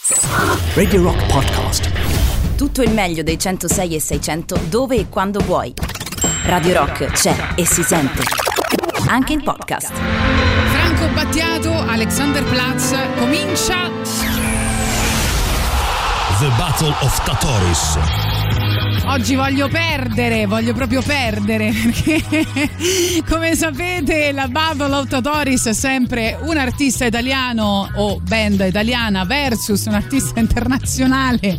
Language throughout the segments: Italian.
Radio Rock Podcast. Tutto il meglio dei 106 e 600 dove e quando vuoi. Radio Rock c'è e si sente anche in podcast. Franco Battiato, Alexanderplatz, comincia The Battle of Tatoris. Oggi voglio proprio perdere, perché come sapete la Battle of Tatoris è sempre un artista italiano o band italiana versus un artista internazionale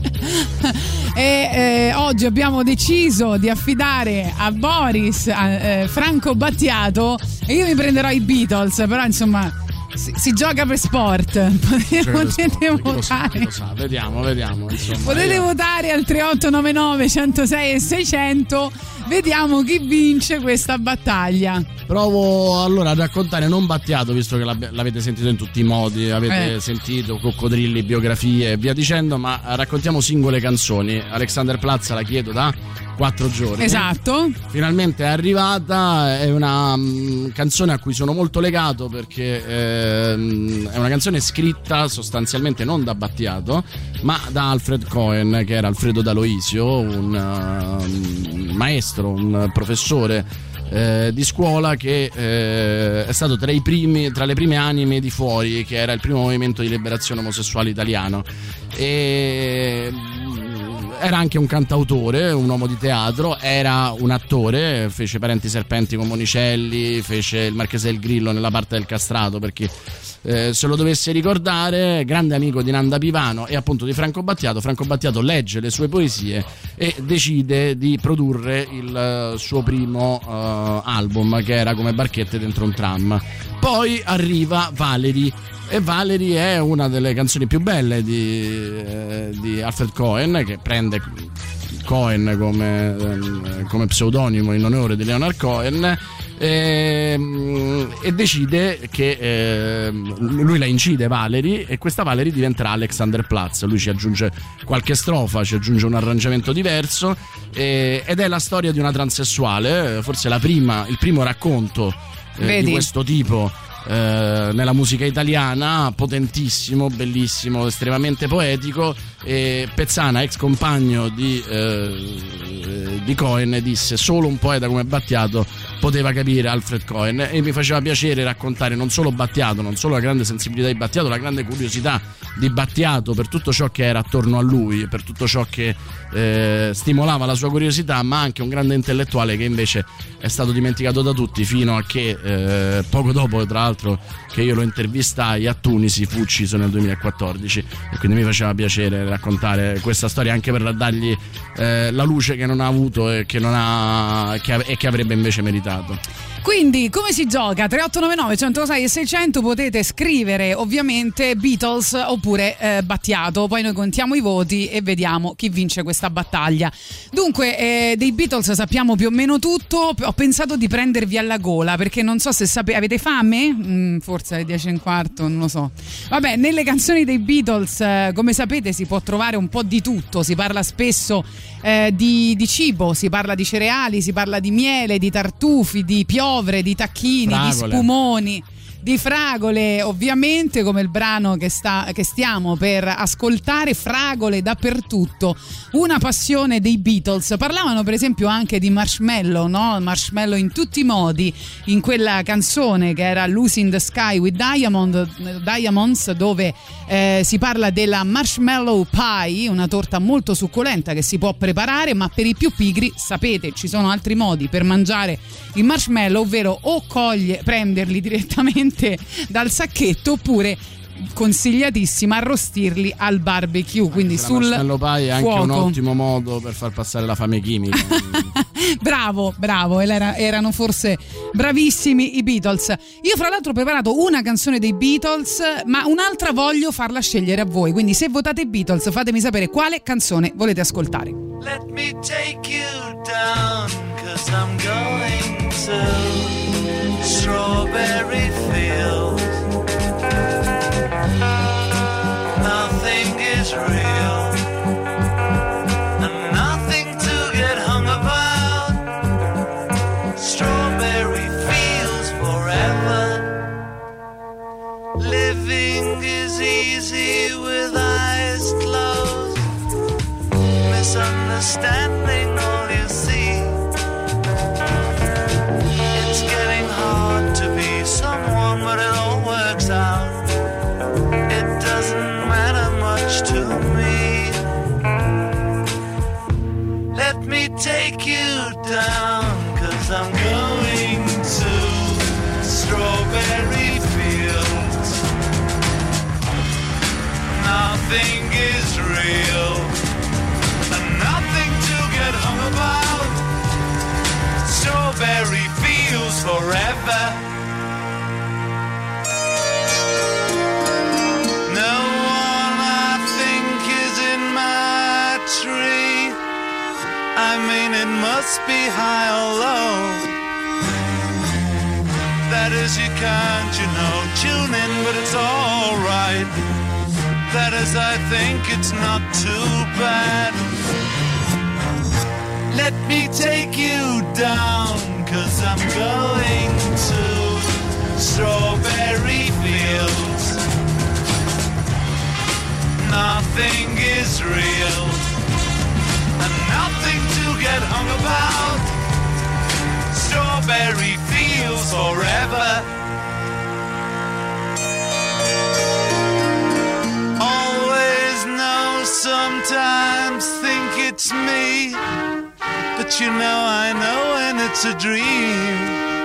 e oggi abbiamo deciso di affidare a Boris Franco Battiato e io mi prenderò i Beatles, però insomma si gioca per sport. Potete votare. Lo sa. Vediamo. Insomma, potete votare al 3899 106 e 600. Vediamo chi vince questa battaglia. Provo allora a raccontare, non Battiato, visto che l'avete sentito in tutti i modi, avete sentito coccodrilli, biografie e via dicendo, ma raccontiamo singole canzoni. Alexanderplatz la chiedo da 4 giorni. Esatto. Finalmente è arrivata, è una canzone a cui sono molto legato perché è una canzone scritta sostanzialmente non da Battiato ma da Alfred Cohen, che era Alfredo D'Aloisio, un maestro, un professore di scuola che è stato tra le prime anime di Fuori, che era il primo movimento di liberazione omosessuale italiano, e era anche un cantautore, un uomo di teatro, era un attore, fece Parenti Serpenti con Monicelli, fece il Marchese del Grillo nella parte del castrato, perché se lo dovesse ricordare, grande amico di Nanda Pivano e appunto di Franco Battiato. Franco Battiato legge le sue poesie e decide di produrre il suo primo album, che era Come barchette dentro un tram. Poi arriva Valerie, e Valerie è una delle canzoni più belle di Alfred Cohen, che prende Cohen come pseudonimo in onore di Leonard Cohen, e decide che lui la incide Valerie, e questa Valerie diventerà Alexanderplatz. Lui ci aggiunge qualche strofa, ci aggiunge un arrangiamento diverso, ed è la storia di una transessuale, forse il primo racconto di questo tipo nella musica italiana, potentissimo, bellissimo, estremamente poetico. E Pezzana, ex compagno di Cohen, disse: solo un poeta come Battiato poteva capire Alfred Cohen. E mi faceva piacere raccontare non solo Battiato, non solo la grande sensibilità di Battiato, la grande curiosità di Battiato per tutto ciò che era attorno a lui, per tutto ciò che stimolava la sua curiosità, ma anche un grande intellettuale che invece è stato dimenticato da tutti, fino a che poco dopo, tra l'altro, che io lo intervistai a Tunisi, fu ucciso nel 2014. E quindi mi faceva piacere raccontare questa storia, anche per dargli la luce che non ha avuto e che avrebbe invece meritato. Quindi come si gioca? 3899 106 e 600. Potete scrivere ovviamente Beatles oppure Battiato, poi noi contiamo i voti e vediamo chi vince questa battaglia. Dunque dei Beatles sappiamo più o meno tutto. Ho pensato di prendervi alla gola, perché non so se avete fame? Forse alle 10:15, non lo so. Vabbè, nelle canzoni dei Beatles come sapete si può trovare un po' di tutto. Si parla spesso di cibo, si parla di cereali, si parla di miele, di tartufi, di piovre, di tacchini, fragole, di spumoni, di fragole, ovviamente, come il brano che stiamo per ascoltare. Fragole dappertutto, una passione dei Beatles. Parlavano per esempio anche di marshmallow, no? Marshmallow in tutti i modi in quella canzone che era Lucy in the Sky with Diamonds, dove si parla della marshmallow pie, una torta molto succolenta che si può preparare, ma per i più pigri, sapete, ci sono altri modi per mangiare il marshmallow, ovvero o prenderli direttamente dal sacchetto, oppure, consigliatissima, arrostirli al barbecue, quindi sul marshmallow pie è anche fuoco. Un ottimo modo per far passare la fame chimica. Bravo, erano forse bravissimi i Beatles. Io fra l'altro ho preparato una canzone dei Beatles, ma un'altra voglio farla scegliere a voi, quindi se votate Beatles fatemi sapere quale canzone volete ascoltare. Let me take you down, 'cause I'm going to Strawberry Fields. Nothing is real, and nothing to get hung about. Strawberry Fields forever. Living is easy with eyes understanding all you see. It's getting hard to be someone, but it all works out. It doesn't matter much to me. Let me take you down, 'cause I'm going to strawberry fields. Nothing is real, and nothing to get hung about. Strawberry fields forever. No one I think is in my tree. I mean, it must be high or low. That is, you can't, tune in, but it's all right. That is, I think it's not too bad. Let me take you down, 'cause I'm going to strawberry fields. Nothing is real, and nothing to get hung about. Strawberry fields forever. Always know, sometimes think it's me, but I know when it's a dream.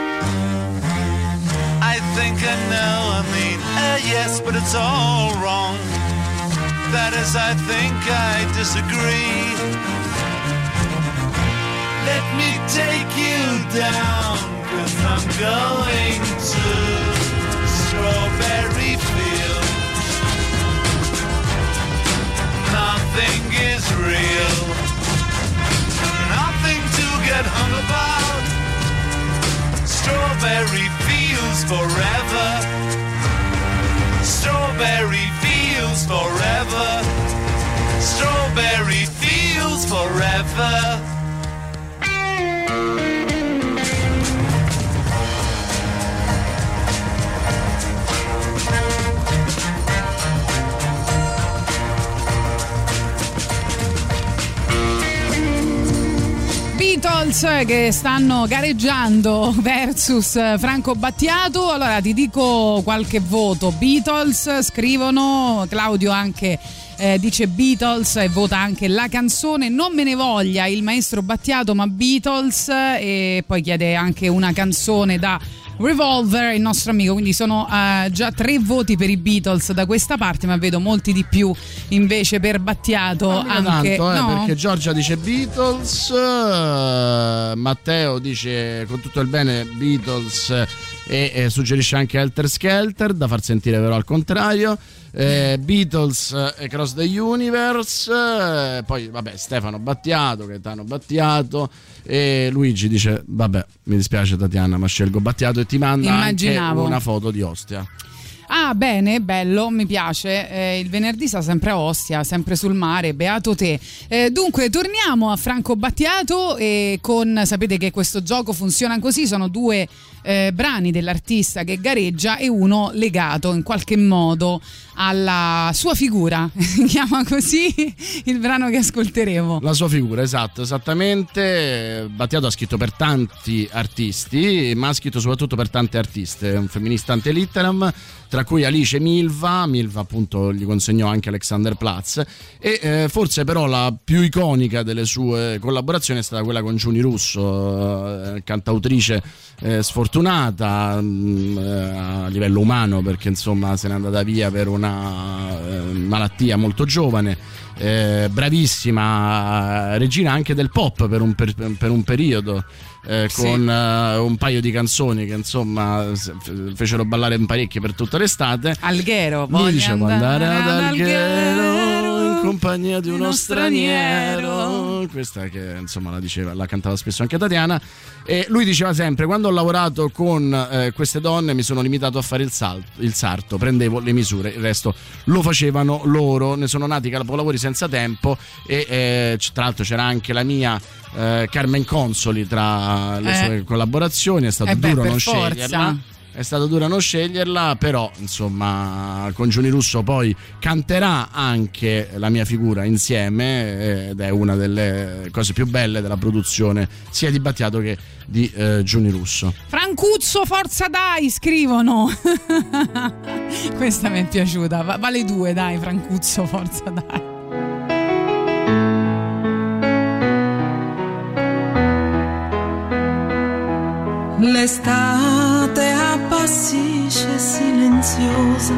I think I know, yes, but it's all wrong. That is, I think I disagree. Let me take you down, 'cause I'm going to strawberry fields. Nothing is real, nothing to get hung about. Strawberry fields forever. Strawberry fields forever. Strawberry fields forever. Beatles che stanno gareggiando versus Franco Battiato. Allora ti dico qualche voto. Beatles scrivono, Claudio anche dice Beatles e vota anche la canzone. Non me ne voglia il maestro Battiato, ma Beatles, e poi chiede anche una canzone da Revolver, il nostro amico. Quindi sono già 3 voti per i Beatles da questa parte, ma vedo molti di più invece per Battiato. Anche tanto, no? Perché Giorgia dice Beatles, Matteo dice con tutto il bene Beatles e suggerisce anche Helter Skelter, da far sentire però al contrario. Beatles Across the Universe, poi vabbè Stefano Battiato, Gaetano Battiato, e Luigi dice vabbè mi dispiace Tatiana ma scelgo Battiato, e ti manda anche una foto di Ostia. Ah, bene, bello, mi piace. Il venerdì sta sempre a Ostia, sempre sul mare, beato te. Dunque, torniamo a Franco Battiato, e sapete che questo gioco funziona così, sono 2 brani dell'artista che gareggia e uno legato in qualche modo alla sua figura. Si chiama così il brano che ascolteremo. La sua figura, esatto, esattamente. Battiato ha scritto per tanti artisti, ma ha scritto soprattutto per tante artiste. È un femminista ante litteram, tra cui Alice Milva appunto gli consegnò anche Alexanderplatz, e forse però la più iconica delle sue collaborazioni è stata quella con Giuni Russo, cantautrice sfortunata a livello umano, perché insomma se n'è andata via per una malattia molto giovane. Bravissima regina anche del pop per un periodo, con un paio di canzoni che insomma fecero ballare parecchio per tutta l'estate. Alghero, lui dice può andare ad Alghero in compagnia di uno straniero. Questa che insomma la cantava spesso anche Tatiana. E lui diceva sempre: quando ho lavorato con queste donne mi sono limitato a fare il sarto, prendevo le misure, il resto lo facevano loro. Ne sono nati capolavori senza tempo, e tra l'altro c'era anche la mia Carmen Consoli tra le sue collaborazioni. È stato duro non sceglierla. è stato duro non sceglierla, però insomma con Giuni Russo poi canterà anche la mia figura insieme, ed è una delle cose più belle della produzione sia di Battiato che di Giuni Russo. Francuzzo, forza dai, scrivono. Questa mi è piaciuta, vale 2, dai, Francuzzo, forza dai. L'estate appassisce silenziosa,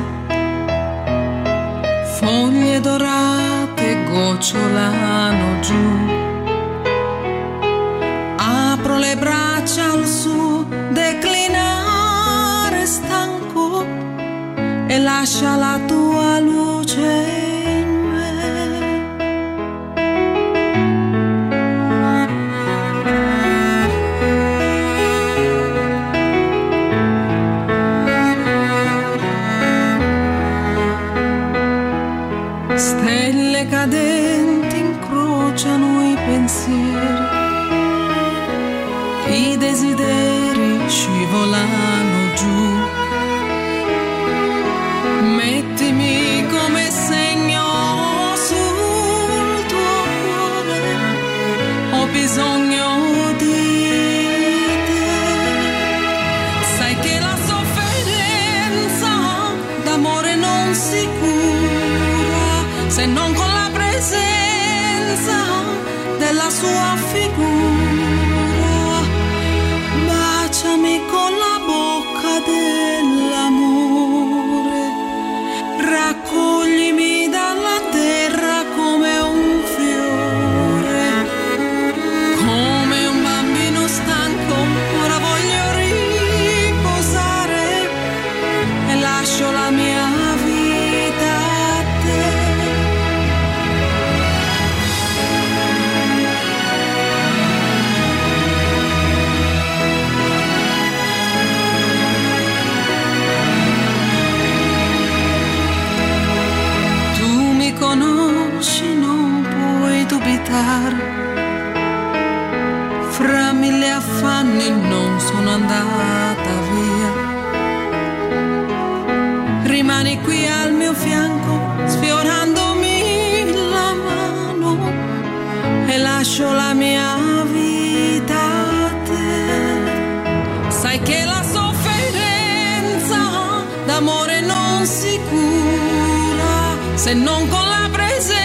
foglie dorate gocciolano giù. Apro le braccia al suo declinare stanco e lascia la tua luce in me. Stelle cadenti incrociano i pensieri, i desideri scivolano giù. Mettimi come segno sul tuo cuore, ho bisogno di te. Sai che la sofferenza d'amore non si cura se non con la presenza della sua figura. Baciami con la bocca dell'amore, raccoglimi dalla terra come un fiore, come un bambino stanco. Ora voglio riposare e lascio la mia vita a te. Conosci, non puoi dubitare, fra mille affanni non sono andata via. Rimani qui al mio fianco, sfiorandomi la mano, e lascio la mia vita a te. Sai che la sofferenza d'amore non si cura se non con la presenza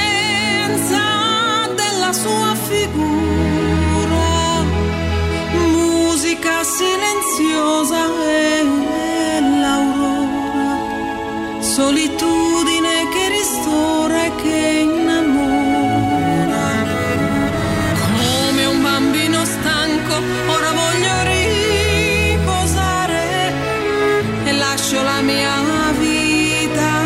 della sua figura. Musica silenziosa e l'aurora, solitudine che ristora e che innamora. Come un bambino stanco, ora voglio riposare e lascio la mia vita.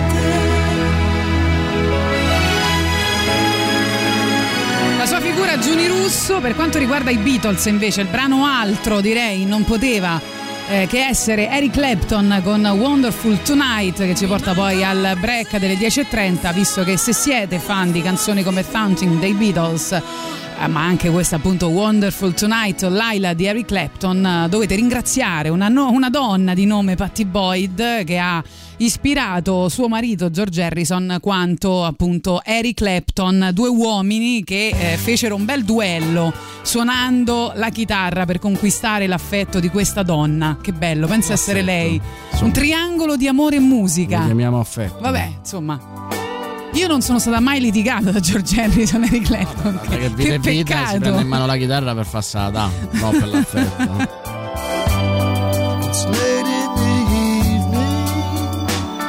La sua figura Giuni Russo. Per quanto riguarda i Beatles invece, il brano altro direi non poteva che essere Eric Clapton con Wonderful Tonight, che ci porta poi al break delle 10.30, visto che se siete fan di canzoni come Fountain dei Beatles, ma anche questa appunto Wonderful Tonight, Laila di Eric Clapton, dovete ringraziare una donna di nome Pattie Boyd che ha ispirato suo marito George Harrison quanto appunto Eric Clapton, due uomini che fecero un bel duello suonando la chitarra per conquistare l'affetto di questa donna. Che bello, pensa essere lei, un triangolo di amore e musica. Lo chiamiamo affetto. Vabbè, insomma, io non sono stata mai litigata da George Harrison e Eric Clapton. Che vita e vita, peccato. si prende in mano la chitarra per farsela, no, per l'affetto. It's late in the evening.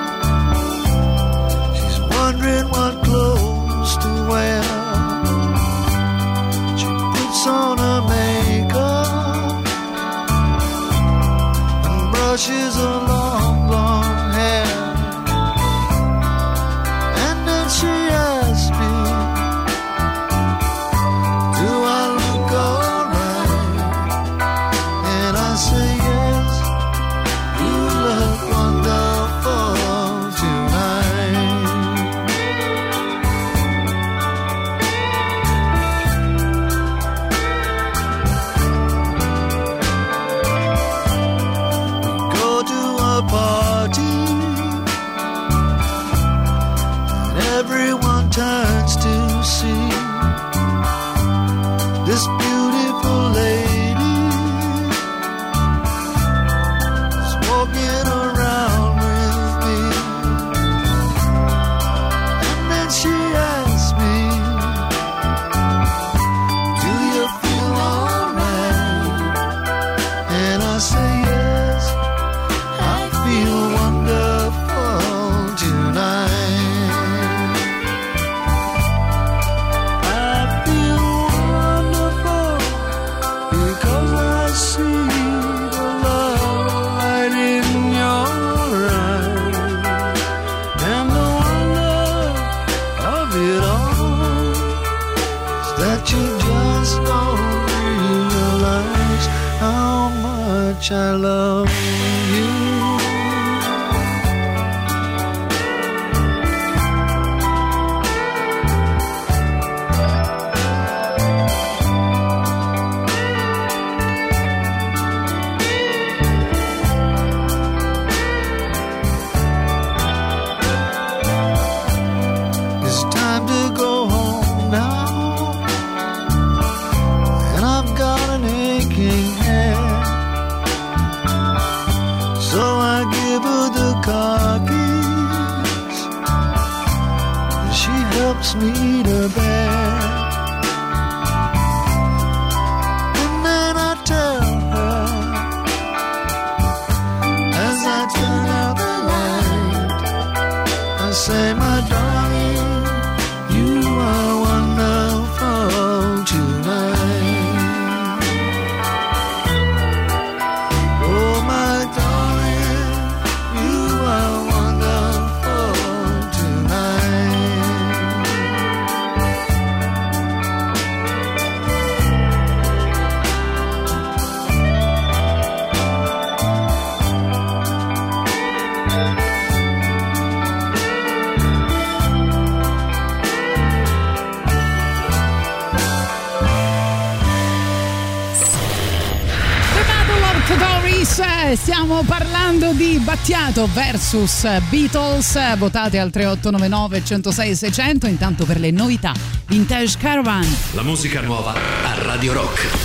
She's wondering what clothes to wear. She puts on her makeup and brushes her long blonde hair. And then she asks me, do I look alright? And I say yes, you look wonderful tonight. of it all is that you just don't realize how much I love you. Me to bed, and then I tell her as I turn out the light, I say, my darling, you are wonderful tonight. Oh, my darling, you are wonderful tonight. Stiamo parlando di Battiato versus Beatles. Votate al 3899 106 600. Intanto per le novità, Vintage Caravan. La musica nuova a Radio Rock.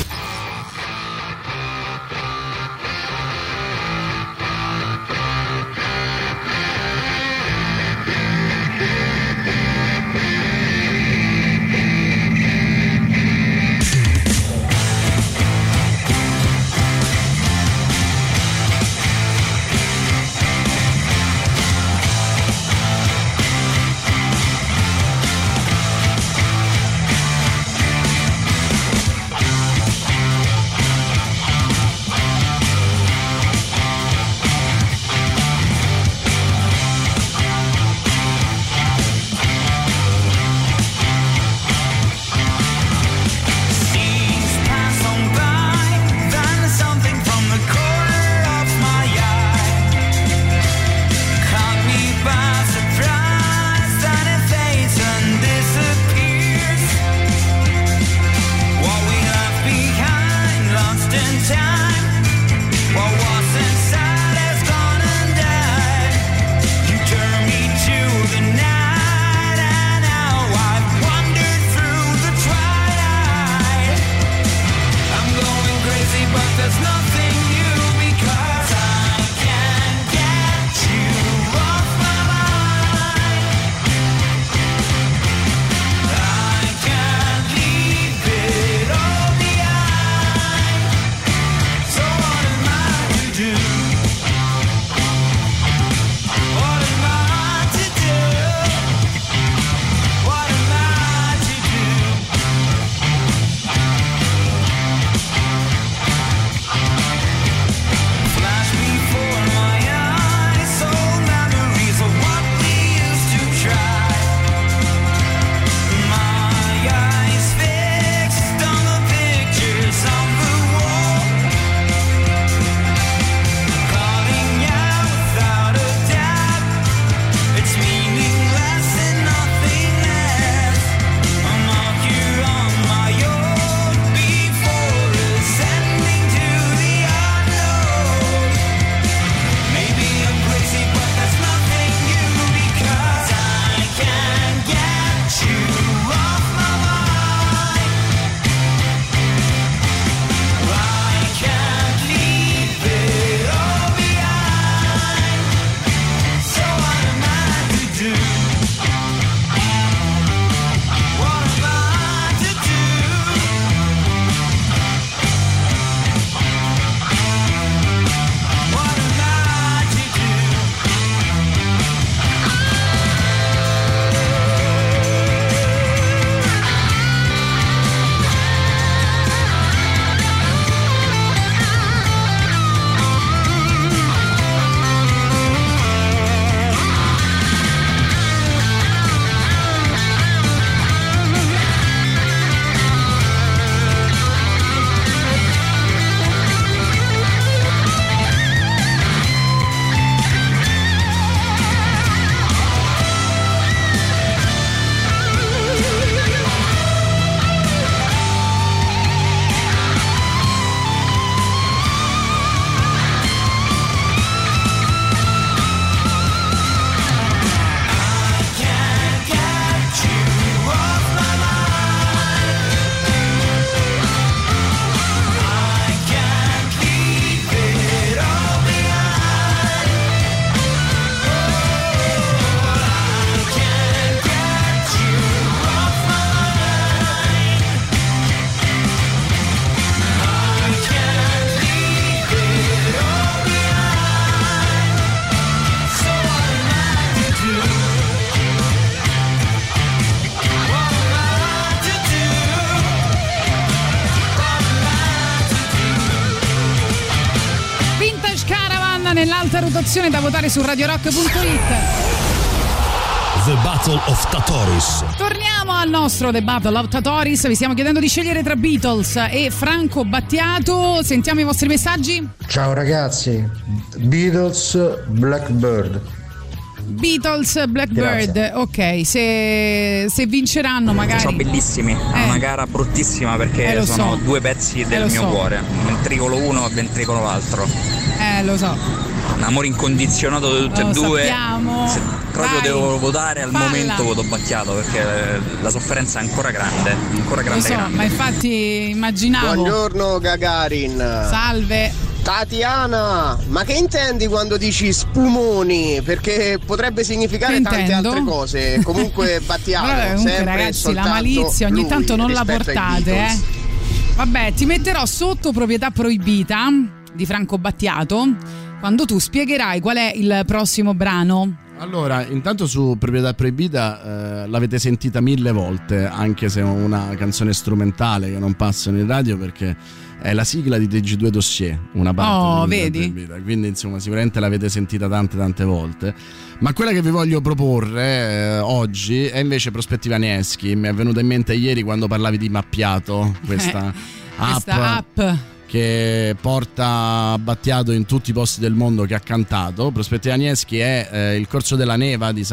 alta rotazione da votare su radiorock.it. The Battle of Tatoris. Torniamo al nostro The Battle of Tatoris. Vi stiamo chiedendo di scegliere tra Beatles e Franco Battiato. Sentiamo i vostri messaggi. Ciao ragazzi, Beatles, Blackbird. Beatles, Blackbird. Grazie. Ok, se vinceranno magari. Sono bellissimi, è una gara bruttissima perché sono due pezzi del mio cuore, ventricolo uno e ventricolo l'altro. Lo so. Un amore incondizionato di tutte e due. Sappiamo. Se proprio devo votare al momento voto Battiato perché la sofferenza è ancora grande, Lo so, grande. ma infatti immaginavo. Buongiorno Gagarin. Salve. Tatiana, ma che intendi quando dici spumoni? Perché potrebbe significare tante altre cose. Comunque Battiato, comunque, sempre ragazzi, la malizia ogni tanto non la portate, Vabbè, ti metterò sotto Proprietà proibita di Franco Battiato quando tu spiegherai qual è il prossimo brano. Allora, intanto su Proprietà proibita l'avete sentita 1000 volte, anche se è una canzone strumentale che non passano in radio perché è la sigla di TG2 Dossier, una parte di vedi? Proibita. Quindi insomma sicuramente l'avete sentita tante volte. Ma quella che vi voglio proporre oggi è invece Prospettiva Nieschi. Mi è venuta in mente ieri quando parlavi di Mappiato, questa app che porta Battiato in tutti i posti del mondo che ha cantato. Prospettiva Nieschi è il corso della Neva di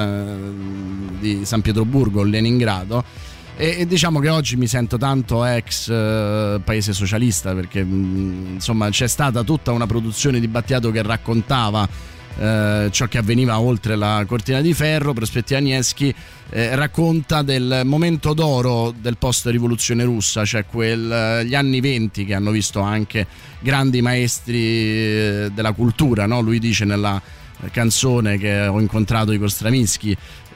San Pietroburgo, Leningrado, e diciamo che oggi mi sento tanto ex paese socialista perché insomma c'è stata tutta una produzione di Battiato che raccontava ciò che avveniva oltre la cortina di ferro. Prospettiva Nieschi racconta del momento d'oro del post rivoluzione russa, cioè gli anni 20 che hanno visto anche grandi maestri della cultura, no? Lui dice nella canzone che ho incontrato Igor Stravinsky,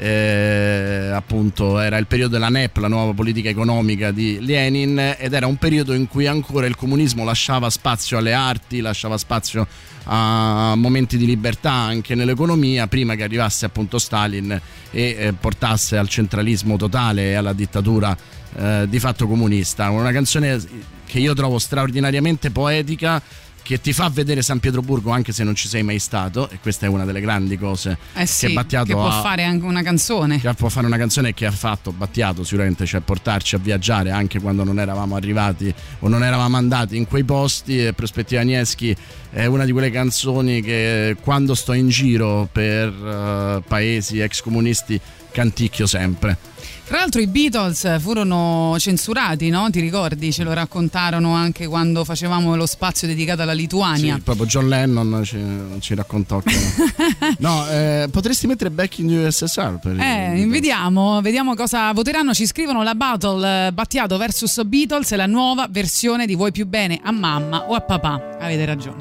appunto era il periodo della NEP, la nuova politica economica di Lenin, ed era un periodo in cui ancora il comunismo lasciava spazio alle arti, lasciava spazio a momenti di libertà anche nell'economia, prima che arrivasse appunto Stalin e portasse al centralismo totale e alla dittatura di fatto comunista. Una canzone che io trovo straordinariamente poetica, che ti fa vedere San Pietroburgo anche se non ci sei mai stato, e questa è una delle grandi cose che Battiato che può fare anche una canzone. Che può fare una canzone che ha fatto Battiato sicuramente, cioè portarci a viaggiare anche quando non eravamo arrivati o non eravamo andati in quei posti. E Prospettiva Nieschi è una di quelle canzoni che quando sto in giro per paesi ex comunisti canticchio sempre. Tra l'altro i Beatles furono censurati, no? Ti ricordi? Ce lo raccontarono anche quando facevamo lo spazio dedicato alla Lituania. Sì, proprio John Lennon ci raccontò che no, potresti mettere Back in USSR per vediamo cosa voteranno. Ci scrivono: la battle Battiato vs Beatles è la nuova versione di Vuoi più bene a mamma o a papà. Avete ragione.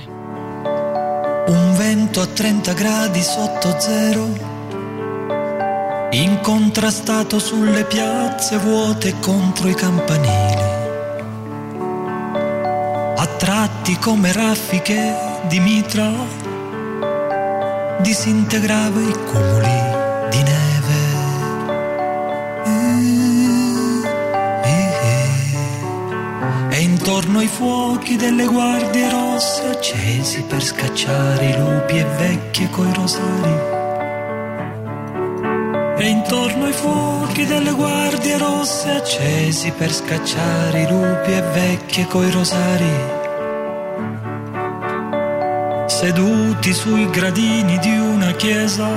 Un vento a 30 gradi sotto zero, incontrastato sulle piazze vuote contro i campanili, a tratti come raffiche di mitra disintegrava i cumuli di neve. E intorno ai fuochi delle guardie rosse accesi per scacciare i lupi e vecchie coi rosari. E intorno ai fuochi delle guardie rosse accesi per scacciare i lupi e vecchie coi rosari. Seduti sui gradini di una chiesa,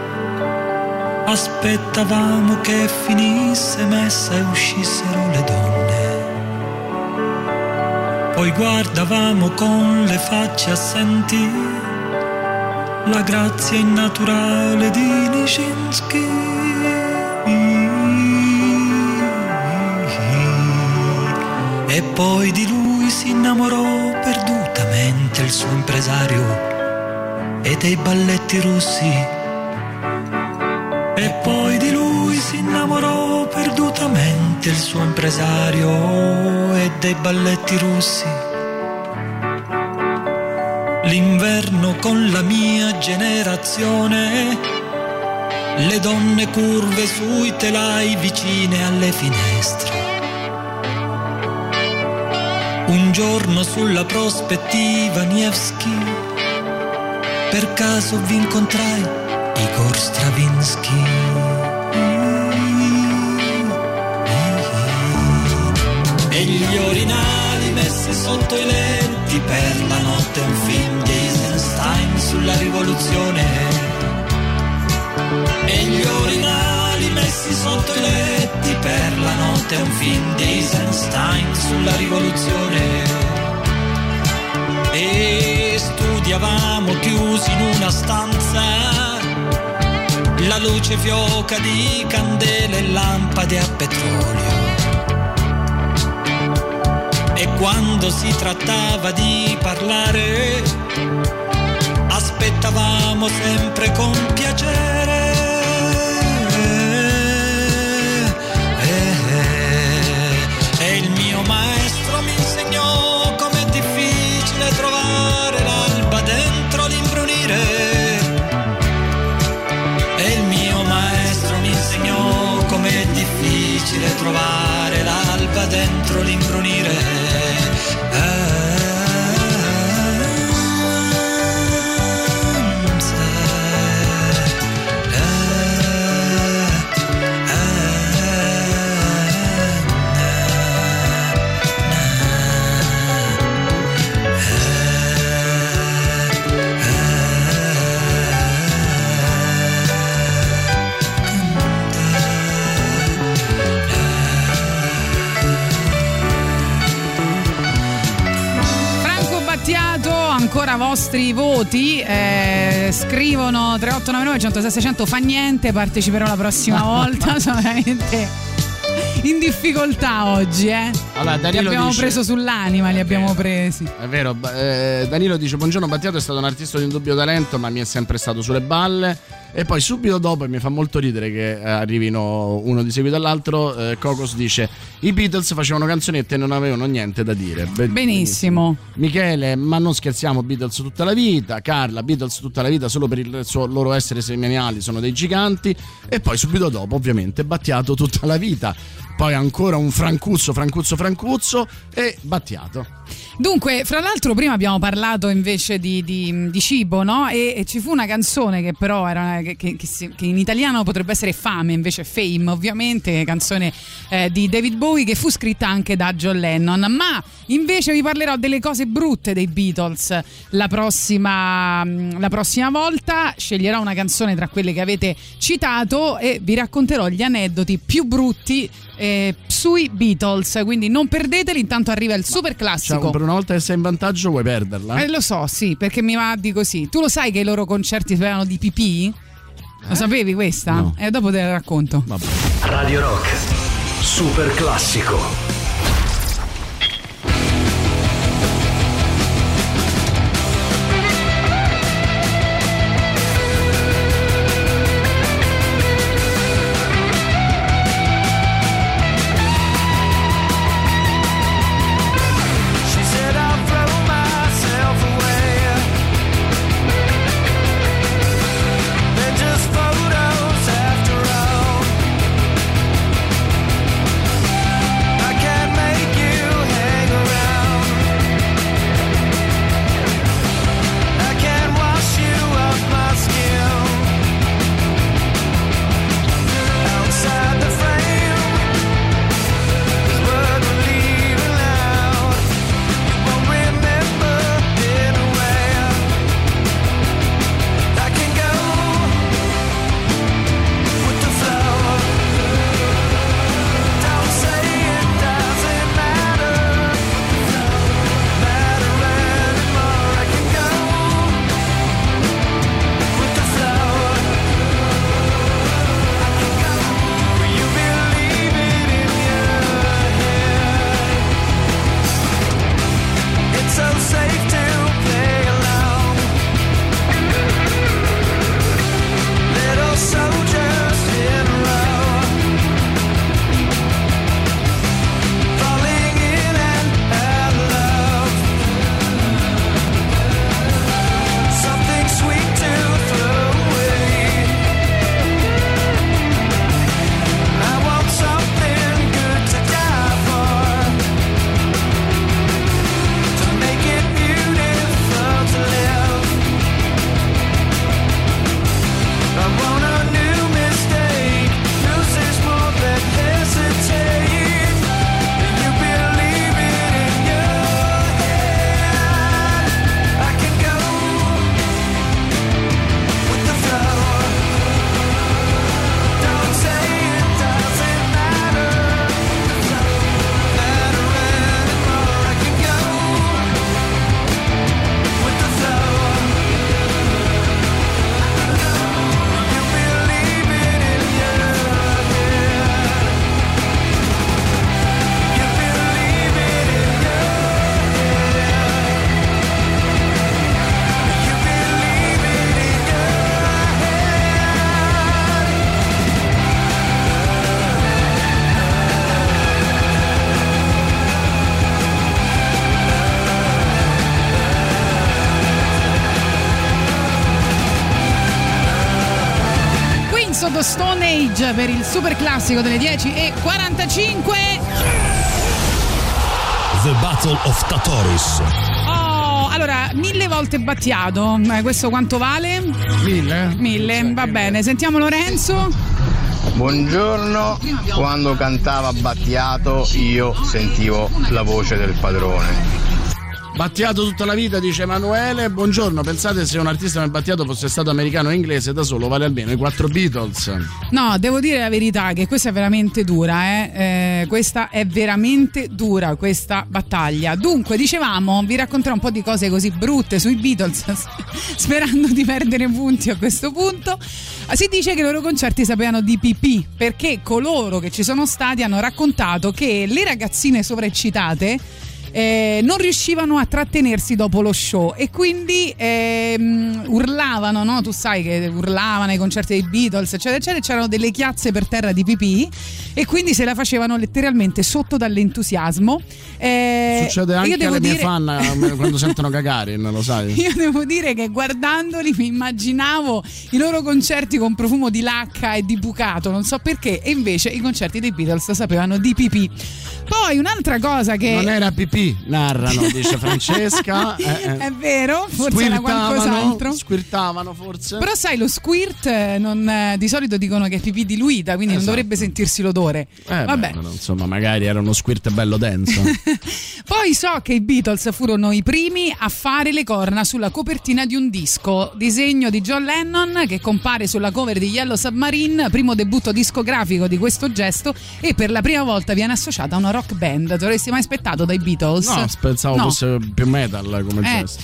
aspettavamo che finisse messa e uscissero le donne. Poi guardavamo con le facce assenti la grazia innaturale di Nijinsky. E poi di lui si innamorò perdutamente il suo impresario e dei balletti russi. E poi di lui si innamorò perdutamente il suo impresario e dei balletti russi. L'inverno con la mia generazione, le donne curve sui telai vicine alle finestre. Un giorno sulla prospettiva Nevsky per caso vi incontrai Igor Stravinsky. E gli orinali messi sotto i letti per la notte, un film di Eisenstein sulla rivoluzione. E gli orinali messi sotto i letti per la notte, un film di Eisenstein sulla rivoluzione. E studiavamo chiusi in una stanza, la luce fioca di candele e lampade a petrolio. E quando si trattava di parlare, aspettavamo sempre con piacere. E il mio maestro mi insegnò com'è difficile trovare l'alba dentro l'imbrunire. E il mio maestro mi insegnò com'è difficile trovare l'alba dentro l'imbrunire. Ancora vostri voti, scrivono 3899 106 600, fa niente, parteciperò la prossima volta. Sono veramente in difficoltà oggi, Allora, li abbiamo preso sull'anima, li abbiamo presi. È vero, Danilo dice: buongiorno, Battiato è stato un artista di indubbio talento, ma mi è sempre stato sulle balle. E poi subito dopo, e mi fa molto ridere che arrivino uno di seguito all'altro, Cocos dice: i Beatles facevano canzonette e non avevano niente da dire. Benissimo. Michele: ma non scherziamo, Beatles tutta la vita. Carla: Beatles tutta la vita, solo per il loro essere semeniali sono dei giganti. E poi subito dopo, ovviamente, Battiato tutta la vita. Poi ancora un Francuzzo e Battiato. Dunque, fra l'altro prima abbiamo parlato invece di cibo, no? E ci fu una canzone che però era che in italiano potrebbe essere Fame, invece Fame, ovviamente, canzone di David Bowie, che fu scritta anche da John Lennon. Ma invece vi parlerò delle cose brutte dei Beatles la prossima volta. Sceglierò una canzone tra quelle che avete citato e vi racconterò gli aneddoti più brutti sui Beatles, quindi non perdeteli. Intanto arriva il super classico. Cioè, per una volta che sei in vantaggio vuoi perderla? Lo so, sì, perché mi va di così. Tu lo sai che i loro concerti si facevano di pipì? Lo sapevi questa? No. Dopo te la racconto. Vabbè. Radio Rock, super classico. I can't the Stone Age per il super classico delle 10:45. The Battle of Tatoris. Allora, 1000 volte Battiato, questo quanto vale? 1000, va bene. Sentiamo Lorenzo. Buongiorno, quando cantava Battiato io sentivo la voce del padrone. Battiato tutta la vita, dice Emanuele. Buongiorno, pensate se un artista come Battiato fosse stato americano o inglese da solo vale almeno i 4 Beatles. No, devo dire la verità che questa è veramente dura, questa è veramente dura, questa battaglia. Dunque, dicevamo, vi racconterò un po' di cose così brutte sui Beatles sperando di perdere punti a questo punto. Si dice che i loro concerti sapevano di pipì, perché coloro che ci sono stati hanno raccontato che le ragazzine sovraeccitate non riuscivano a trattenersi dopo lo show e quindi urlavano, no? Tu sai che urlavano ai concerti dei Beatles eccetera eccetera, c'erano delle chiazze per terra di pipì e quindi se la facevano letteralmente sotto dall'entusiasmo. Succede anche alle mie fan quando sentono Gagarin, lo sai. Io devo dire che guardandoli mi immaginavo i loro concerti con profumo di lacca e di bucato, non so perché, e invece i concerti dei Beatles sapevano di pipì. Poi un'altra cosa che non era pipì, narrano, dice Francesca. È vero, forse era qualcos'altro. Squirtavano forse. Però sai, lo squirt di solito dicono che è pipì diluita, quindi non dovrebbe sentirsi l'odore. Vabbè. Beh, insomma, magari era uno squirt bello denso. Poi so che i Beatles furono i primi a fare le corna sulla copertina di un disco, disegno di John Lennon che compare sulla cover di Yellow Submarine, primo debutto discografico di questo gesto, e per la prima volta viene associata a una rock band. Ti avresti mai aspettato dai Beatles? No, pensavo fosse più metal come gesto.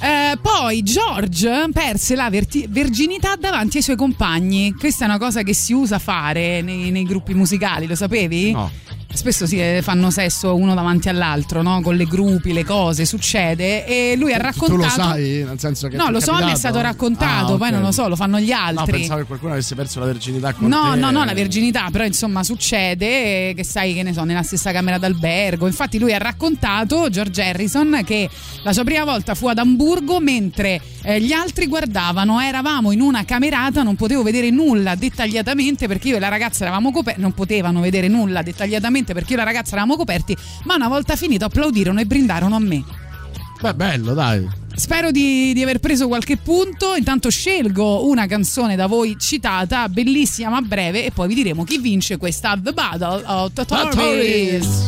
Poi George perse la verginità davanti ai suoi compagni. Questa è una cosa che si usa fare nei gruppi musicali, lo sapevi? No. Spesso si fanno sesso uno davanti all'altro, no? Con le gruppi, le cose, succede. E lui ha raccontato. Tu lo sai? Nel senso che no, lo so, mi è stato raccontato, poi okay. non lo so, lo fanno gli altri. No, pensavo che qualcuno avesse perso la verginità con te. No, la verginità, però insomma succede che sai, che ne so, nella stessa camera d'albergo. Infatti lui ha raccontato, George Harrison, che la sua prima volta fu ad Amburgo mentre gli altri guardavano. Eravamo in una camerata, non potevo vedere nulla dettagliatamente perché io e la ragazza eravamo coperti, non potevano vedere nulla dettagliatamente perché io e la ragazza eravamo coperti, ma una volta finito applaudirono e brindarono a me. Beh, bello, dai. Spero di aver preso qualche punto. Intanto scelgo una canzone da voi citata, bellissima ma breve, e poi vi diremo chi vince questa The Battle of Tatoris.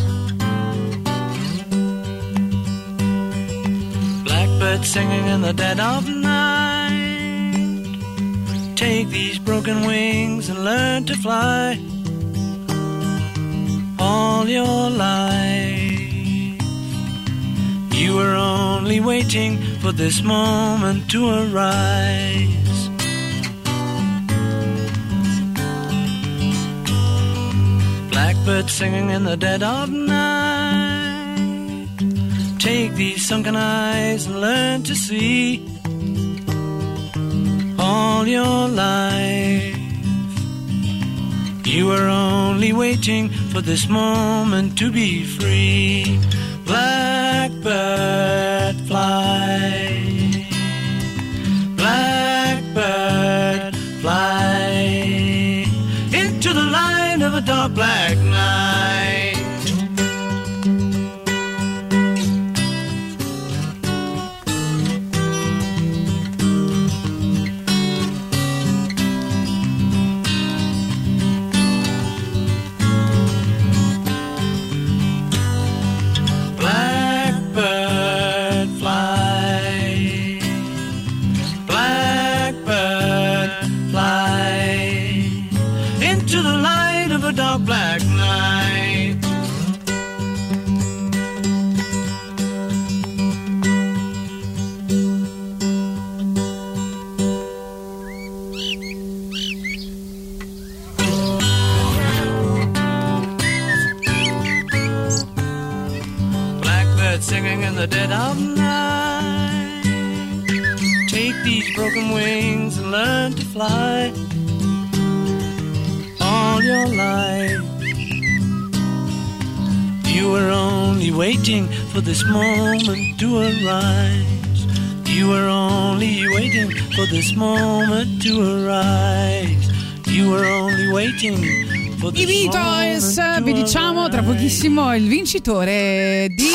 Blackbird singing in the dead of night. Take these broken wings and learn to fly. All your life you were only waiting for this moment to arise. Blackbird singing in the dead of night. Take these sunken eyes and learn to see. All your life you were only waiting for this moment to be free. Blackbird fly, blackbird fly into the light of a dark black night. Black night. Blackbird singing in the dead of night. Take these broken wings and learn to fly. All your life you were only waiting for this moment to arise. You were only waiting for this moment to arise. I Beatles, vi diciamo tra pochissimo il vincitore di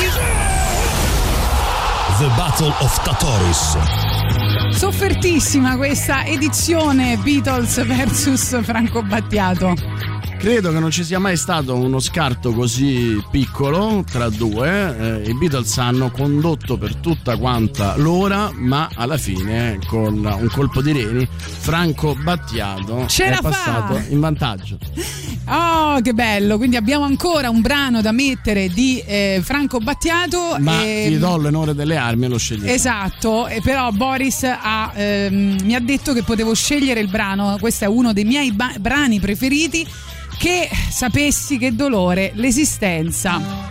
The Battle of Tatoris. Soffertissima questa edizione Beatles vs Franco Battiato. Credo che non ci sia mai stato uno scarto così piccolo tra due. I Beatles hanno condotto per tutta quanta l'ora, ma alla fine con un colpo di reni Franco Battiato è passato in vantaggio. Oh, che bello! Quindi abbiamo ancora un brano da mettere di Franco Battiato. Ma ti do l'onore delle armi e lo scegli. Esatto, però Boris mi ha detto che potevo scegliere il brano. Questo è uno dei miei brani preferiti. Che sapessi che dolore l'esistenza.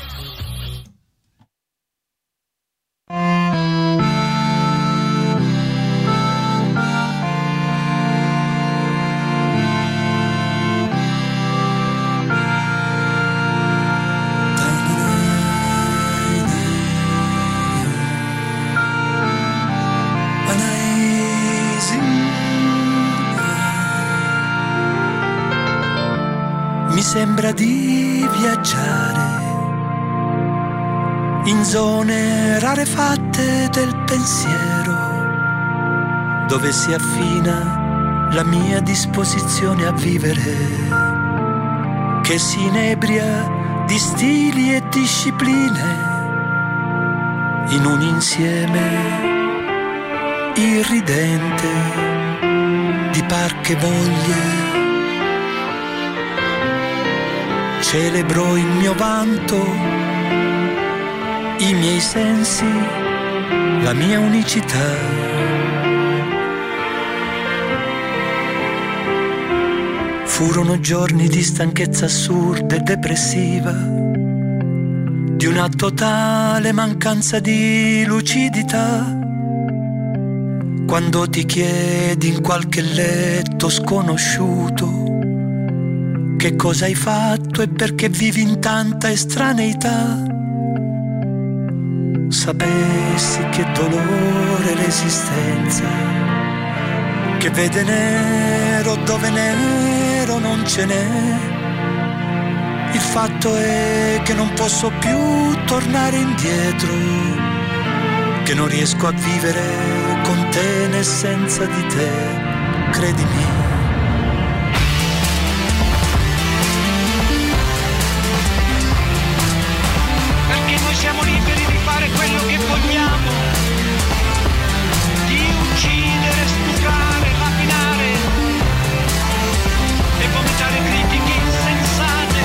Mi sembra di viaggiare in zone rarefatte del pensiero, dove si affina la mia disposizione a vivere, che si inebria di stili e discipline in un insieme irridente di parche voglie. Celebro il mio vanto, i miei sensi, la mia unicità. Furono giorni di stanchezza assurda e depressiva, di una totale mancanza di lucidità, quando ti chiedi in qualche letto sconosciuto che cosa hai fatto e perché vivi in tanta estraneità. Sapessi che dolore l'esistenza, che vede nero dove nero non ce n'è. Il fatto è che non posso più tornare indietro, che non riesco a vivere con te né senza di te, credimi. Siamo liberi di fare quello che vogliamo, di uccidere, stuprare, rapinare e vomitare critiche insensate.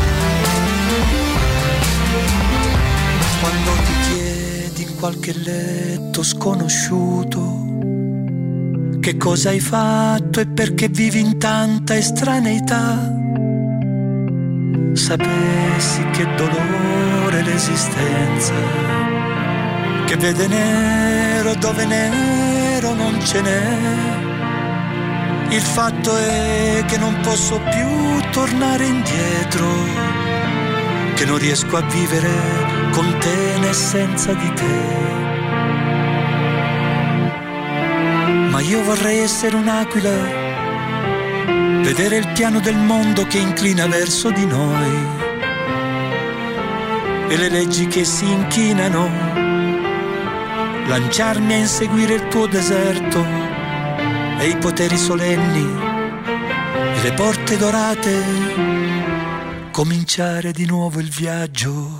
Quando ti chiedi in qualche letto sconosciuto che cosa hai fatto e perché vivi in tanta estraneità, sapessi che dolore l'esistenza, che vede nero dove nero non ce n'è. Il fatto è che non posso più tornare indietro, che non riesco a vivere con te né senza di te. Ma io vorrei essere un'aquila, vedere il piano del mondo che inclina verso di noi e le leggi che si inchinano, lanciarmi a inseguire il tuo deserto e i poteri solenni e le porte dorate, cominciare di nuovo il viaggio.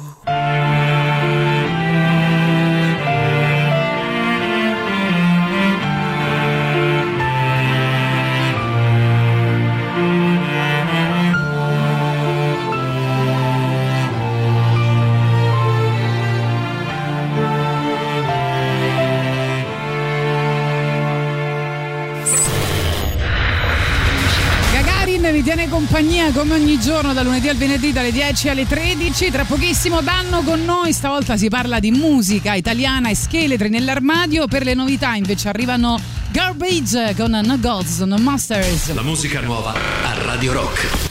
Vi tiene compagnia come ogni giorno dal lunedì al venerdì dalle 10 alle 13. Tra pochissimo Danno con noi, stavolta si parla di musica italiana e scheletri nell'armadio. Per le novità invece arrivano Garbage con No Gods, No Masters. La musica nuova a Radio Rock.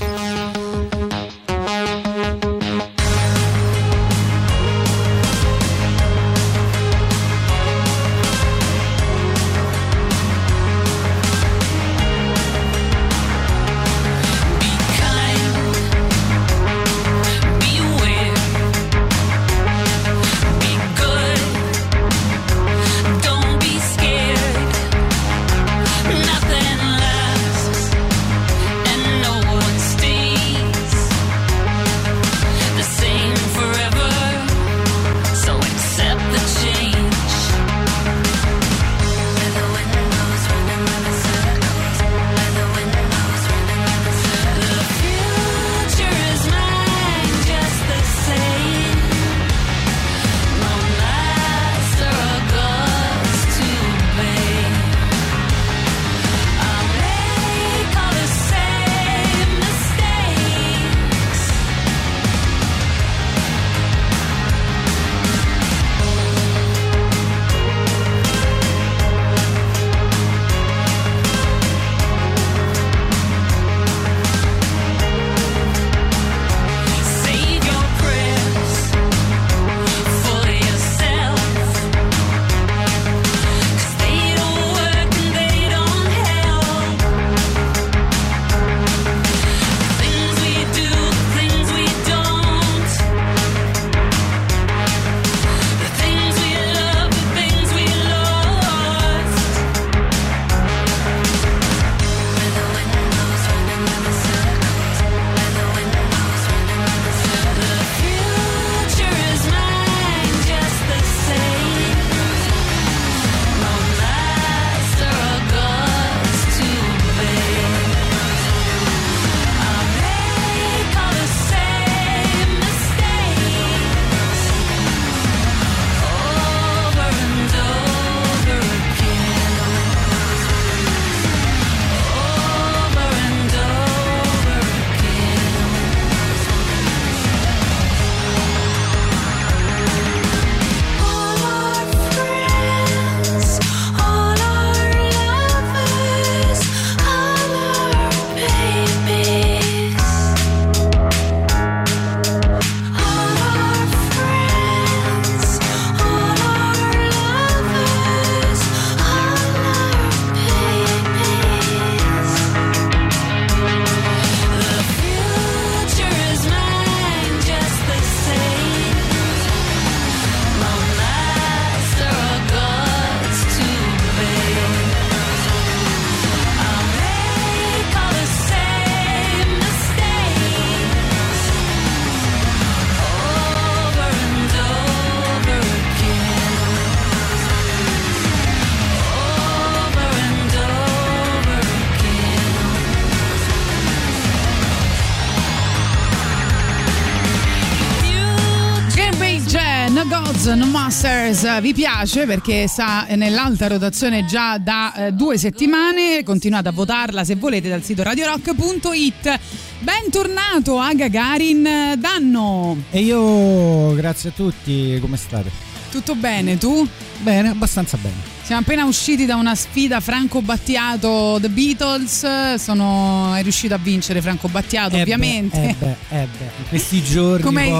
Gods and Masters vi piace perché sta nell'alta rotazione già da 2 settimane. Continuate a votarla se volete dal sito radiorock.it. Bentornato a Gagarin, Danno. E io, grazie a tutti, come state? Tutto bene, tu? Bene, abbastanza bene. Siamo appena usciti da una sfida Franco Battiato, The Beatles. È riuscito a vincere Franco Battiato, ovviamente. In questi giorni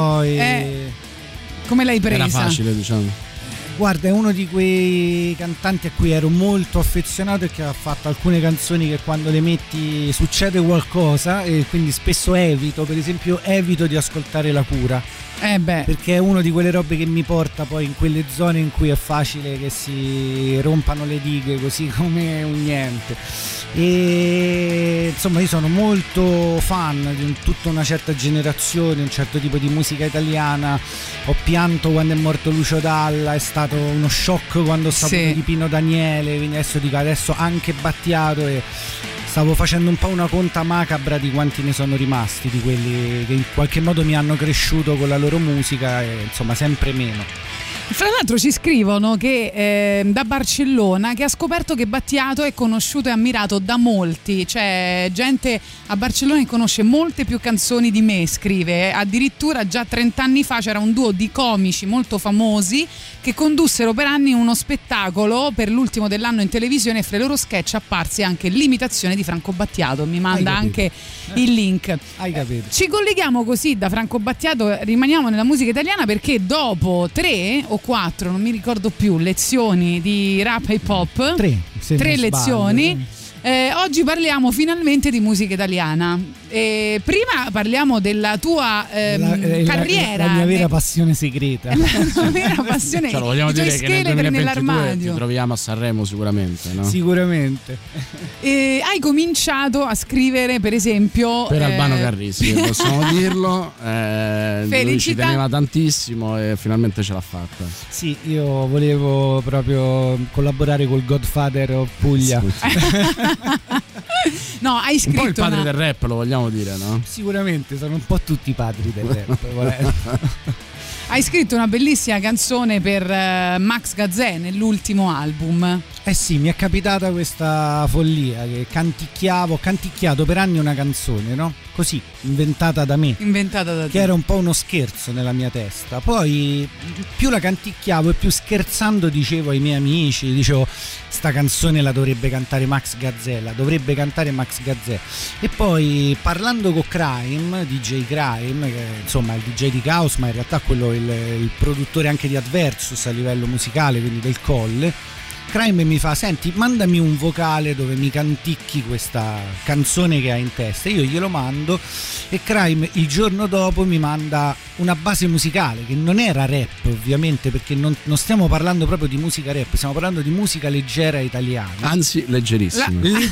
come l'hai presa? Era facile, diciamo. Guarda, è uno di quei cantanti a cui ero molto affezionato e che ha fatto alcune canzoni che quando le metti succede qualcosa, e quindi spesso evito di ascoltare La Cura. Perché è uno di quelle robe che mi porta poi in quelle zone in cui è facile che si rompano le dighe così come un niente. E insomma, io sono molto fan di tutta una certa generazione, un certo tipo di musica italiana. Ho pianto quando è morto Lucio Dalla, è stato uno shock quando ho saputo di Pino Daniele, quindi adesso anche Battiato, e stavo facendo un po' una conta macabra di quanti ne sono rimasti, di quelli che in qualche modo mi hanno cresciuto con la loro musica, e insomma sempre meno. Fra l'altro ci scrivono che da Barcellona che ha scoperto che Battiato è conosciuto e ammirato da molti, c'è gente a Barcellona che conosce molte più canzoni di me, scrive. Addirittura già 30 anni fa c'era un duo di comici molto famosi che condussero per anni uno spettacolo per l'ultimo dell'anno in televisione, e fra i loro sketch apparse anche l'imitazione di Franco Battiato. Mi manda anche il link. Hai capito. Ci colleghiamo così da Franco Battiato, rimaniamo nella musica italiana, perché dopo 3 o 4, non mi ricordo più, lezioni di rap hip hop, 3 lezioni, oggi parliamo finalmente di musica italiana. Prima parliamo della tua carriera, la mia vera passione segreta. La vera passione, cioè, lo vogliamo dire che nel 2022 nell'armadio. ti troviamo a Sanremo sicuramente, no? Sicuramente. Hai cominciato a scrivere, per esempio, per Albano Carrisi, possiamo dirlo. Lui ci teneva tantissimo e finalmente ce l'ha fatta. Sì, io volevo proprio collaborare col Godfather of Puglia. No, hai scritto un po' il padre del rap, lo vogliamo dire, no? Sicuramente, sono un po' tutti i padri del rap. Hai scritto una bellissima canzone per Max Gazzè nell'ultimo album. Eh sì, mi è capitata questa follia che ho canticchiato per anni una canzone, no? Così, inventata da me. Che era un po' uno scherzo nella mia testa. Poi più la canticchiavo e più scherzando dicevo ai miei amici, sta canzone la dovrebbe cantare Max Gazzè, E poi parlando con Crime, DJ Crime, che insomma è il DJ di Caos, ma in realtà quello il produttore anche di Adversus a livello musicale, quindi del Colle, Crime mi fa: senti, mandami un vocale dove mi canticchi questa canzone che hai in testa. Io glielo mando e Crime il giorno dopo mi manda una base musicale che non era rap, ovviamente, perché non stiamo parlando proprio di musica rap, stiamo parlando di musica leggera italiana, anzi leggerissima.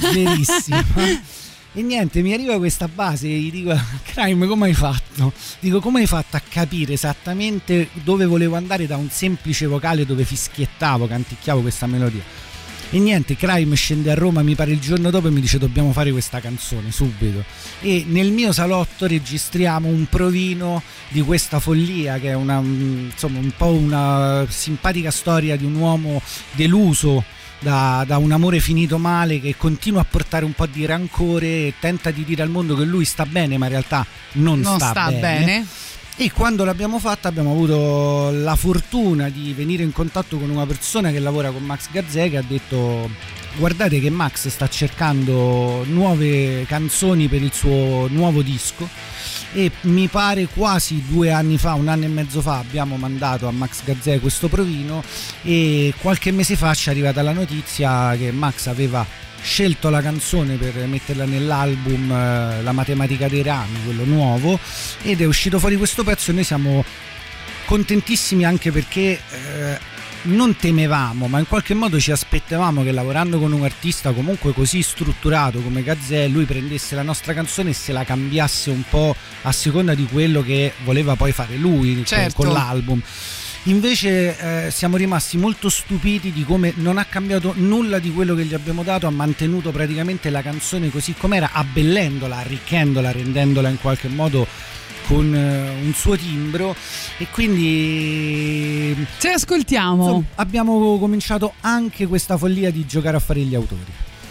E niente, mi arriva questa base e gli dico: Crime, come hai fatto? Dico, come hai fatto a capire esattamente dove volevo andare da un semplice vocale dove fischiettavo, canticchiavo questa melodia? E niente, Crime scende a Roma, mi pare il giorno dopo, e mi dice: dobbiamo fare questa canzone subito. E nel mio salotto registriamo un provino di questa follia, che è un po' una simpatica storia di un uomo deluso da un amore finito male, che continua a portare un po' di rancore e tenta di dire al mondo che lui sta bene, ma in realtà non sta bene. E quando l'abbiamo fatta abbiamo avuto la fortuna di venire in contatto con una persona che lavora con Max Gazzè, che ha detto: guardate che Max sta cercando nuove canzoni per il suo nuovo disco. E mi pare quasi 2 anni fa, 1 anno e mezzo fa, abbiamo mandato a Max Gazzè questo provino, e qualche mese fa ci è arrivata la notizia che Max aveva scelto la canzone per metterla nell'album La matematica dei rami, quello nuovo, ed è uscito fuori questo pezzo. E noi siamo contentissimi anche perché non temevamo, ma in qualche modo ci aspettavamo che, lavorando con un artista comunque così strutturato come Gazzè, lui prendesse la nostra canzone e se la cambiasse un po' a seconda di quello che voleva poi fare lui, certo, con l'album. Invece siamo rimasti molto stupiti di come non ha cambiato nulla di quello che gli abbiamo dato, ha mantenuto praticamente la canzone così com'era, abbellendola, arricchendola, rendendola in qualche modo con un suo timbro, e quindi ce l'ascoltiamo. Abbiamo cominciato anche questa follia di giocare a fare gli autori.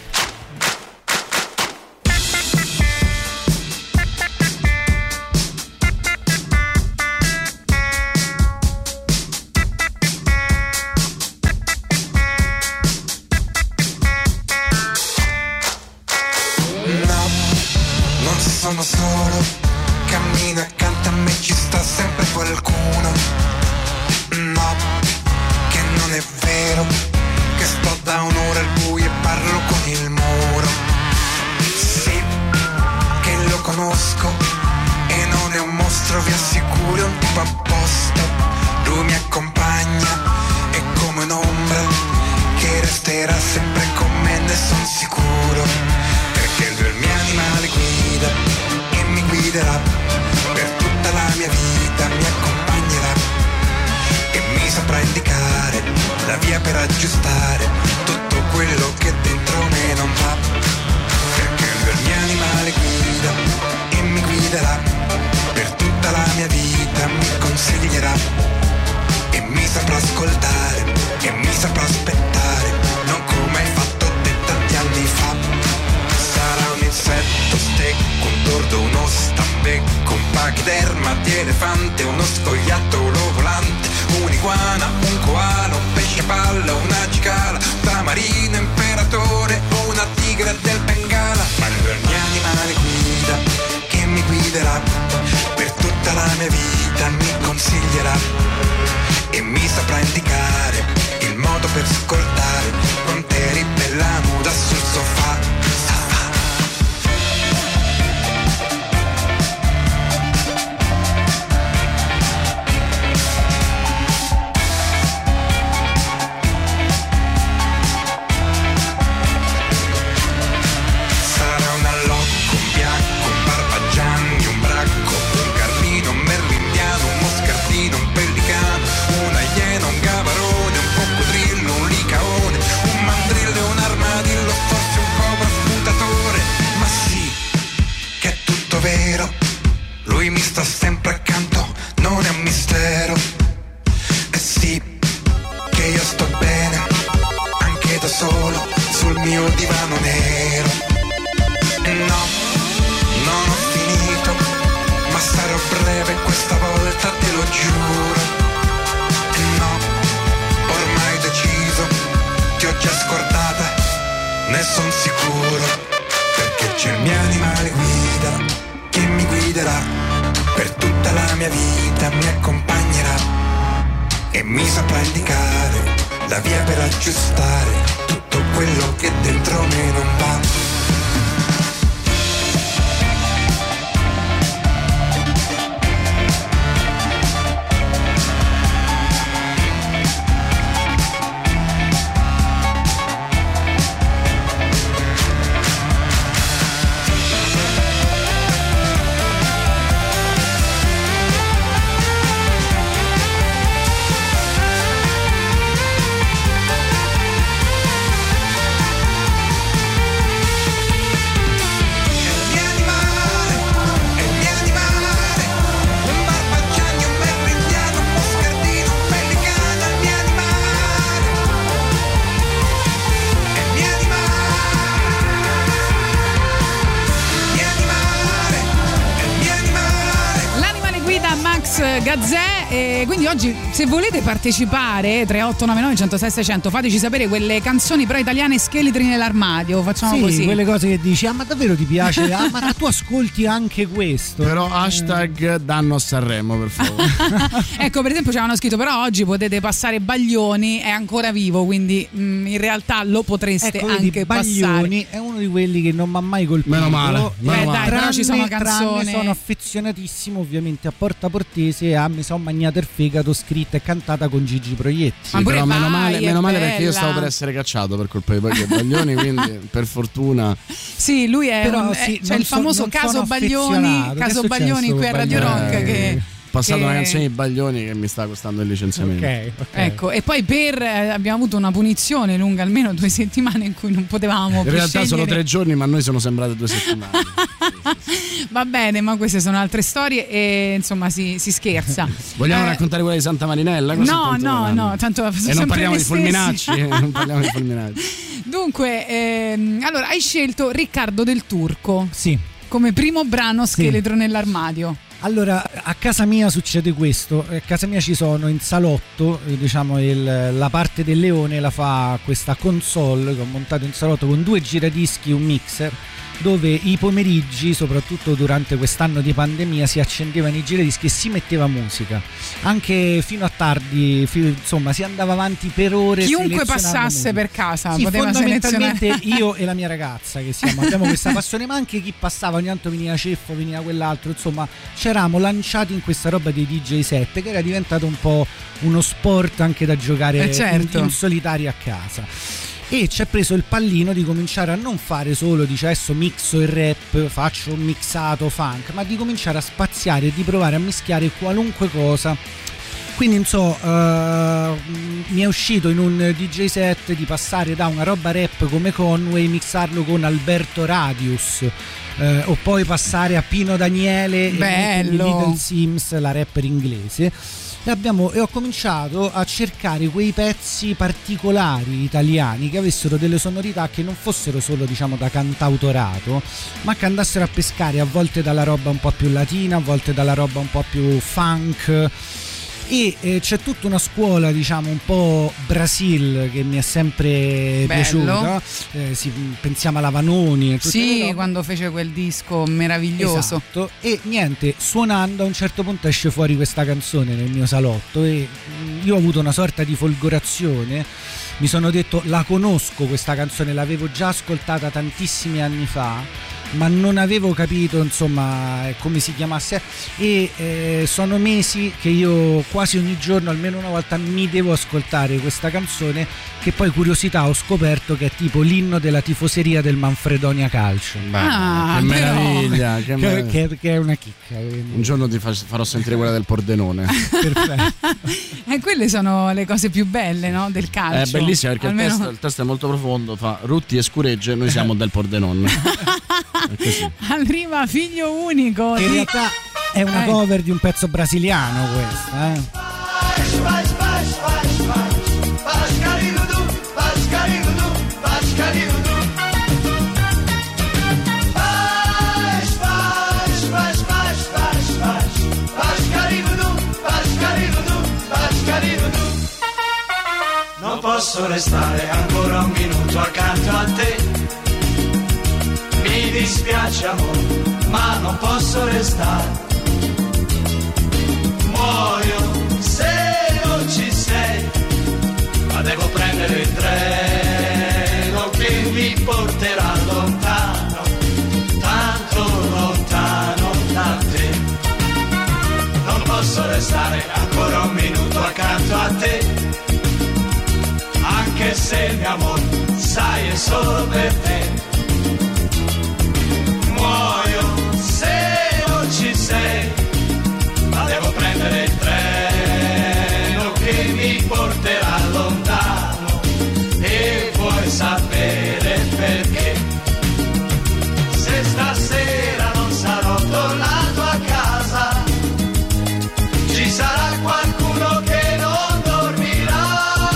Sono solo, cammino accanto a me, ci sta sempre qualcuno. No, che non è vero, che sto da un'ora al buio e parlo con il muro. Sì, che lo conosco e non è un mostro, vi assicuro, è un tipo a posto. Lui mi accompagna, è come un'ombra che resterà sempre con me, ne son sicuro. Perché lui è il mio animale guida e mi guiderà per tutta la mia vita, mi accompagnerà e mi saprà indicare la via per aggiustare tutto quello che dentro me non va. Perché lui è il mio animale guida e mi guiderà per tutta la mia vita, mi consiglierà e mi saprà ascoltare e mi saprà aspettare, non come hai fatto te tanti anni fa. Sarà un insetto, stecco, un tordo, uno stambecco, un pachiderma di elefante, uno scoiattolo volante, un'iguana, un koala, un pesce palla, una cicala, un tamarino imperatore o una tigre del Bengala. Ma lui è il mio animale guida che mi guiderà per tutta la mia vita, mi consiglierà e mi saprà indicare il modo per scortare quanto eri bella nuda sul sofà. Lui mi sta sempre accanto, non è un mistero. E sì, che io sto bene, anche da solo, sul mio divano nero. No, non ho finito, ma sarò breve questa volta, te lo giuro. No, ormai deciso, ti ho già scordata, ne son sicuro. Perché c'è il mio animale guida che mi guiderà per tutta la mia vita, mi accompagnerà e mi saprà indicare la via per aggiustare tutto quello che dentro me non va. Gazzè, e quindi oggi se volete partecipare 3899 106 600 fateci sapere quelle canzoni però italiane scheletri nell'armadio, facciamo così, quelle cose che dici ma davvero ti piace, ma tu ascolti anche questo, però hashtag danno a Sanremo per favore. Ecco, per esempio ci avevano scritto però oggi potete passare Baglioni, è ancora vivo, quindi in realtà lo potreste anche Baglioni passare. È uno di quelli che non mi ha mai colpito, meno male. Dai, però ci sono canzoni, sono affezionatissimo ovviamente a Porta Portese, a Mi son magnato il fegato, scritta e cantata con Gigi Proietti. Sì, però meno male perché io stavo per essere cacciato per colpa di Baglioni, quindi per fortuna. Sì, lui è c'è il famoso caso Baglioni qui a Radio Rock che passato una canzone di Baglioni che mi sta costando il licenziamento. Okay. Ecco, e poi abbiamo avuto una punizione lunga almeno 2 settimane in cui non potevamo in più realtà scegliere. sono 3 giorni, ma a noi sono sembrate 2 settimane. Va bene, ma queste sono altre storie e insomma si scherza. Vogliamo raccontare quella di Santa Marinella? No, tanto e non parliamo di Fulminacci. Non parliamo di Fulminacci. Dunque, allora hai scelto Riccardo Del Turco. Sì. Come primo brano Scheletro nell'armadio. Allora, a casa mia succede questo. A casa mia ci sono in salotto, diciamo, la parte del leone la fa questa console che ho montato in salotto con 2 giradischi e un mixer, dove i pomeriggi, soprattutto durante quest'anno di pandemia, si accendevano i giradischi e si metteva musica anche fino a tardi, insomma si andava avanti per ore. Chiunque passasse musica per casa sì, poteva fondamentalmente io e la mia ragazza che abbiamo questa passione, ma anche chi passava, ogni tanto veniva Ceffo, veniva quell'altro, insomma c'eravamo lanciati in questa roba dei DJ set che era diventato un po' uno sport anche da giocare in solitaria a casa. E ci ha preso il pallino di cominciare a non fare solo, dice adesso mixo il rap, faccio un mixato funk, ma di cominciare a spaziare e di provare a mischiare qualunque cosa. Quindi non so, mi è uscito in un DJ set di passare da una roba rap come Conway, mixarlo con Alberto Radius, o poi passare a Pino Daniele e Little Sims, la rapper inglese. E ho cominciato a cercare quei pezzi particolari italiani che avessero delle sonorità che non fossero solo, diciamo, da cantautorato, ma che andassero a pescare a volte dalla roba un po' più latina, a volte dalla roba un po' più funk. E c'è tutta una scuola, diciamo, un po' Brasil che mi è sempre piaciuta. Pensiamo alla Vanoni. Sì, quando fece quel disco meraviglioso. Esatto. E niente, suonando a un certo punto esce fuori questa canzone nel mio salotto e io ho avuto una sorta di folgorazione. Mi sono detto, la conosco questa canzone, l'avevo già ascoltata tantissimi anni fa, ma non avevo capito, insomma, come si chiamasse, e sono mesi che io quasi ogni giorno, almeno una volta, mi devo ascoltare questa canzone, che poi, curiosità, ho scoperto che è tipo l'inno della tifoseria del Manfredonia Calcio. Che meraviglia, che è una chicca. Un giorno ti farò sentire quella del Pordenone. Perfetto. E quelle sono le cose più belle, no? Del calcio. È bellissima perché il testo è molto profondo, fa Rutti e Scuregge, noi siamo del Pordenone. Arriva Figlio Unico. In realtà è una cover di un pezzo brasiliano questa, Non posso restare ancora un minuto accanto a te. Mi dispiace amore, ma non posso restare. Muoio se non ci sei, ma devo prendere il treno che mi porterà lontano, tanto lontano da te. Non posso restare ancora un minuto accanto a te, anche se il mio amore, sai, è solo per te. Muoio se non ci sei, ma devo prendere il treno che mi porterà lontano. E vuoi sapere perché? Se stasera non sarò tornato a casa, ci sarà qualcuno che non dormirà.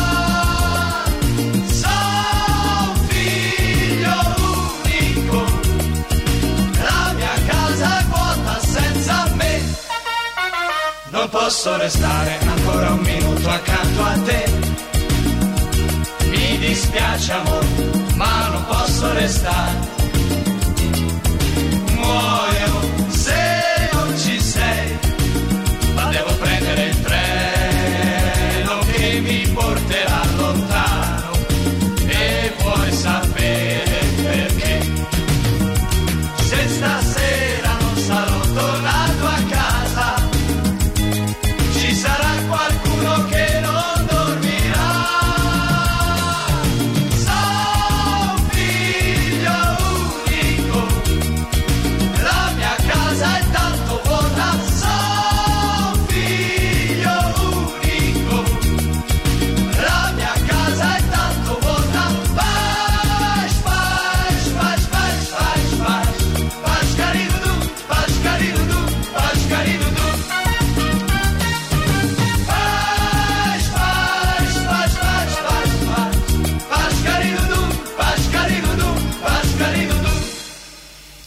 Sono figlio unico, la mia casa è vuota senza me. Non posso restare ancora un minuto accanto a te. Mi dispiace amore, ma non posso restare. Muoio se non ci sei, ma devo prendere il treno che mi porterà lontano. E vuoi sapere perché? Se stasera non sarò tornato a casa, ci sarà qualcuno che non dormirà. Sono figlio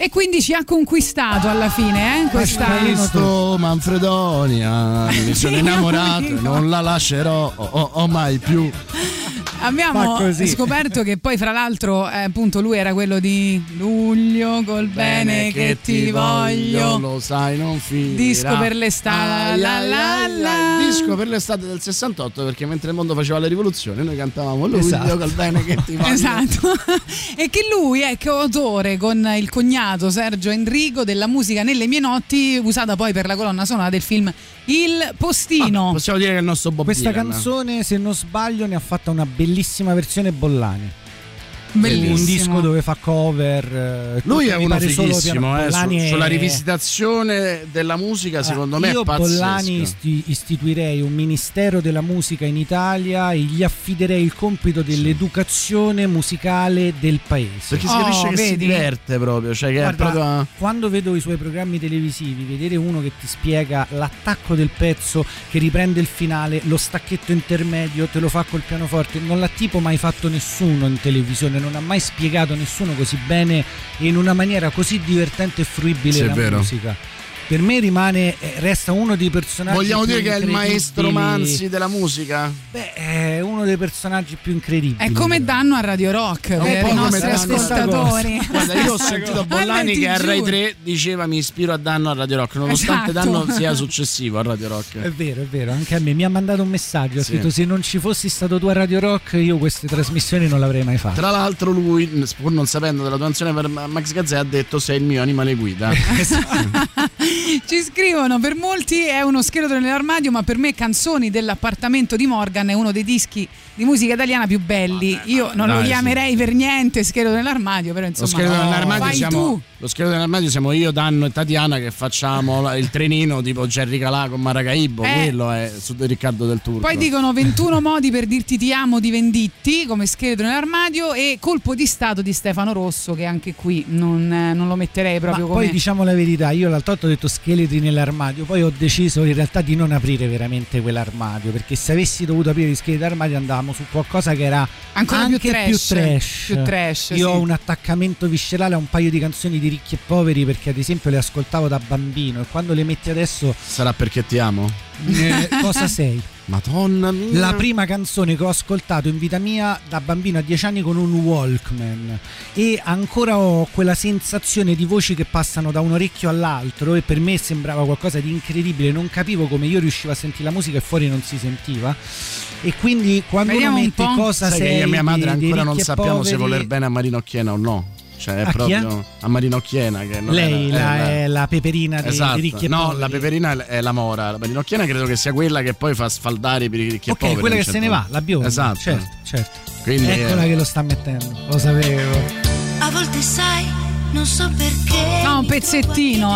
quindi ci ha conquistato alla fine, questo Manfredonia, mi sono innamorato e non la lascerò mai più. Abbiamo scoperto che poi fra l'altro appunto lui era quello di Luglio col bene che ti voglio, lo sai non finirà, disco per l'estate, disco per l'estate del 68, perché mentre il mondo faceva le rivoluzioni noi cantavamo Luglio col bene che ti voglio. Esatto. E che lui è coautore con il cognato Sergio Enrico della musica Nelle mie notti, usata poi per la colonna sonora del film Il Postino. Possiamo dire che è il nostro Bob Questa Dylan. Canzone, se non sbaglio, ne ha fatta una bellissima versione Bollani. Bellissimo. Un disco dove fa cover. Lui è uno fighissimo, sulla è... rivisitazione della musica, secondo me io è pazzesco. Bollani istituirei un ministero della musica in Italia e gli affiderei il compito dell'educazione musicale del paese. Perché si capisce che si diverte proprio, cioè che guarda, è proprio... quando vedo i suoi programmi televisivi, vedere uno che ti spiega l'attacco del pezzo, che riprende il finale, lo stacchetto intermedio, te lo fa col pianoforte, non l'ha tipo mai fatto nessuno in televisione, non ha mai spiegato nessuno così bene e in una maniera così divertente e fruibile la musica. Per me resta uno dei personaggi. Vogliamo più dire che è il maestro Manzi della musica? Beh, è uno dei personaggi più incredibili. È come danno a Radio Rock per i nostri ascoltatori. Guarda, io ho sentito Bollani che a Rai 3 diceva mi ispiro a Danno a Radio Rock, nonostante Danno sia successivo a Radio Rock. È vero, anche a me mi ha mandato un messaggio, ha scritto se non ci fossi stato tu a Radio Rock io queste trasmissioni non l'avrei mai fatte. Tra l'altro lui, pur non sapendo della tua canzone per Max Gazzè, ha detto sei il mio animale guida. Ci scrivono, per molti è uno scheletro nell'armadio, ma per me Canzoni dell'appartamento di Morgan è uno dei dischi di musica italiana più belli. Io non lo chiamerei per niente scheletro nell'armadio, però insomma lo scheletro nell'armadio siamo io, Danno e Tatiana che facciamo il trenino tipo Jerry Calà con Maracaibo, quello è su Riccardo del Turco. Poi dicono 21 modi per dirti ti amo di Venditti come scheletro nell'armadio e Colpo di Stato di Stefano Rosso, che anche qui non lo metterei proprio come... Poi diciamo la verità, io l'altro ho detto scheletri nell'armadio, poi ho deciso in realtà di non aprire veramente quell'armadio, perché se avessi dovuto aprire gli scheletri nell'armadio andavamo su qualcosa che era ancora anche più trash. Io ho un attaccamento viscerale a un paio di canzoni di Ricchi e Poveri perché ad esempio le ascoltavo da bambino e quando le metti adesso... Sarà perché ti amo? Cosa sei? Madonna mia. La prima canzone che ho ascoltato in vita mia da bambino a 10 anni con un Walkman, e ancora ho quella sensazione di voci che passano da un orecchio all'altro e per me sembrava qualcosa di incredibile, non capivo come io riuscivo a sentire la musica e fuori non si sentiva. E quindi quando uno mette Cosa sai sei, che io e mia madre ancora non sappiamo poveri, se voler bene a Marino Chiena o no. Cioè è proprio a Marino Chiena che non lei è la peperina di Ricchi e Poveri. La peperina è la Mora. La Marino Chiena credo che sia quella che poi fa sfaldare per i Ricchi e Poveri. Quella che se ne va, la bionda. Esatto. Certo. Quindi eccola che lo sta mettendo, lo sapevo. A volte sai, non so perché. No, un pezzettino,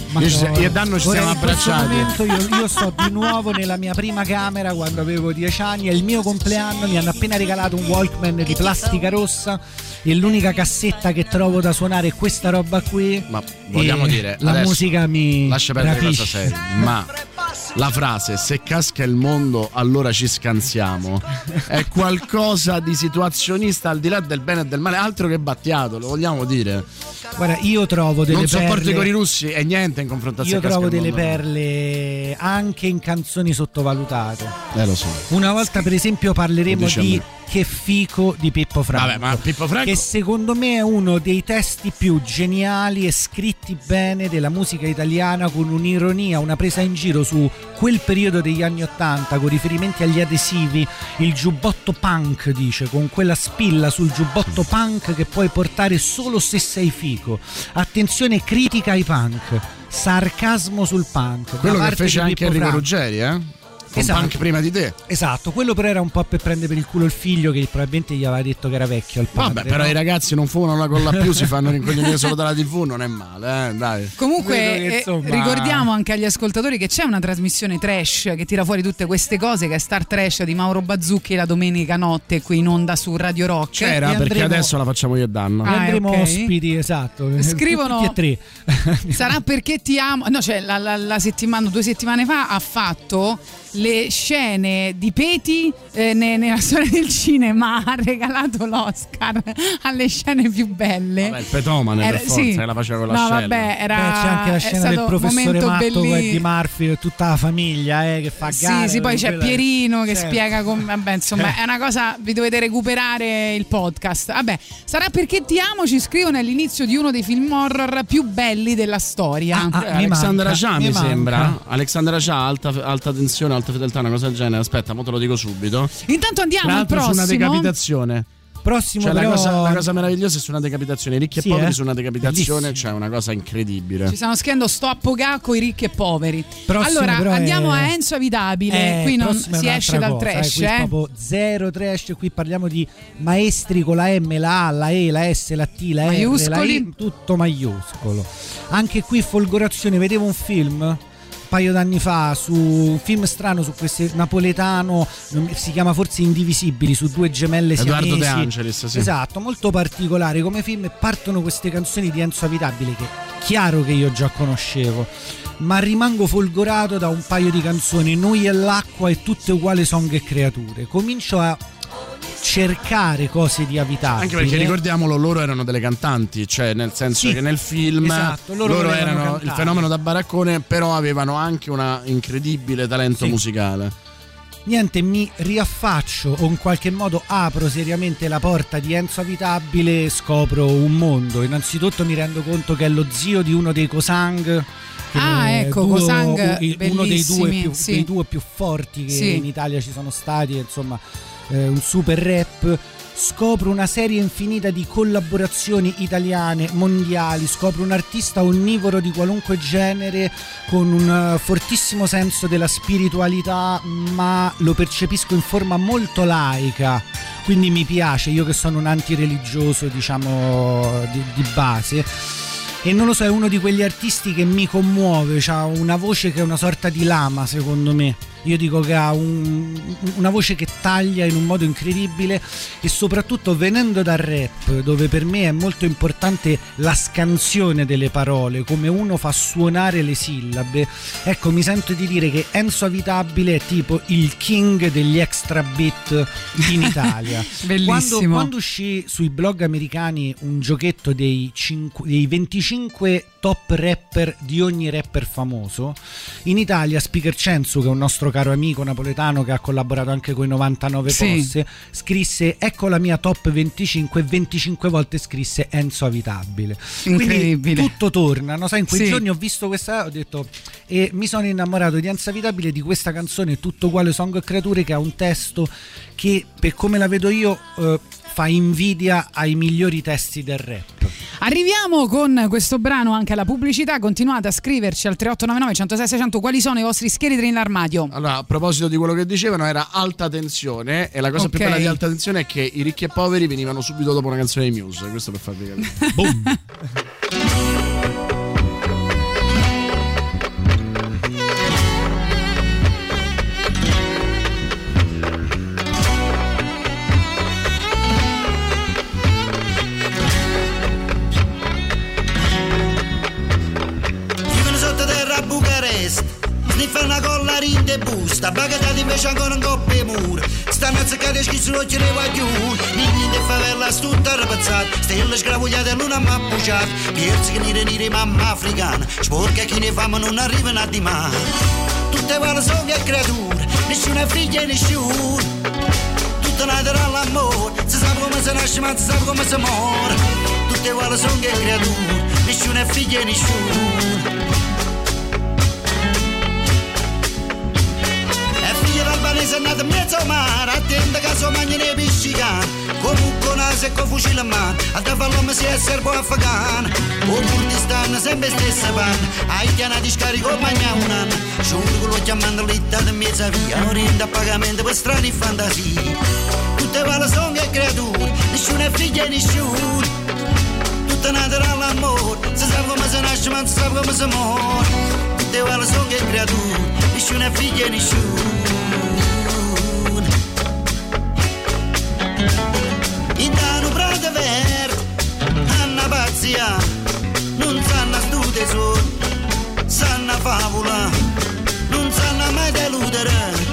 Io e Danno ci siamo abbracciati. Io sto di nuovo nella mia prima camera quando avevo 10 anni, è il mio compleanno, mi hanno appena regalato un Walkman di plastica rossa e l'unica cassetta che trovo da suonare è questa roba qui. Ma vogliamo dire, la musica mi lascia perdere rapisce. cosa sei, ma la frase se casca il mondo allora ci scansiamo è qualcosa di situazionista al di là del bene e del male, altro che Battiato, lo vogliamo dire. Guarda, io trovo delle non perle, sopporto con i russi e niente in confrontazione. Io trovo delle perle anche in canzoni sottovalutate. Lo so. Una volta per esempio parleremo di Che fico di Pippo Franco. Vabbè, ma Pippo Franco, che secondo me è uno dei testi più geniali e scritti bene della musica italiana, con un'ironia, una presa in giro su quel periodo degli anni '80 con riferimenti agli adesivi, il giubbotto punk, dice, con quella spilla sul giubbotto punk che puoi portare solo se sei fico. Attenzione, critica ai punk, sarcasmo sul punk. Quello che fece anche Enrico Ruggeri, con Punk prima di te. Esatto, quello però era un po' per prendere per il culo il figlio che probabilmente gli aveva detto che era vecchio al padre. Vabbè, però i ragazzi non fumano la colla più, si fanno rincoglionire solo dalla TV, non è male, dai. Comunque ricordiamo anche agli ascoltatori che c'è una trasmissione trash che tira fuori tutte queste cose, che è Star Trash di Mauro Bazzucchi la domenica notte qui in onda su Radio Rock. C'era, perché adesso la facciamo io e Danno. Andremo ospiti, esatto. Scrivono tutti e tre. Sarà perché ti amo. No, cioè la settimana, 2 settimane fa ha fatto le scene di Peti nella storia del cinema, ha regalato l'Oscar alle scene più belle. Vabbè, il petomane per forza, che la faceva con l'ascella. Vabbè, c'è anche la scena del professore Matto con Eddie Murphy e tutta la famiglia che fa gara. Sì, poi c'è Pierino che spiega come. Vabbè, insomma, è una cosa, vi dovete recuperare il podcast. Vabbè, sarà perché ti amo, ci scrivono all'inizio di uno dei film horror più belli della storia. Alexandra Aja mi sembra. Alexandra Aja, alta tensione, alta fedeltà, una cosa del genere. Aspetta, mo te lo dico subito. Intanto andiamo al prossimo. Su una decapitazione. Prossimo, cioè, però... la cosa meravigliosa è su una decapitazione. I ricchi e poveri su una decapitazione, c'è una cosa incredibile. Ci stanno scrivendo sto a Pogacco i ricchi e poveri. Prossimo, allora andiamo a Enzo Avitabile. Qui non si esce dal trash. Qui è proprio zero trash. Qui parliamo di maestri con la M, la A, la E, la S, la T, la R, la I, tutto maiuscolo. Anche qui folgorazione. Vedevo un film paio d'anni fa su un film strano su queste napoletano, si chiama forse Indivisibili, su due gemelle siamesi. Edoardo De Angelis, sì. Esatto, molto particolare come film, e partono queste canzoni di Enzo Avitabile che chiaro che io già conoscevo, ma rimango folgorato da un paio di canzoni, Noi e l'acqua e Tutte uguali song e creature. Comincio a cercare cose di Avitabile, anche perché ricordiamolo, loro erano delle cantanti, cioè nel senso che nel film loro erano il fenomeno da baraccone, però avevano anche un incredibile talento musicale. Niente, mi riaffaccio o in qualche modo apro seriamente la porta di Enzo Avitabile, scopro un mondo. Innanzitutto mi rendo conto che è lo zio di uno dei Cosang. Cosang, uno dei due più forti che in Italia ci sono stati, insomma, un super rap. Scopro una serie infinita di collaborazioni italiane, mondiali, scopro un artista onnivoro di qualunque genere con un fortissimo senso della spiritualità, ma lo percepisco in forma molto laica, quindi mi piace, io che sono un antireligioso, diciamo, di base. E non lo so, è uno di quegli artisti che mi commuove, ha una voce che è una sorta di lama, secondo me. Io dico che ha una voce che taglia in un modo incredibile, e soprattutto venendo dal rap, dove per me è molto importante la scansione delle parole, come uno fa suonare le sillabe. Ecco, mi sento di dire che Enzo Avitabile è tipo il king degli extra beat in Italia. Bellissimo. Quando uscì sui blog americani un giochetto dei 25 top rapper di ogni rapper famoso, in Italia Speaker Censu, che è un nostro caro amico napoletano che ha collaborato anche con i 99 Posse, scrisse ecco la mia top 25, 25 volte scrisse Enzo Avitabile. Incredibile. Quindi tutto torna, no? Sai, in quei giorni ho visto questa, ho detto, e mi sono innamorato di Enzo Avitabile, di questa canzone Tutto uguale song e creature, che ha un testo che, per come la vedo io, fa invidia ai migliori testi del rap. Arriviamo con questo brano anche alla pubblicità. Continuate a scriverci al 3899 106 600 quali sono i vostri scheletri nell'armadio. Allora, a proposito di quello che dicevano, era alta tensione, e la cosa più bella di alta tensione è che i ricchi e poveri venivano subito dopo una canzone di Muse, questo per farvi capire. Boom. Sniffa una colla rinde e busta, bagatati invece ancora un coppia e mura. Stanno azzeccati e schizzi l'occhio nei guaglioni, nini de favela tutta rapazzata, stelle scravogliate l'una mappucciata, pierzi che nire mamma africana, sporca chi ne fama non arrivano a di mare. Tutte uguali sono che creature, nessuna figlia e nessuno, tutte nate all'amore, si sa come si nasce ma si sa come si muore. Tutte uguali sono che creature, nessuna figlia e nessuno. L'albanese è nato in mezzo al mare, attenta che so mangia nei piscicani, comunque naso e con fucile in mano, a cavallo si è serbo afghano, o Kurdistan sempre stessa panna, ai chianati scarico mangia un anno, sciuro lo chiamando l'itata in mezza via, non rende a pagamento per strane fantasie. Tutte uguali sono che creature, nessuno è figlio e nessuno, tutte nate all'amore, si sa come si nasce ma si sa come si muore. Tutte uguali sono che creature, nessuno è figlio e nessuno. In Dano Prato Verde, Anna Pazzia, non sanno stu tesoro, sanno favola, non sanno mai deludere,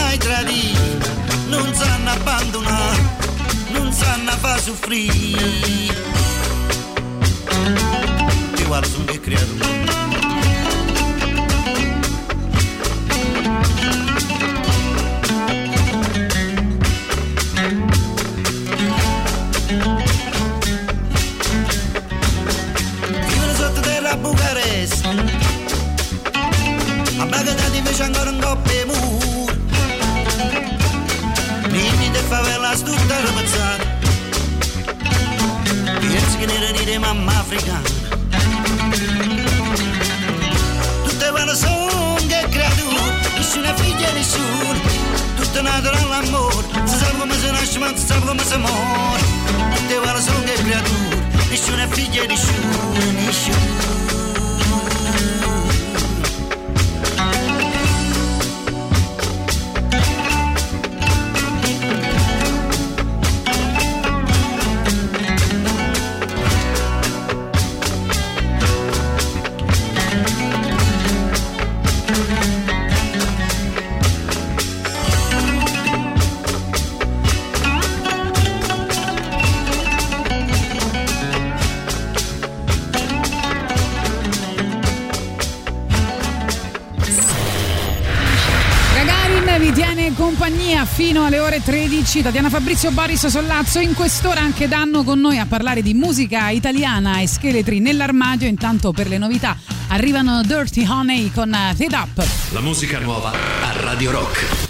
mai tradire, non sanno abbandonare, non sanno far soffrire. Ti guardo su che creatura. Vivono sotto terra a Bucarest, a Baghdad invece ancora un coppia muro. Nini de favela tutta rapazzata, pensi che ne di mamma africana. Tutte vanno sono che creature, nessuna figlia nessuno, tutte nate dall'amore, si sa come si nasce ma si sa come si muore. Tutte vanno sono che creature, nessuna figlia nessuno, nessuno. Compagnia fino alle ore 13. Tatiana Fabrizio, Boris Sollazzo in quest'ora anche Danno con noi a parlare di musica italiana e scheletri nell'armadio. Intanto per le novità arrivano Dirty Honey con Fade Up. La musica nuova a Radio Rock.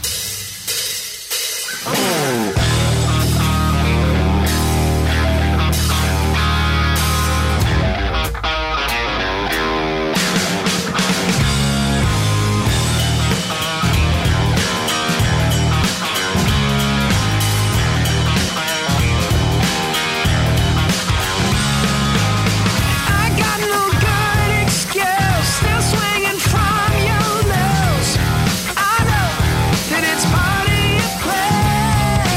From your nose, I know that it's part of your plan.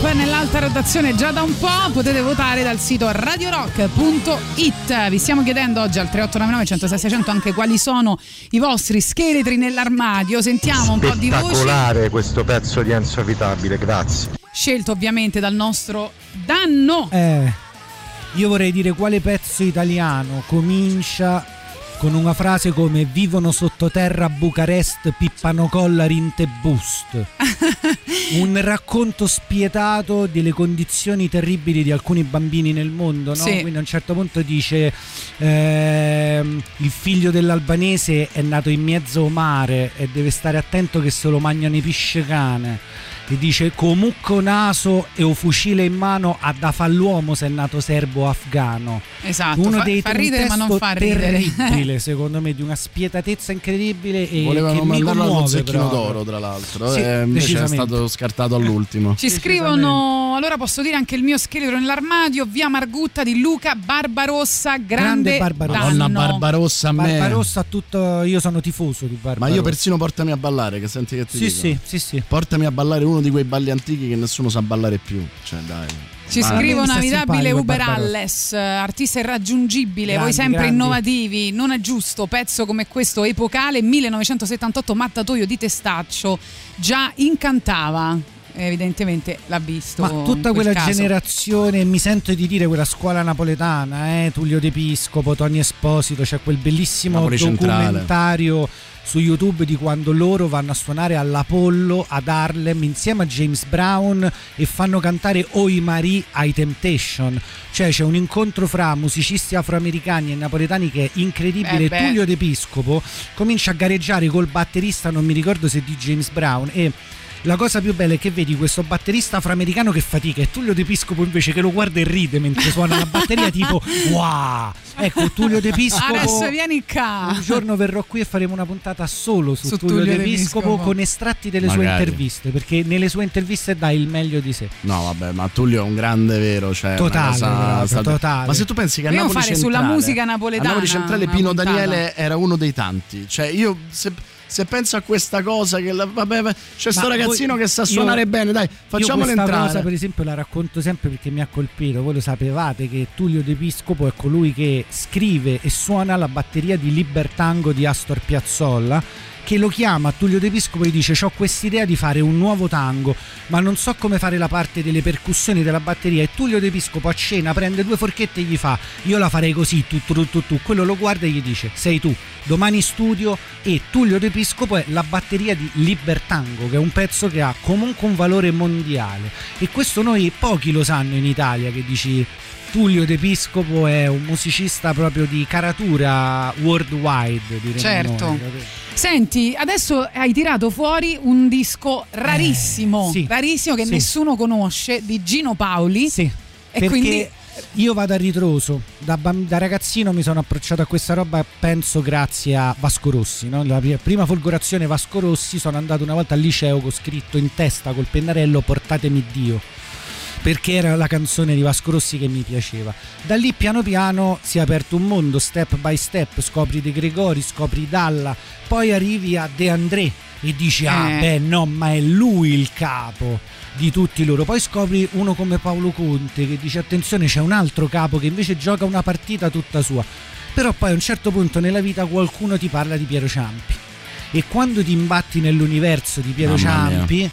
nell'alta rotazione già da un po', potete votare dal sito radiorock.it. Vi stiamo chiedendo oggi al 3899 106 600 anche quali sono i vostri scheletri nell'armadio. Sentiamo un po' di voci. Spettacolare questo pezzo di Enzo Avitabile, grazie. Scelto ovviamente dal nostro Danno. Io vorrei dire quale pezzo italiano comincia con una frase come vivono sottoterra a Bucarest, pippano collari in te bust. Un racconto spietato delle condizioni terribili di alcuni bambini nel mondo, no? Sì. Quindi a un certo punto dice il figlio dell'albanese è nato in mezzo al mare e deve stare attento che se lo mangiano i piscicane. E dice comunque naso e un fucile in mano a da fa l'uomo se è nato serbo o afgano. Esatto, uno dei fa ridere ma non fa ridere. Terribile secondo me, di una spietatezza incredibile e volevano che mi mandarlo allo commuove Zecchino proprio. d'Oro tra l'altro, Sì, invece è stato scartato all'ultimo. Ci scrivono, allora posso dire anche il mio scheletro nell'armadio, via Margutta di Luca Barbarossa, grande Barbarossa. Danno. Donna Barbarossa a me. Barbarossa tutto, io sono tifoso di Barbarossa. Ma io persino Portami a ballare, che senti che ti dico. Sì. Portami a ballare uno di quei balli antichi che nessuno sa ballare più. Cioè, dai. Ci scrivono Avitabile Uber Alles, artista irraggiungibile, voi sempre innovativi, non è giusto, pezzo come questo epocale, 1978, Mattatoio di Testaccio, già incantava. Evidentemente l'ha visto. Ma tutta quella caso. generazione, mi sento di dire quella scuola napoletana, Tullio D'Episcopo, Tony Esposito, c'è quel bellissimo Napoli documentario centrale su YouTube di quando loro vanno a suonare all'Apollo ad Harlem insieme a James Brown e fanno cantare Oi Marie ai Temptation. Cioè c'è un incontro fra musicisti afroamericani e napoletani che è incredibile. Tullio D'Episcopo comincia a gareggiare col batterista, non mi ricordo se di James Brown, e la cosa più bella è che vedi questo batterista afroamericano che fatica e Tullio D'Episcopo invece che lo guarda e ride mentre suona la batteria tipo wow. Ecco, Tullio D'Episcopo, adesso vieni qua. Un giorno verrò qui e faremo una puntata solo su Tullio D'Episcopo con estratti delle sue interviste, perché nelle sue interviste dà il meglio di sé. No vabbè, ma Tullio è un grande vero, cioè totale. Ma se tu pensi che a Napoli fare Centrale, sulla musica napoletana, a Napoli Centrale Pino Daniele era uno dei tanti, cioè io se penso a questa cosa che c'è sto ragazzino che sa suonare bene, dai, facciamolo entrare. Questa cosa per esempio la racconto sempre perché mi ha colpito. Voi lo sapevate che Tullio D'Episcopo è colui che scrive e suona la batteria di Libertango di Astor Piazzolla, che lo chiama Tullio D'Episcopo e dice: c'ho quest'idea di fare un nuovo tango ma non so come fare la parte delle percussioni della batteria, e Tullio D'Episcopo a cena prende due forchette e gli fa: io la farei così, tu. Quello lo guarda e gli dice: sei tu, domani studio. E Tullio D'Episcopo è la batteria di Libertango, che è un pezzo che ha comunque un valore mondiale, e questo noi pochi lo sanno in Italia, che dici Tullio D'Episcopo è un musicista proprio di caratura worldwide, diremmo. Certo. Noi. Senti, adesso hai tirato fuori un disco rarissimo, rarissimo che nessuno conosce, di Gino Paoli. Sì, e perché quindi io vado a ritroso, da ragazzino mi sono approcciato a questa roba, penso grazie a Vasco Rossi, no? La prima folgorazione Vasco Rossi, sono andato una volta al liceo con scritto in testa col pennarello "Portatemi Dio", perché era la canzone di Vasco Rossi che mi piaceva. Da lì piano piano si è aperto un mondo, step by step, scopri De Gregori, scopri Dalla, poi arrivi a De André e dici no, ma è lui il capo di tutti loro. Poi scopri uno come Paolo Conte che dice: attenzione, c'è un altro capo che invece gioca una partita tutta sua. Però poi a un certo punto nella vita qualcuno ti parla di Piero Ciampi, e quando ti imbatti nell'universo di Piero Ciampi,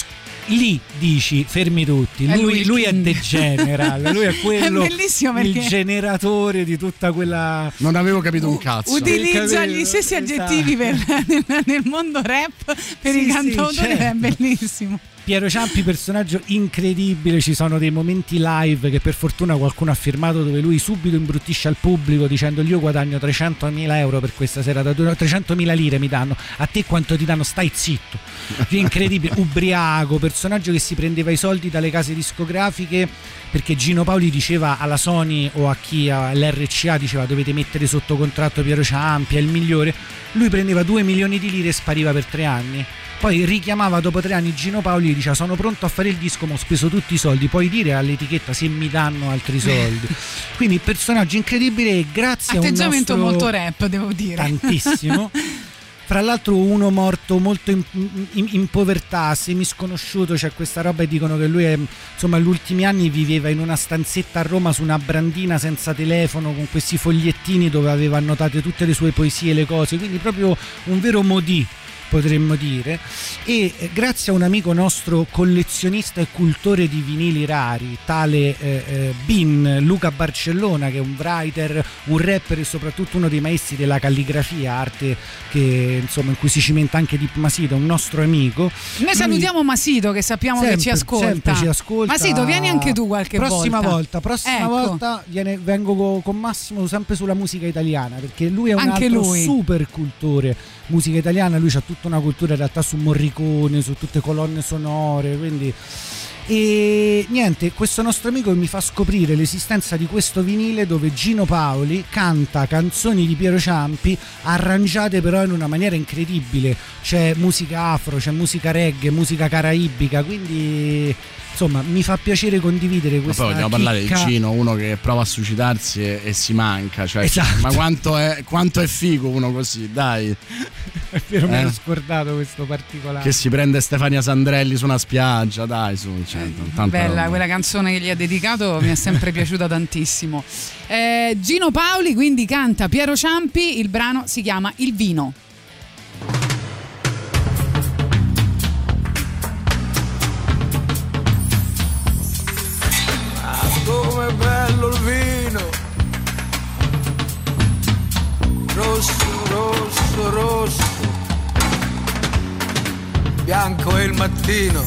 lì dici: fermi tutti, lui è The General, lui è quello, è bellissimo perché il generatore di tutta quella. Non avevo capito un cazzo. Utilizza gli stessi aggettivi nel mondo rap per i cantautori, è bellissimo. Piero Ciampi, personaggio incredibile, ci sono dei momenti live che per fortuna qualcuno ha firmato dove lui subito imbruttisce al pubblico dicendo: io guadagno 300.000 euro per questa serata, 300.000 lire mi danno, a te quanto ti danno? Stai zitto. Incredibile, ubriaco, personaggio che si prendeva i soldi dalle case discografiche, perché Gino Paoli diceva alla Sony o a chi, all'RCA, diceva: dovete mettere sotto contratto Piero Ciampi, è il migliore. Lui prendeva 2 milioni di lire e spariva per 3 anni. Poi richiamava dopo 3 anni Gino Paoli e diceva: sono pronto a fare il disco ma ho speso tutti i soldi, puoi dire all'etichetta se mi danno altri soldi. Quindi personaggio incredibile, e grazie atteggiamento a un nostro molto rap, devo dire, tantissimo. fra l'altro uno morto molto in povertà, semisconosciuto. C'è questa roba e dicono che lui insomma, negli ultimi anni viveva in una stanzetta a Roma su una brandina senza telefono, con questi fogliettini dove aveva annotate tutte le sue poesie e le cose, quindi proprio un vero Modì, potremmo dire. E grazie a un amico nostro collezionista e cultore di vinili rari, tale Bin Luca Barcellona, che è un writer, un rapper e soprattutto uno dei maestri della calligrafia, arte che insomma in cui si cimenta anche Deep Masito, un nostro amico. Noi salutiamo Masito, che sappiamo sempre, che ci ascolta. Sempre ci ascolta. Masito, vieni anche tu qualche prossima volta. Volta vengo con Massimo sempre sulla musica italiana, perché lui è un anche altro lui. super cultore musica italiana. Lui c'ha tutta una cultura in realtà su Morricone, su tutte colonne sonore, quindi. E niente, questo nostro amico mi fa scoprire l'esistenza di questo vinile dove Gino Paoli canta canzoni di Piero Ciampi arrangiate però in una maniera incredibile. C'è musica afro, c'è musica reggae, musica caraibica, quindi insomma mi fa piacere condividere questa ma poi vogliamo parlare di Gino, uno che prova a suicidarsi e si manca, cioè, esatto. Ma quanto è figo uno così, dai. È vero, mi ero scordato questo particolare. Che si prende Stefania Sandrelli su una spiaggia, dai, su. Bella roba. Quella canzone che gli ha dedicato mi è sempre piaciuta tantissimo. Gino Paoli quindi canta Piero Ciampi, il brano si chiama Il Vino. Come bello il vino, rosso, rosso, rosso, bianco è il mattino,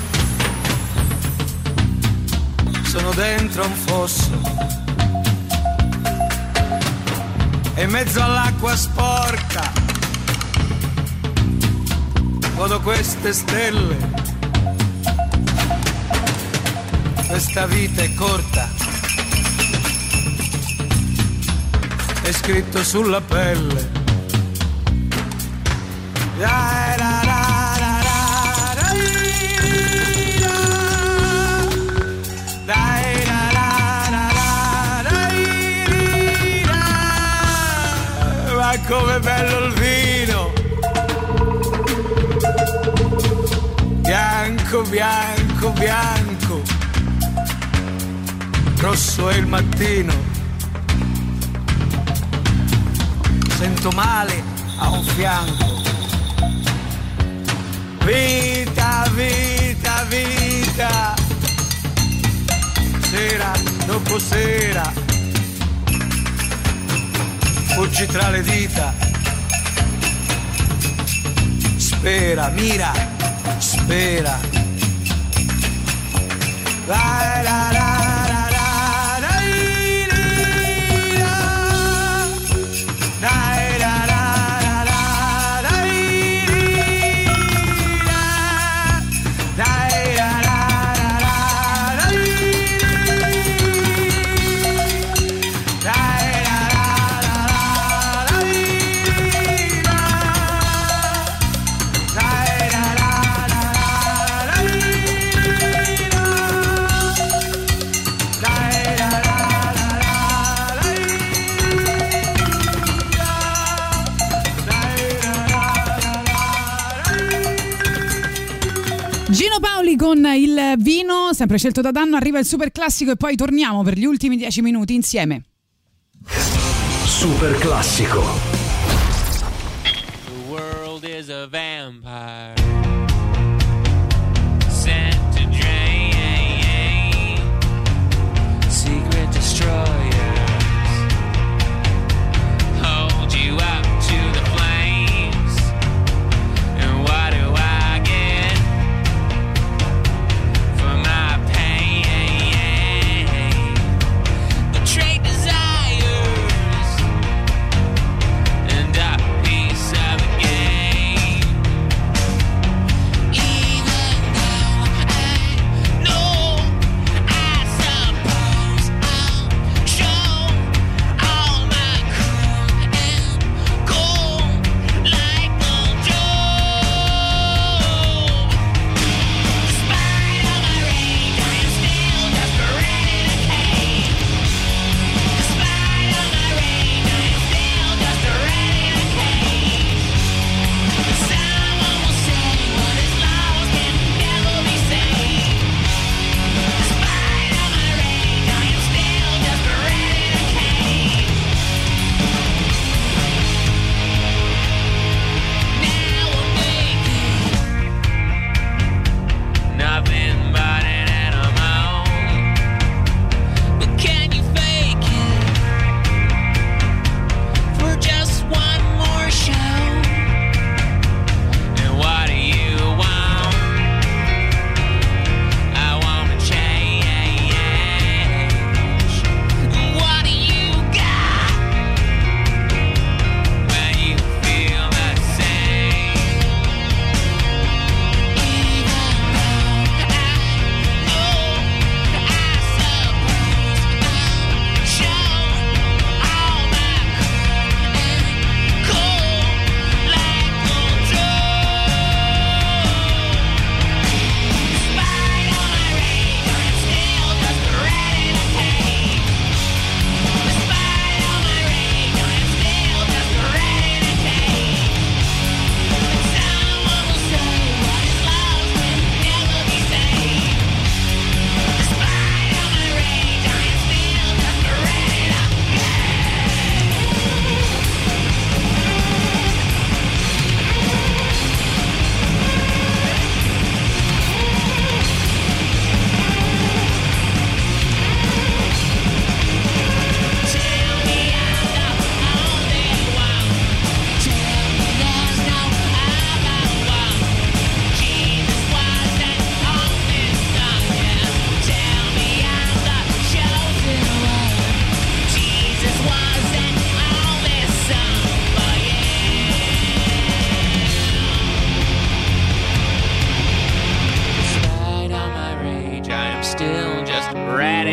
sono dentro un fosso e in mezzo all'acqua sporca godo queste stelle. Questa vita è corta, è scritto sulla pelle. Ma come bello il vino, bianco, bianco, bianco, rosso è il mattino, sento male a un fianco. Vita, vita, vita, sera dopo sera, fuggi tra le dita, spera, mira, spera. La la la. Gino Paoli con Il Vino, sempre scelto da Danno. Arriva il super classico e poi torniamo per gli ultimi 10 minuti insieme. Super classico. The world is a vampire sent to drain secret destroyers hold you up to the flames. And what do I get for my pain? Betrayed desires and a piece of a game.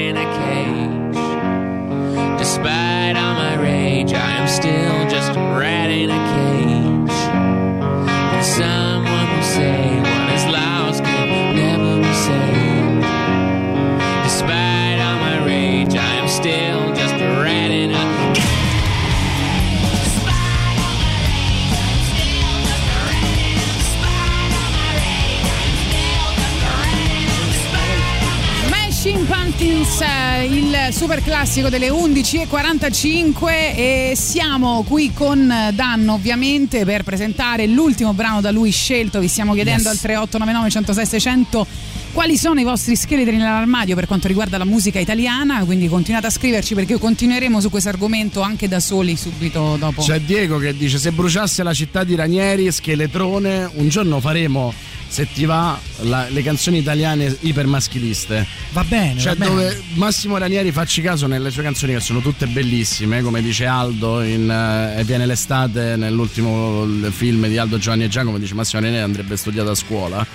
in a cage. Despite all my rage, I am still just a rat in a cage. And someone will say what is lost can never be saved. Despite all my rage, I am still just a rat in a cage. Smashing Pumpkins, il super classico delle 11:45, e siamo qui con Danno ovviamente per presentare l'ultimo brano da lui scelto. Vi stiamo chiedendo al 3899 106 600 quali sono i vostri scheletri nell'armadio per quanto riguarda la musica italiana, quindi continuate a scriverci perché continueremo su questo argomento anche da soli subito dopo. C'è Diego che dice: se bruciasse la città di Ranieri, scheletrone, un giorno faremo, se ti va, le canzoni italiane ipermaschiliste. Va bene, cioè va dove bene. Massimo Ranieri, facci caso nelle sue canzoni che sono tutte bellissime, come dice Aldo in E viene l'estate, nell'ultimo film di Aldo, Giovanni e Giacomo, dice Massimo Ranieri andrebbe studiato a scuola.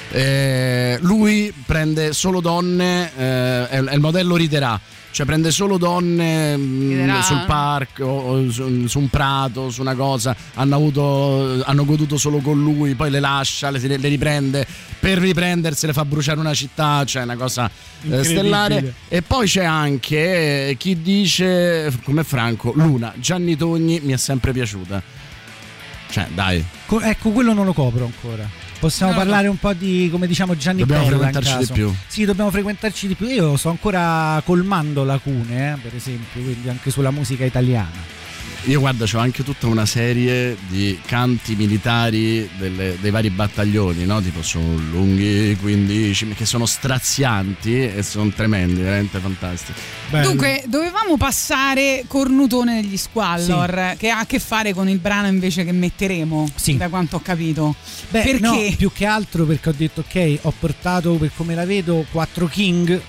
Lui prende solo donne, è il modello Riterà, cioè prende solo donne sul parco o su un prato, su una cosa, hanno goduto solo con lui, poi le lascia, le riprende, per riprendersi le fa bruciare una città, cioè una cosa stellare. E poi c'è anche chi dice, come Franco, Luna, Gianni Togni mi è sempre piaciuta, cioè dai, ecco, quello non lo copro ancora. Possiamo parlare un po' di, come diciamo, Gianni Dobbiamo Perla frequentarci in caso. di più. Sì, dobbiamo frequentarci di più. Io sto ancora colmando lacune, per esempio, quindi anche sulla musica italiana. Io guarda, c'ho anche tutta una serie di canti militari dei vari battaglioni, no? Tipo sono lunghi 15, che sono strazianti e sono tremendi, veramente fantastici. Bello. Dunque, dovevamo passare Cornutone degli Squallor, che ha a che fare con il brano invece che metteremo, da quanto ho capito. Beh, perché? No, più che altro perché ho detto ok, ho portato, per come la vedo, 4 King.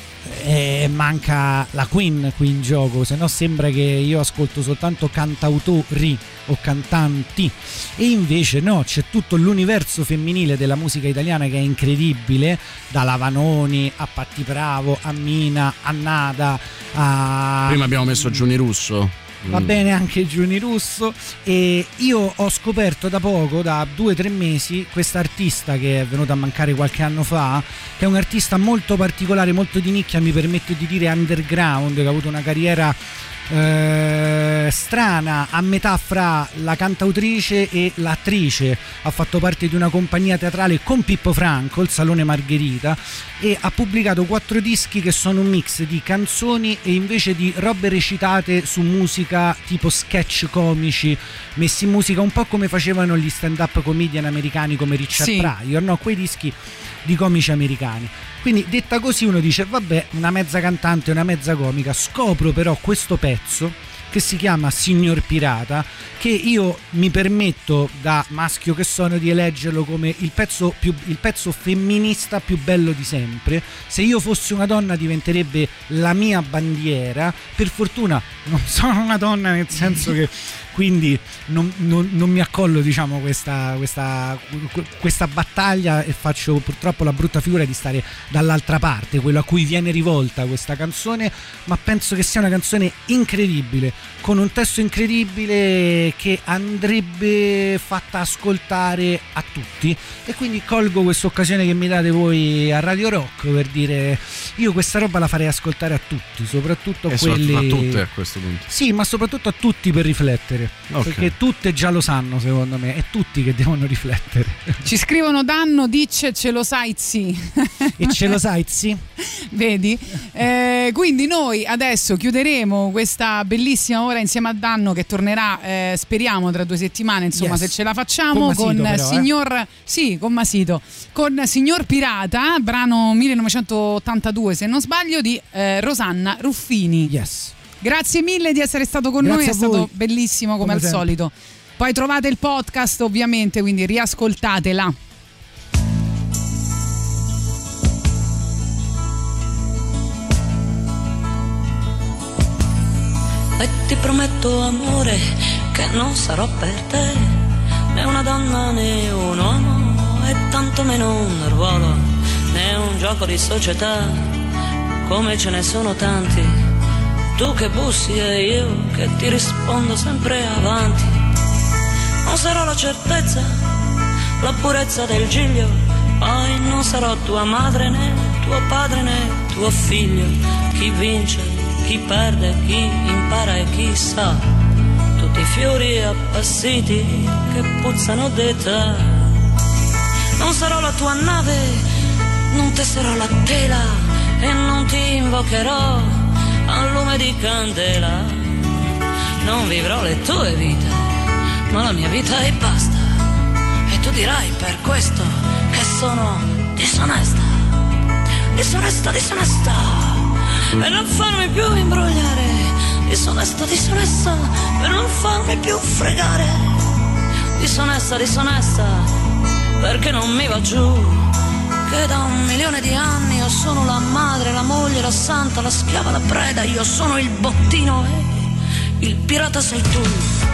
Manca la Queen qui in gioco, se no sembra che io ascolto soltanto cantautori o cantanti, e invece no, c'è tutto l'universo femminile della musica italiana che è incredibile, da Lavanoni a Patti Bravo a Mina a Nada a... Prima abbiamo messo Giuni Russo. Va bene anche Giuni Russo. E io ho scoperto da poco, da 2-3 mesi, questa artista che è venuta a mancare qualche anno fa, che è un artista molto particolare, molto di nicchia, mi permetto di dire underground, che ha avuto una carriera strana, a metà fra la cantautrice e l'attrice. Ha fatto parte di una compagnia teatrale con Pippo Franco, il Salone Margherita, e ha pubblicato 4 dischi che sono un mix di canzoni e invece di robe recitate su musica tipo sketch comici messi in musica, un po' come facevano gli stand-up comedian americani come Richard Pryor, no? Quei dischi di comici americani. Quindi detta così uno dice vabbè, una mezza cantante, una mezza comica. Scopro però questo pezzo che si chiama Signor Pirata, che io mi permetto, da maschio che sono, di eleggerlo come il pezzo femminista più bello di sempre. Se io fossi una donna diventerebbe la mia bandiera. Per fortuna non sono una donna, nel senso che quindi non mi accollo, diciamo, questa battaglia, e faccio purtroppo la brutta figura di stare dall'altra parte, quello a cui viene rivolta questa canzone, ma penso che sia una canzone incredibile, con un testo incredibile, che andrebbe fatta ascoltare a tutti. E quindi colgo questa occasione che mi date voi a Radio Rock per dire: io questa roba la farei ascoltare a tutti, soprattutto a quelli, a tutte a questo punto. Sì, ma soprattutto a tutti, per riflettere. Okay. Perché tutte già lo sanno, secondo me, è tutti che devono riflettere. Ci scrivono: Danno, dice ce lo sai sì. E ce lo sai sì? Vedi? Quindi noi adesso chiuderemo questa bellissima ora insieme a Danno, che tornerà speriamo tra 2 settimane, insomma, se ce la facciamo, con Masito, però, signor con Masito, con Signor Pirata, brano 1982 se non sbaglio, di Rosanna Ruffini. Yes. Grazie mille di essere stato con noi, è stato bellissimo come al solito. Poi trovate il podcast ovviamente, quindi riascoltatela. E ti prometto, amore, che non sarò per te né una donna né un uomo, e tanto meno un ruolo né un gioco di società. come ce ne sono tanti, tu che bussi e io che ti rispondo sempre avanti. Non sarò la certezza, la purezza del giglio, poi non sarò tua madre né tuo padre né tuo figlio. Chi vince, chi perde, chi impara e chi sa, tutti fiori appassiti che puzzano di te. Non sarò la tua nave, non tesserò la tela e non ti invocherò al lume di candela. Non vivrò le tue vite, ma la mia vita e basta. E tu dirai per questo che sono disonesta, disonesta, disonesta, per non farmi più imbrogliare, disonesta, disonesta, per non farmi più fregare, disonesta, disonesta, perché non mi va giù che da 1 milione di anni io sono la madre, la moglie, la santa, la schiava, la preda, io sono il bottino e il pirata sei tu.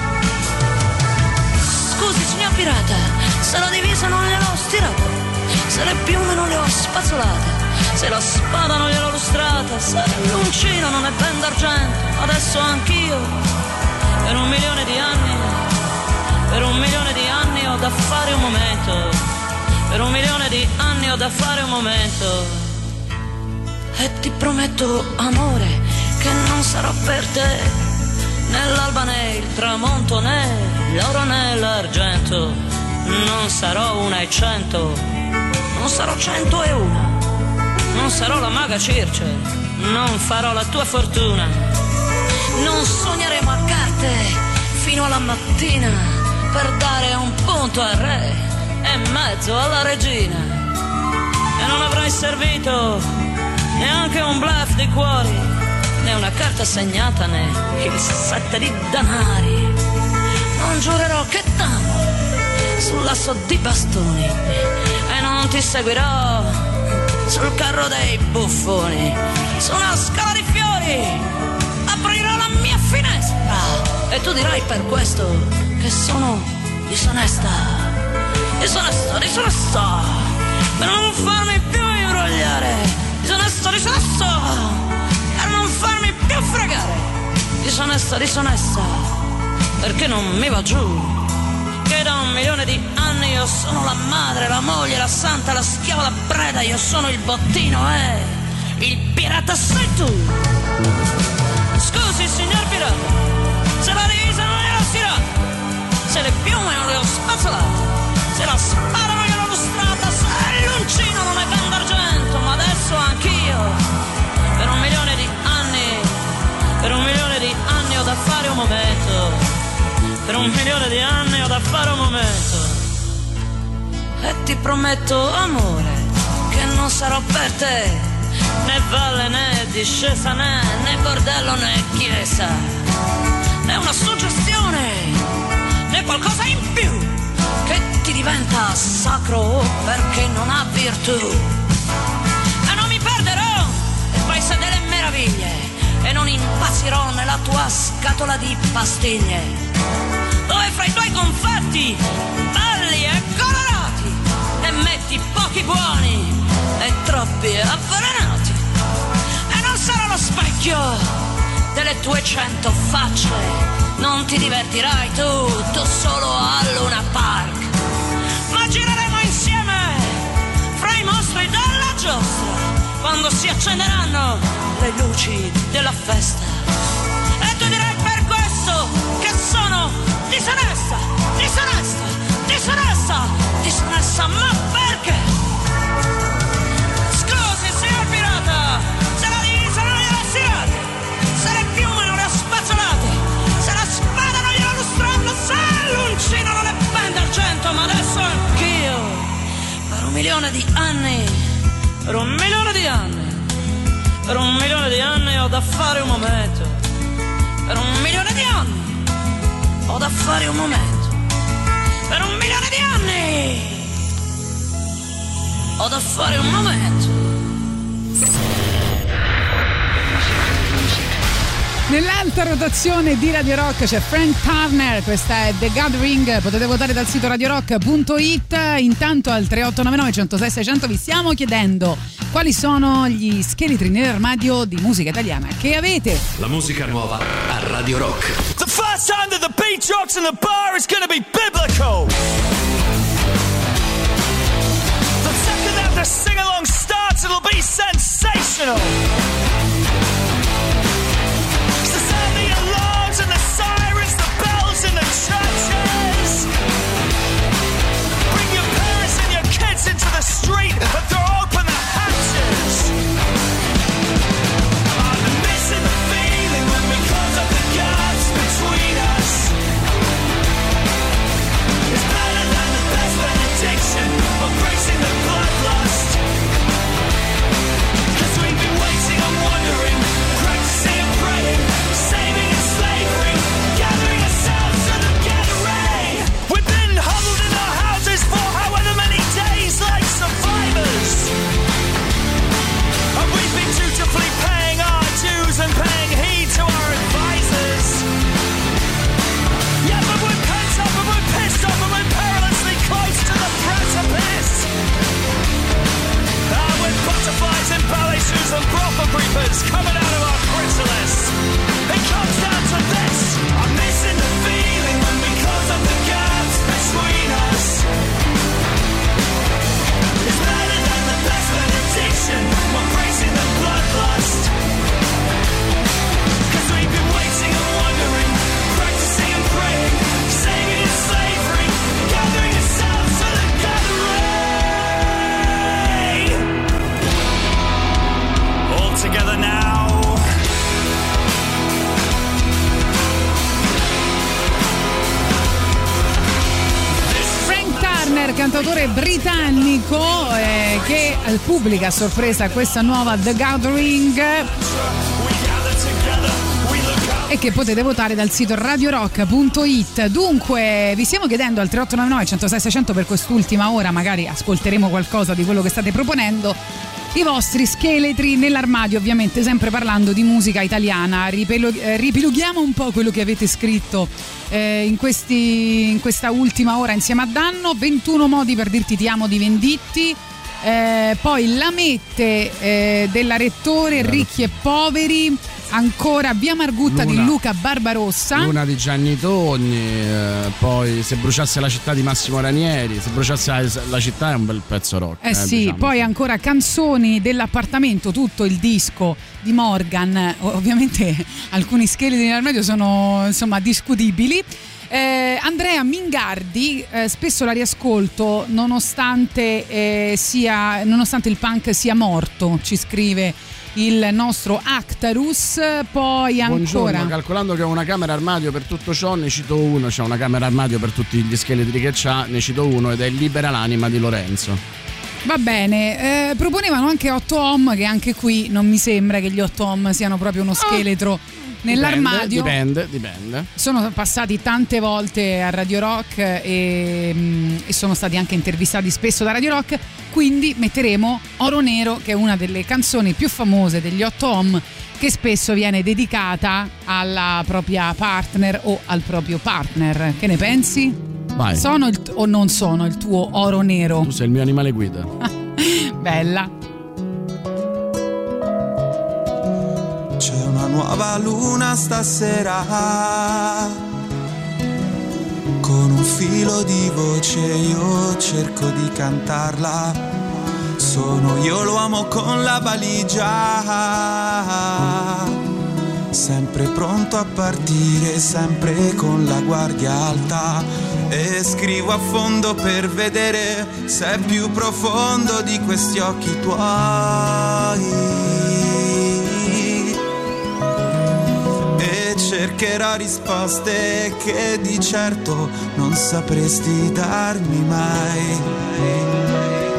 Scusi signor pirata, se la divisa non gliel'ho stirata, se le piume non le ho spazzolate, se la spada non gliel'ho lustrata, se l'uncino non è ben d'argento, adesso anch'io per 1 milione di anni, per 1 milione di anni ho da fare un momento, per 1 milione di anni ho da fare un momento. E ti prometto amore che non sarò per te né l'alba né il tramonto né l'oro né l'argento. Non sarò 1 e 100, non sarò 101, non sarò la maga Circe, non farò la tua fortuna. Non sogneremo a carte fino alla mattina per dare un punto al re e mezzo alla regina. E non avrai servito neanche un bluff di cuori, né una carta segnata né il 7 di danari. Non giurerò che t'amo sull'asso di bastoni e non ti seguirò sul carro dei buffoni. Su una scala di fiori aprirò la mia finestra e tu dirai per questo che sono disonesta, disonesta, disonesta, per non farmi più imbrogliare, disonesta, disonesta, per non farmi più fregare, disonesta, disonesta, perché non mi va giù che da 1 milione di anni io sono la madre, la moglie, la santa, la schiava, la preda, io sono il bottino e il pirata sei tu. Scusi signor pirata, se la divisa non gliel'ho stirata, se le piume non le ho spazzolate, se la spada non gliel'ho lustrata, se l'uncino non è ben d'argento, ma adesso anch'io per 1 milione di anni, per 1 milione di anni ho da fare un momento, per 1 milione di anni ho da fare un momento. E ti prometto amore che non sarò per te né valle né discesa né bordello né chiesa, né una suggestione né qualcosa in più che ti diventa sacro perché non ha virtù. E non mi perderò nel paese delle meraviglie e non impazzirò nella tua scatola di pastiglie, dove fra i tuoi confetti belli e colorati ne metti pochi buoni e troppi avvelenati. E non sarà lo specchio delle tue 100 facce, non ti divertirai tu solo a Luna Park, ma gireremo insieme fra i mostri della giostra quando si accenderanno le luci della festa. E tu dirai per questo che sono disonesta, disonesta, disonesta, disonesta, ma perché? Scusi signor pirata, se la divisa non gliel'ho stirata, se le piume non le ho spazzolate, se la spada non gliel'ho lustrata, se l'uncino non è ben d'argento, ma adesso anch'io per 1 milione di anni, per 1 milione di anni, per 1 milione di anni ho da fare un momento, per 1 milione di anni ho da fare un momento, per 1 milione di anni ho da fare un momento. Nell'alta rotazione di Radio Rock c'è Frank Turner, questa è The Gathering, potete votare dal sito radiorock.it. Intanto al 3899 106 600 vi stiamo chiedendo quali sono gli scheletri nell'armadio di musica italiana che avete. La musica nuova a Radio Rock. The first time that the beat drops in the bar is gonna be biblical. The second that the sing-along starts, it'll be sensational. And the sirens, the bells in the churches. Bring your parents and your kids into the street and throw open the hatches. I'm missing the feeling when we close up the gaps between us. It's better than the best benediction of bracing the bloodlust. 'Cause we've been waiting and wondering, practicing and praying, saving and slavery, gathering ourselves to the gathering. We've been huddled in our houses for however many days like survivors. And we've been dutifully paying our dues and paying heed to our advisors. Yeah, but we're pent up and we're pissed off and we're perilously close to the precipice. With butterflies in ballet shoes and proper creepers coming out of our chrysalis. It comes down to this. I'm missing the feeling when we close up the gaps between us. It's better than the best benediction. We're bracing the bloodlust. 'Cause we've been waiting and wondering, practicing and praying, saving in slavery, gathering ourselves to the gathering. All together now. Frank Turner, cantautore britannico che pubblica a sorpresa questa nuova The Gathering e che potete votare dal sito radiorock.it. Dunque vi stiamo chiedendo al 3899 106 600 per quest'ultima ora, magari ascolteremo qualcosa di quello che state proponendo, i vostri scheletri nell'armadio, ovviamente sempre parlando di musica italiana. Ripilughiamo un po' quello che avete scritto in questa ultima ora insieme a Danno. 21 modi per dirti ti amo di Venditti, poi La Mette della Rettore, Ricchi e Poveri, ancora Via Margutta di Luca Barbarossa, Luna di Gianni Togni, poi Se bruciasse la città di Massimo Ranieri. Se bruciasse la città è un bel pezzo rock. Sì, diciamo. Poi ancora Canzoni dell'appartamento, tutto il disco di Morgan. Ovviamente alcuni scheletri nell'armadio sono insomma discutibili. Andrea Mingardi, spesso la riascolto nonostante il punk sia morto, ci scrive il nostro Actarus. Poi ancora buongiorno, calcolando che ho una camera armadio per tutto ciò, ne cito uno. C'è una camera armadio per tutti gli scheletri che c'ha, ne cito uno ed è Libera l'anima di Lorenzo. Va bene, proponevano anche 8 Ohm, che anche qui non mi sembra che gli 8 Ohm siano proprio uno scheletro nell'armadio. Dipende. Sono passati tante volte a Radio Rock e sono stati anche intervistati spesso da Radio Rock, quindi metteremo Oro Nero, che è una delle canzoni più famose degli 8 Ohm, che spesso viene dedicata alla propria partner o al proprio partner. Che ne pensi? Vai. Sono o non sono il tuo oro nero? Tu sei il mio animale guida. Bella. C'è una nuova luna stasera, con un filo di voce io cerco di cantarla. Sono io l'uomo con la valigia, sempre pronto a partire, sempre con la guardia alta, e scrivo a fondo per vedere se è più profondo di questi occhi tuoi. Cercherò risposte che di certo non sapresti darmi mai.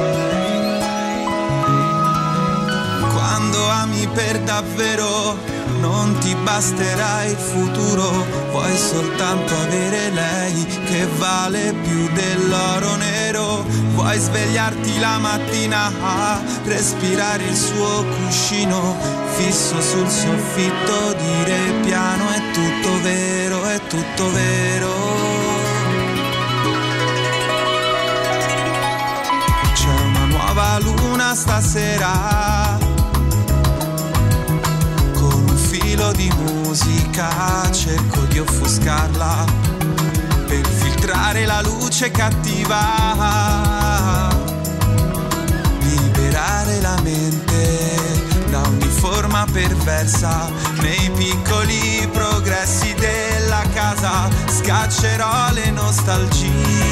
Quando ami per davvero non ti basterà il futuro, vuoi soltanto avere lei che vale più dell'oro nero, vuoi svegliarti la mattina a respirare il suo cuscino fisso sul soffitto, dire piano è tutto vero, è tutto vero. C'è una nuova luna stasera, con un filo di musica cerco di offuscarla per filtrare la luce cattiva, liberare la mente da ogni forma perversa. Nei piccoli progressi della casa scaccerò le nostalgie,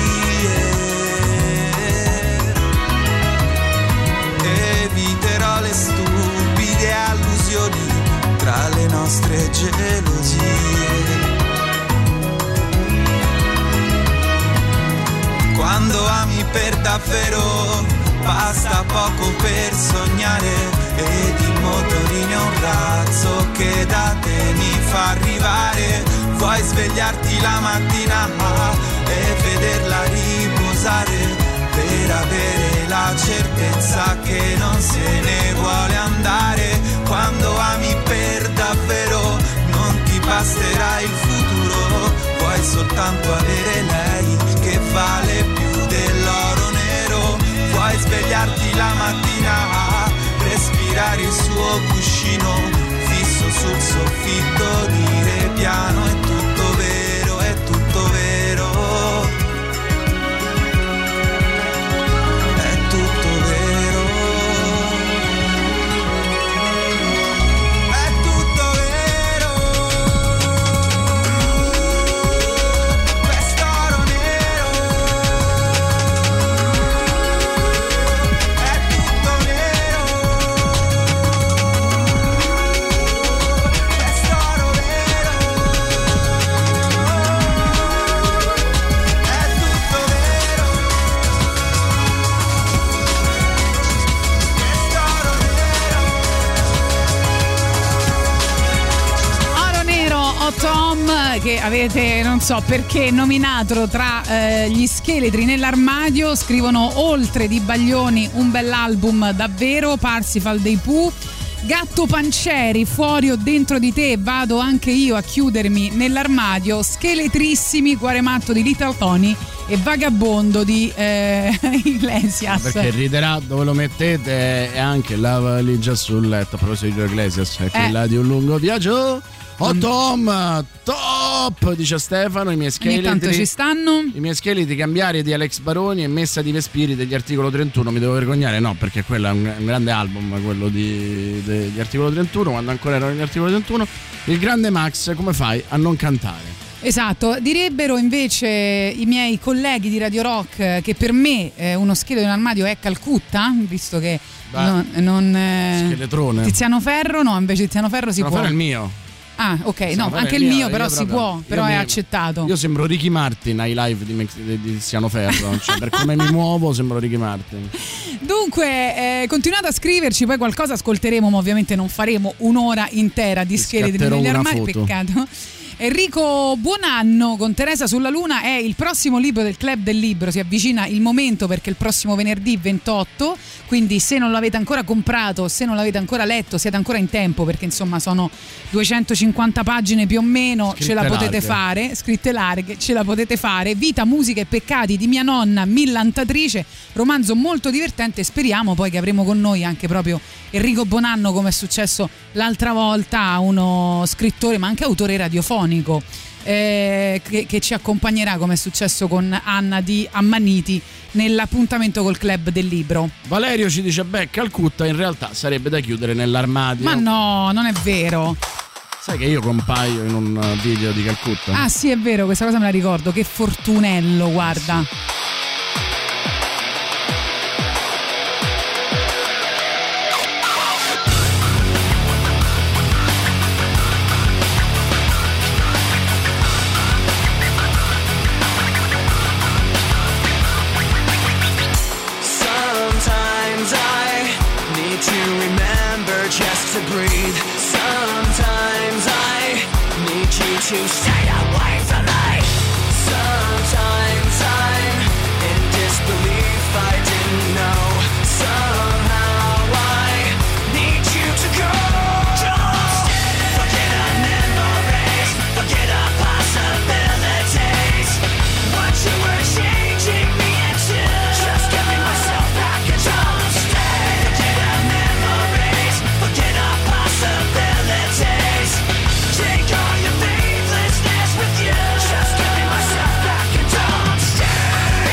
eviterò le stupide allusioni tra le nostre gelosie. Quando ami per davvero basta poco per sognare, ed il motorino è un razzo che da te mi fa arrivare. Vuoi svegliarti la mattina e vederla riposare, per avere la certezza che non se ne vuole andare. Quando ami per davvero non ti basterà il futuro, vuoi soltanto avere lei che vale più dell'oro nero, vuoi svegliarti la mattina, respirare il suo cuscino fisso sul soffitto, dire piano è tutto vero, è tutto vero, è tutto vero, è tutto vero, quest'oro nero, è tutto nero, quest'oro vero, è tutto vero, quest'oro Oro Nero o Tom, che avete non so perché nominato tra gli scheletri nell'armadio. Scrivono: oltre di Baglioni, un bell'album davvero. Parsifal dei Pooh, Gatto Pancieri, fuori o dentro di te, vado anche io a chiudermi nell'armadio. Scheletrissimi, Cuore matto di Little Tony e Vagabondo di Iglesias. Perché riderà dove lo mettete, e anche la valigia sul letto. A proposito di Iglesias, è quella di Un lungo viaggio. Oh Tom, top, dice Stefano. I miei Ogni tanto ci scheletri, stanno. i miei scheletri cambiari di Alex Baroni e Messa di Vespiri degli Articolo 31. Mi devo vergognare? No, perché quello è un grande album, quello degli Articolo 31, quando ancora erano gli Articolo 31. Il grande Max, come fai a non cantare? Esatto, direbbero invece i miei colleghi di Radio Rock che per me uno scheletro in armadio è Calcutta, visto che Scheletrone. Tiziano Ferro, no, invece Tiziano Ferro si Tiziano può. Ferro è il mio. Ah, ok, Tiziano no, Ferro anche è il mio io però si proprio- può, però è accettato. Io sembro Ricky Martin ai live di Tiziano Ferro, cioè per come mi muovo sembro Ricky Martin. Dunque, continuate a scriverci, poi qualcosa ascolteremo, ma ovviamente non faremo un'ora intera di scheletri scatterò negli una armadi, foto. peccato. Enrico Buonanno con Teresa sulla Luna è il prossimo libro del Club del Libro. Si avvicina il momento perché il prossimo venerdì 28, quindi se non l'avete ancora comprato, se non l'avete ancora letto, siete ancora in tempo, perché insomma sono 250 pagine più o meno. Scritte ce la potete larghe. fare, scritte larghe, ce la potete fare. Vita, musica e peccati di mia nonna millantatrice, romanzo molto divertente. Speriamo poi che avremo con noi anche proprio Enrico Buonanno, come è successo l'altra volta, uno scrittore ma anche autore radiofonico che ci accompagnerà, come è successo con Anna di Ammanniti nell'appuntamento col Club del Libro. Valerio ci dice: beh, Calcutta in realtà sarebbe da chiudere nell'armadio. Ma no, non è vero. Sai che io compaio in un video di Calcutta? Ah sì, è vero, questa cosa me la ricordo. Che fortunello, guarda. Sometimes I need to remember just to breathe. Sometimes need you to stay away from me. Sometimes I'm in disbelief, I didn't know. Somehow I need you to go. Don't stay. Forget our memories, forget our possibilities. What you were changing me into, just giving myself back and don't stay. Forget our memories, forget our possibilities. Take all your faithlessness with you, just giving myself back and don't stay.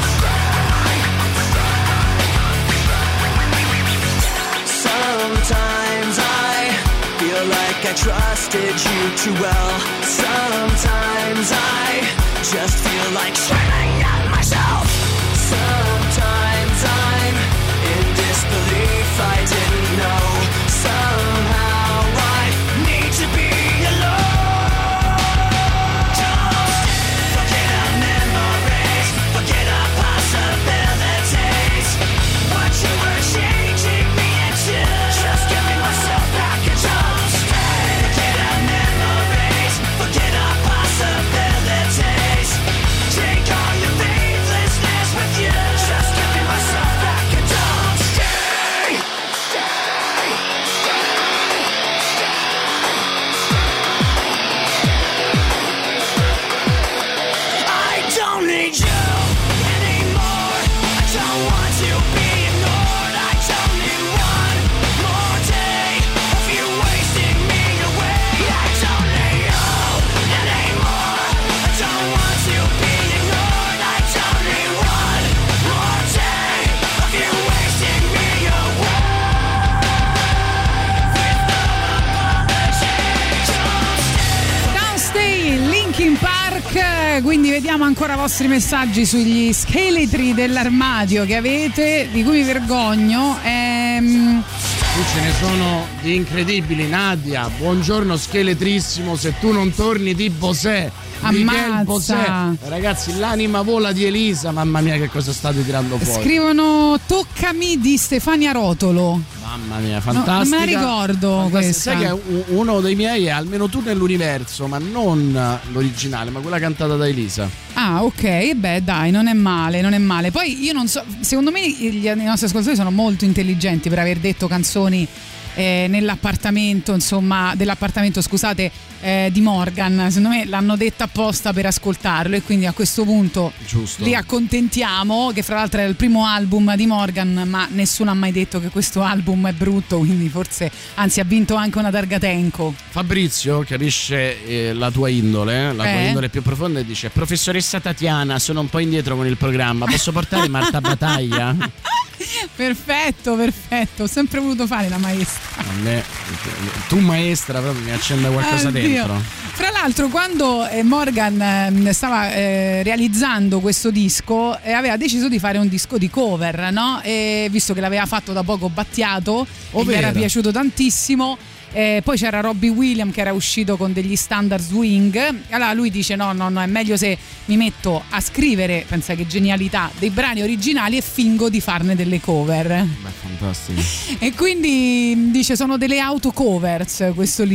Sometimes I feel like I trusted you too well. Sometimes I just feel like screaming at myself. Sometimes I'm in disbelief, I didn't know. Somehow I need to be alone. Don't forget our memories, forget our possibilities. What you were changing me into, just giving myself back and don't stay. Forget our memories, forget our possibilities. Take all your faithlessness with you, just giving myself back and don't stay. I don't need you anymore. I don't want to be ignored. I don't need one more day of you wasting me away. I don't need you anymore. I don't want to be ignored. I don't need one more day of you wasting me away. With no apology, Don't Stay, Linkin Park. Quindi vediamo ancora i vostri messaggi sugli scheletri dell'armadio che avete, di cui mi vergogno. Qui ce ne sono di incredibili. Nadia, buongiorno scheletrissimo, se tu non torni di Bosè. Miguel Bosè. Ragazzi, l'anima vola di Elisa, mamma mia che cosa state tirando fuori. Scrivono Toccami di Stefania Rotolo. Mamma mia, fantastica. Non me la ricordo questa. Sai che uno dei miei è Almeno tu nell'universo, ma non l'originale, ma quella cantata da Elisa. Ah, ok, beh dai, non è male, non è male. Poi io non so, secondo me i nostri ascoltatori sono molto intelligenti per aver detto canzoni nell'appartamento, insomma, dell'appartamento, scusate, di Morgan. Secondo me l'hanno detta apposta per ascoltarlo, e quindi a questo punto giusto, li accontentiamo, che fra l'altro è il primo album di Morgan, ma nessuno ha mai detto che questo album è brutto, quindi forse, anzi, ha vinto anche una targa Tenco. Fabrizio capisce la tua indole, la tua indole più profonda, e dice: professoressa Tatiana, sono un po' indietro con il programma, posso portare Marta Battaglia? Perfetto, ho sempre voluto fare la maestra. A me, tu maestra, proprio mi accende qualcosa dentro. Fra l'altro, quando Morgan stava realizzando questo disco, aveva deciso di fare un disco di cover, no? E visto che l'aveva fatto da poco Battiato, gli era piaciuto tantissimo. Poi c'era Robbie Williams che era uscito con degli standard swing. Allora lui dice no, è meglio se mi metto a scrivere, pensa che genialità, dei brani originali e fingo di farne delle cover. Beh, fantastico. E quindi dice sono delle autocovers questo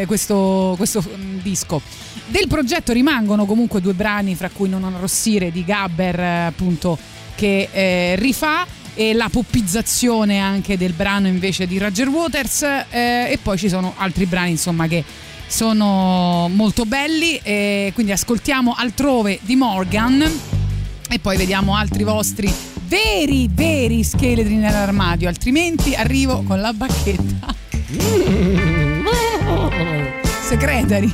disco. Del progetto rimangono comunque 2 brani, fra cui Non arrossire di Gabber, appunto, che rifà, e la poppizzazione anche del brano invece di Roger Waters, e poi ci sono altri brani, insomma, che sono molto belli, e quindi ascoltiamo Altrove di Morgan e poi vediamo altri vostri veri scheletri nell'armadio, altrimenti arrivo con la bacchetta. Secretary.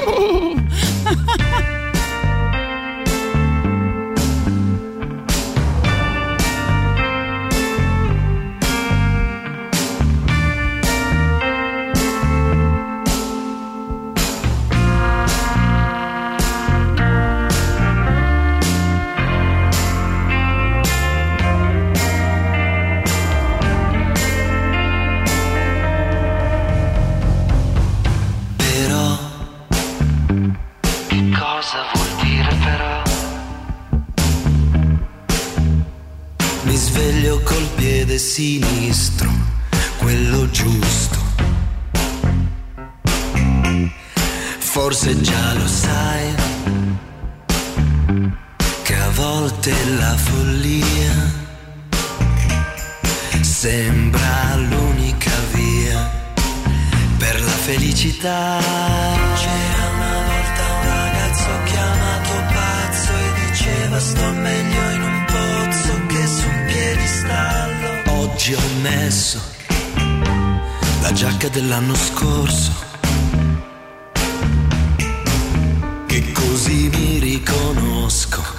Sveglio col piede sinistro, quello giusto. Forse già lo sai che a volte la follia sembra l'unica via per la felicità. C'era una volta un ragazzo chiamato pazzo e diceva sto meglio in un pozzo che su un piedistallo. Oggi ho messo la giacca dell'anno scorso, che così mi riconosco.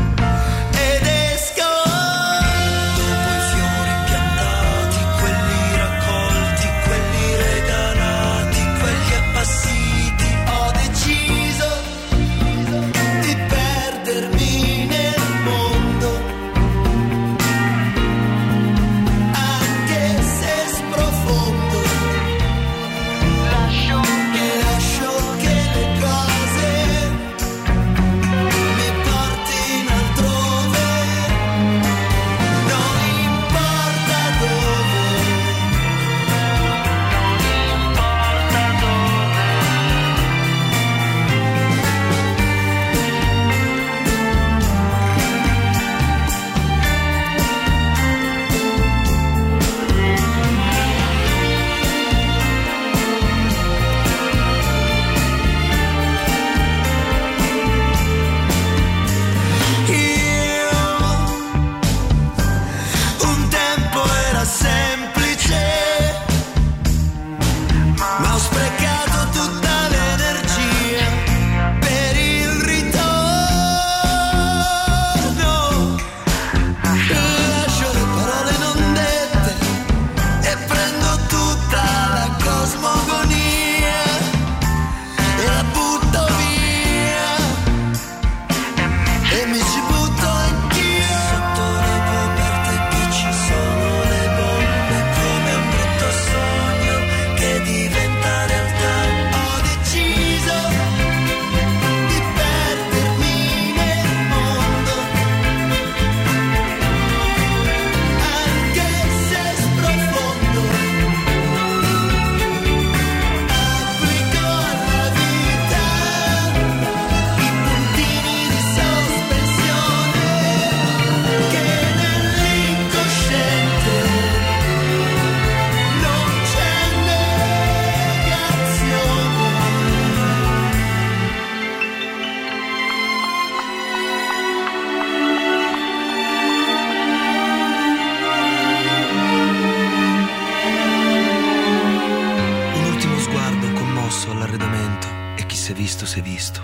si è visto.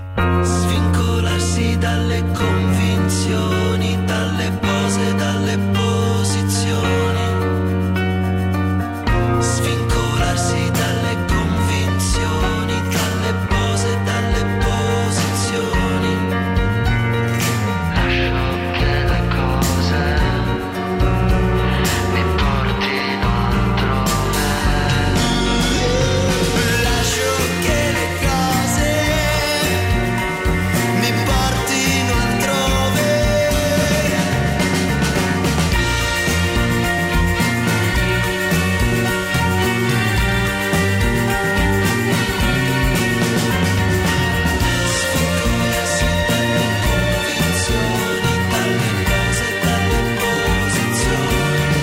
Svincolarsi dalle convinzioni, dalle pose, dalle posizioni. Svincolarsi dalle convinzioni, dalle pose, dalle posizioni. Lascio che le cose mi portino altrove. Lascio che le cose mi portino altrove. Svincolarsi dalle convinzioni, dalle pose, dalle posizioni.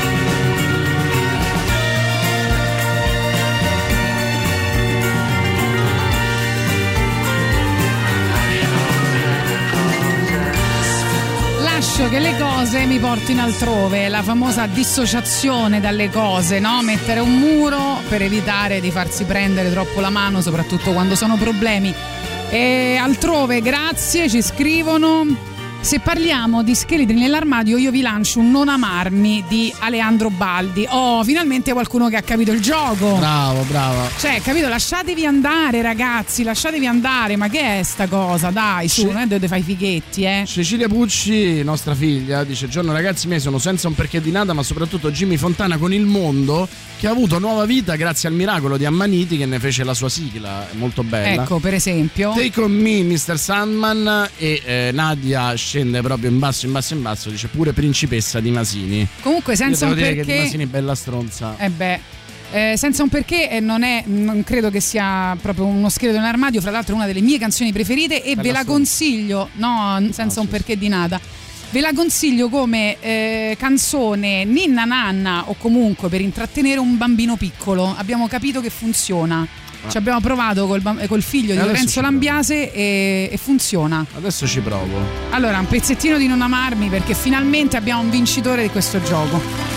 Lascio che le cose mi portino altrove, la famosa dissociazione dalle cose, no? Mettere un muro per evitare di farsi prendere troppo la mano, soprattutto quando sono problemi. E altrove, grazie, ci scrivono. Se parliamo di scheletri nell'armadio, io vi lancio un Non amarmi di Aleandro Baldi. Oh, finalmente qualcuno che ha capito il gioco. Bravo, brava. Cioè, capito? Lasciatevi andare, ragazzi, lasciatevi andare. Ma che è sta cosa? Dai, su, non è dove fai i fighetti, eh. Cecilia Pucci, nostra figlia, dice: "Giorno ragazzi miei, sono senza un perché di nada, ma soprattutto Jimmy Fontana con Il Mondo, che ha avuto nuova vita grazie al miracolo di Ammaniti che ne fece la sua sigla, è molto bella. Ecco, per esempio. Take on me, Mr. Sandman. E Nadia scende proprio in basso, in basso, in basso, dice pure Principessa di Masini. Comunque senza un Io devo dire perché. che di Masini bella stronza. Eh beh. Senza un perché non credo che sia proprio uno scheletro nell'armadio, fra l'altro è una delle mie canzoni preferite e ve la consiglio, senza un perché di nada. Ve la consiglio come canzone ninna nanna o comunque per intrattenere un bambino piccolo. Abbiamo capito che funziona. Ci abbiamo provato col figlio di Lorenzo Lambiase e funziona. Adesso ci provo. Allora, un pezzettino di Non amarmi, perché finalmente abbiamo un vincitore di questo gioco.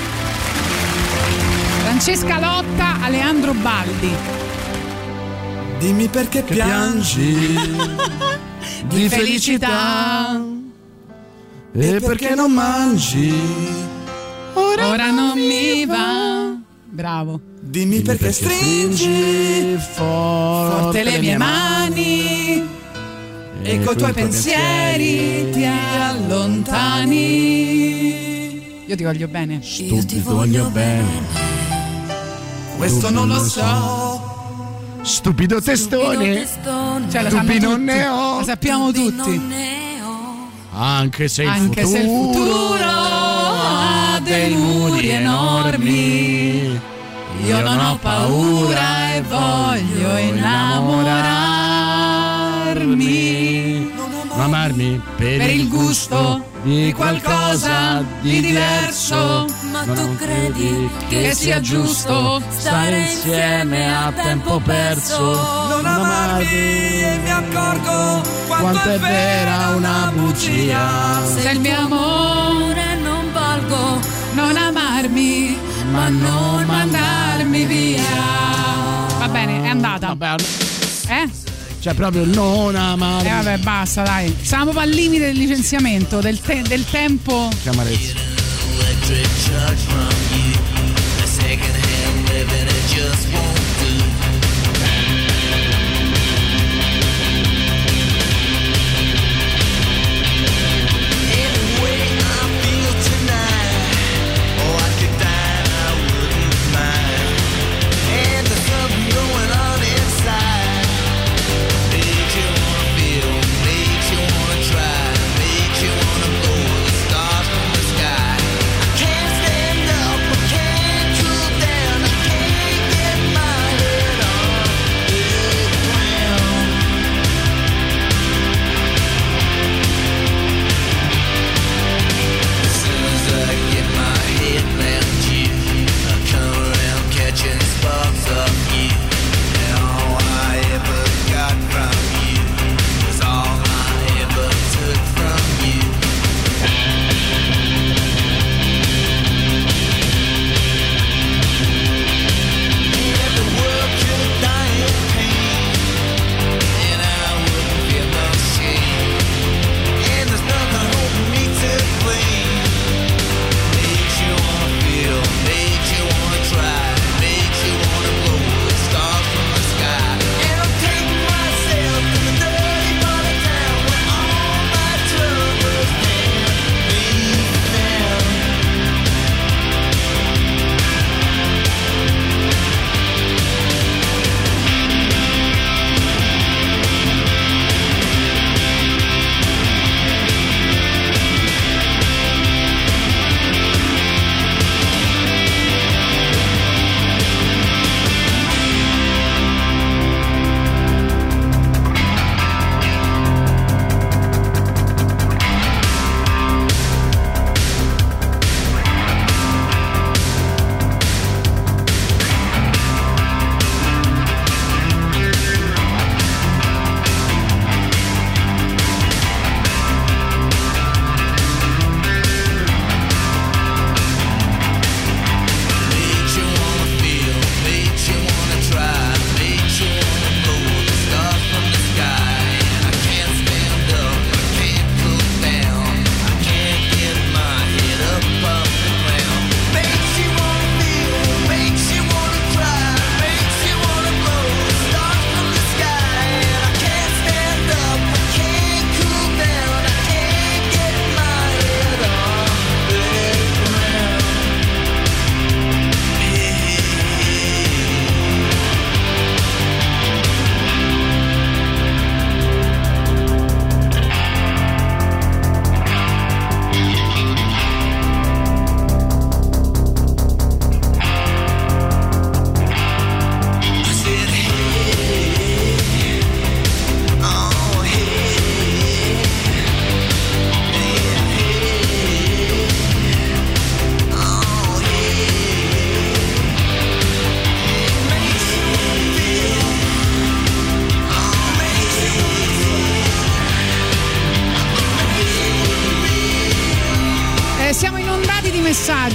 Francesca Lotta, Aleandro Baldi. Dimmi perché piangi di felicità. E perché non mangi? Ora non mi va. Bravo. Dimmi perché stringi forte le mie mani e coi tuoi pensieri ti allontani. Io ti voglio bene. Io ti voglio bene. Questo non lo so. Stupido testone. Cioè, dubbi non ne ho. Lo sappiamo tutti. Anche se il futuro ha dei muri enormi, io non ho paura e voglio innamorarmi. Non amarmi per il gusto di qualcosa di diverso. Ma tu credi che sia giusto stare insieme a tempo perso? Non amarmi e mi accorgo quanto è vera una bugia. Se il mio amore non valgo, non amarmi, ma non mandarmi via. Va bene, è andata. Vabbè. Cioè proprio non amarmi. Vabbè, basta, dai. Siamo proprio al limite del licenziamento, del tempo. Che amarezza. Can't stand up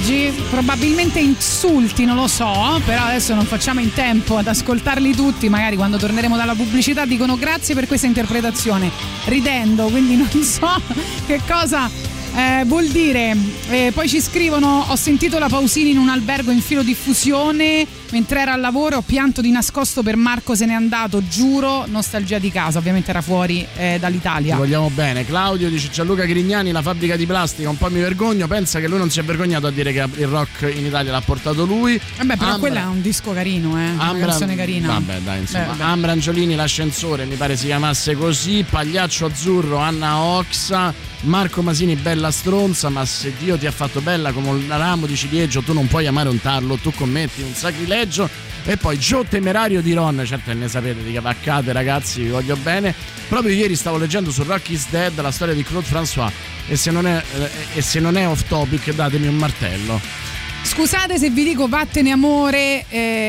messaggi, probabilmente insulti, non lo so, però adesso non facciamo in tempo ad ascoltarli tutti, magari quando torneremo dalla pubblicità dicono grazie per questa interpretazione, ridendo, quindi non so che cosa vuol dire. Poi ci scrivono: ho sentito la Pausini in un albergo in filodiffusione mentre era al lavoro, ho pianto di nascosto per Marco se n'è andato, giuro, nostalgia di casa. Ovviamente era fuori dall'Italia. Ti vogliamo bene. Claudio dice: Gianluca Grignani, la fabbrica di plastica, un po' mi vergogno, pensa che lui non si è vergognato a dire che il rock in Italia l'ha portato lui. Vabbè, però quello è un disco carino, una canzone carina. Vabbè, dai, insomma. Ambra Angiolini, l'ascensore, mi pare si chiamasse così. Pagliaccio Azzurro, Anna Oxa. Marco Masini, bella stronza, ma se Dio ti ha fatto bella come un ramo di ciliegio tu non puoi amare un tarlo, tu commetti un sacrilegio. E poi Joe Temerario di Ron, certo ne sapete di che vaccate, ragazzi, vi voglio bene. Proprio ieri stavo leggendo su Rock is Dead la storia di Claude François e se non è off topic datemi un martello. Scusate se vi dico vattene amore,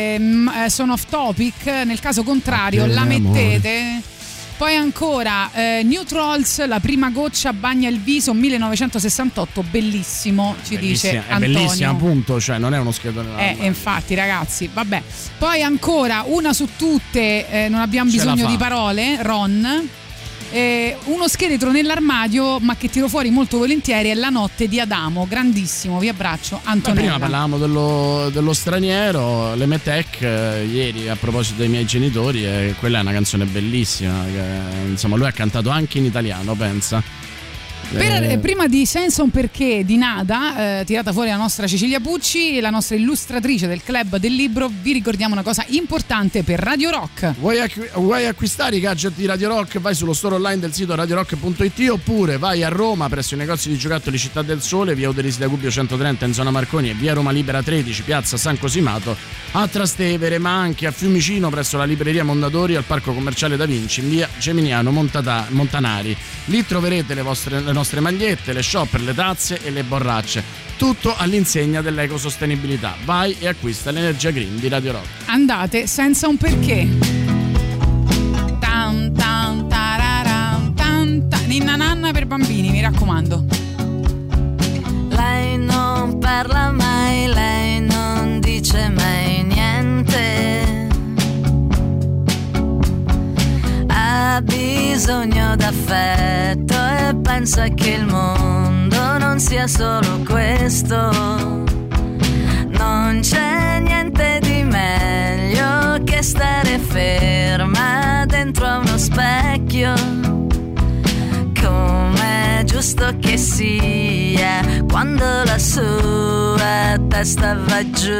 sono off topic, nel caso contrario vattene la mettete amore. Poi ancora New Trolls, la prima goccia bagna il viso, 1968, bellissimo, ci dice Antonio. È bellissima, appunto, cioè non è uno scheletro. Infatti, ragazzi, vabbè. Poi ancora una su tutte, non abbiamo bisogno di parole, Ron. Uno scheletro nell'armadio, ma che tiro fuori molto volentieri, è La notte di Adamo, grandissimo, vi abbraccio, Antonella. Prima parlavamo dello straniero, le Metec, ieri a proposito dei miei genitori, quella è una canzone bellissima, che, insomma lui ha cantato anche in italiano, pensa. Prima di Senza un perché di Nada, tirata fuori la nostra Cecilia Pucci, la nostra illustratrice del club del libro, vi ricordiamo una cosa importante per Radio Rock. Vuoi acquistare i gadget di Radio Rock? Vai sullo store online del sito radiorock.it oppure vai a Roma presso i negozi di giocattoli Città del Sole, via Uderisida Gubbio 130 in zona Marconi e via Roma Libera 13, piazza San Cosimato, a Trastevere, ma anche a Fiumicino presso la libreria Mondadori, al parco commerciale Da Vinci in via Geminiano Montanari. Lì troverete le nostre magliette, le shopper, le tazze e le borracce, tutto all'insegna dell'ecosostenibilità. Vai e acquista l'energia green di Radio Rock. Andate senza un perché. Ninna nanna per bambini, mi raccomando. Lei non parla mai, lei non dice mai niente, ha bisogno d'affetto e pensa che il mondo non sia solo questo. Non c'è niente di meglio che stare ferma dentro a uno specchio, come giusto che sia quando la sua testa va giù.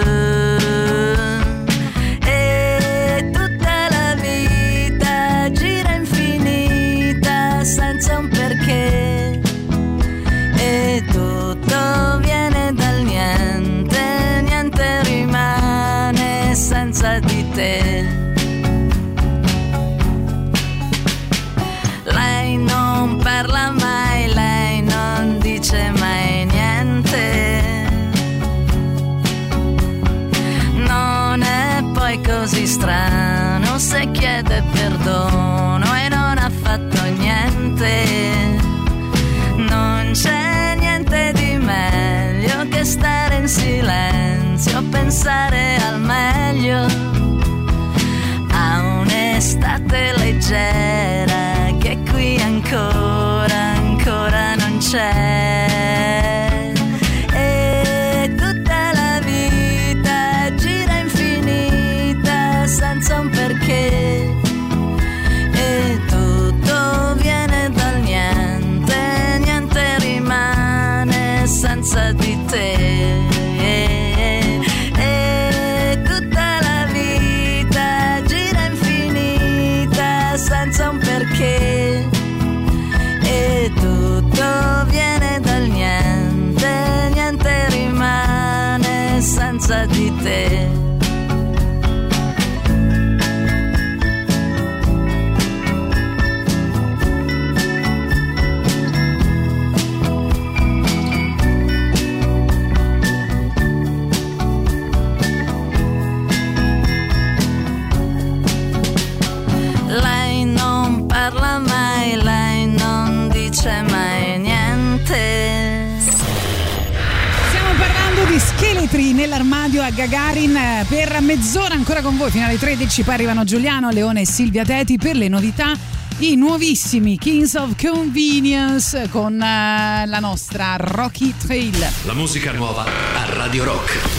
Senza un perché e tutto viene dal niente, niente rimane senza di te. Lei non parla mai, lei non dice mai niente, non è poi così strano se chiede perdono e non ha fatto niente. Non c'è niente di meglio che stare in silenzio, pensare al meglio, a un'estate leggera che qui ancora non c'è. E tutta la vita gira infinita senza nell'armadio a Gagarin per mezz'ora ancora con voi fino alle 13. Poi arrivano Giuliano Leone e Silvia Teti per le novità, i nuovissimi Kings of Convenience con la nostra Rocky Trail. La musica nuova a Radio Rock.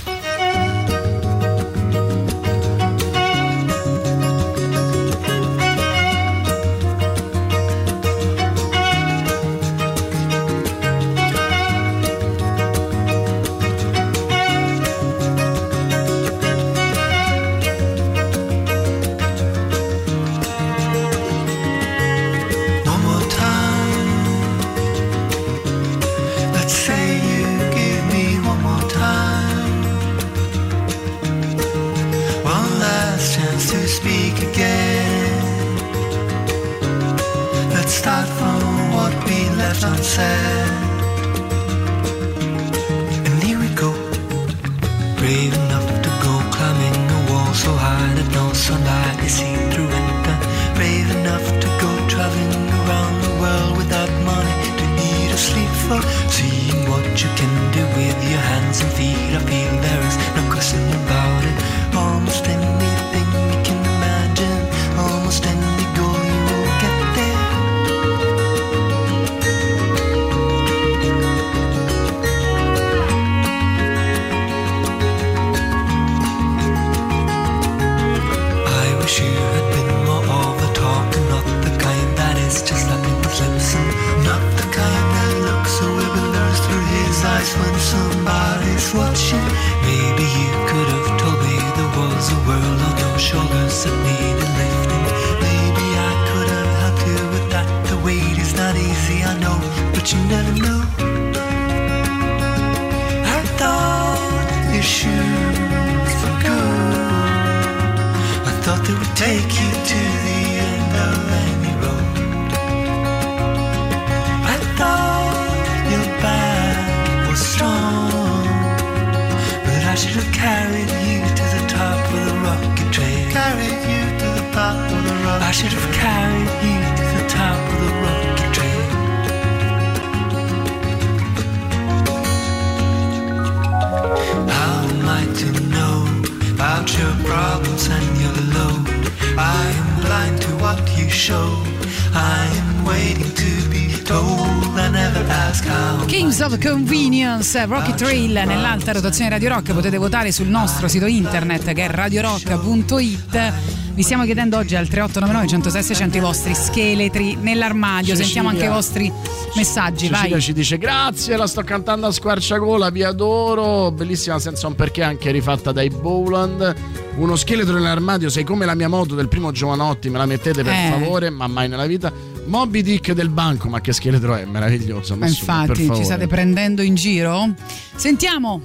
Kings of Convenience, Rocky Trail nell'alta rotazione Radio Rock. Potete votare sul nostro sito internet che è radiorock.it. Vi stiamo chiedendo oggi al 3899 106 600 i vostri scheletri nell'armadio. Cecilia. Sentiamo anche i vostri messaggi. Cecilia vai. ci dice: grazie, la sto cantando a squarciagola, vi adoro, bellissima senza un perché, anche rifatta dai Bowland. Uno scheletro nell'armadio, sei come la mia moto del primo Giovanotti, me la mettete per favore, ma mai nella vita. Moby Dick del banco, ma che scheletro è, meraviglioso. Ma infatti ci state prendendo in giro? Sentiamo.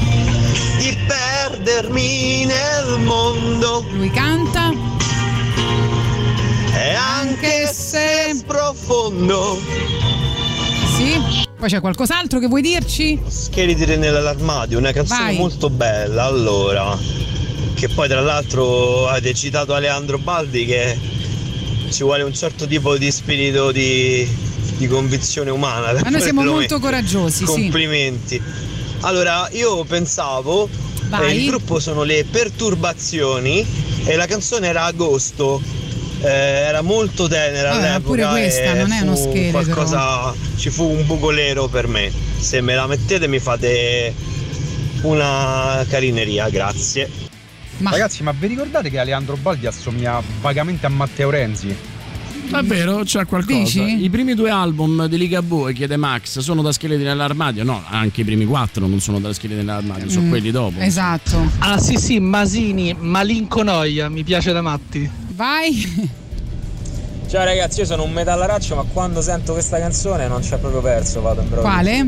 Di perdermi nel mondo. Lui canta. E anche se profondo. Sì. Poi c'è qualcos'altro che vuoi dirci? Scheletri nell'armadio, una canzone molto bella, allora, che poi tra l'altro avete citato Aleandro Baldi, che ci vuole un certo tipo di spirito di convinzione umana. Ma noi siamo molto coraggiosi. Complimenti. Sì. Allora, io pensavo, il gruppo sono le Perturbazioni e la canzone era Agosto. Era molto tenera all'epoca. Pure questa non è uno scheletro. Qualcosa, ci fu un buco nero per me. Se me la mettete mi fate una carineria, grazie. Ragazzi, ma vi ricordate che Aleandro Baldi assomiglia vagamente a Matteo Renzi? È vero, c'è qualcosa. Dici? I primi 2 album di Ligabue, chiede Max, sono da scheletri nell'armadio? No, anche i primi 4 non sono da scheletri nell'armadio, sono quelli dopo. Esatto. Ah sì, Masini, Malinconoia, mi piace da matti. Vai. Ciao ragazzi, io sono un metallaraccio, ma quando sento questa canzone non c'è proprio perso, vado in bravo. Quale?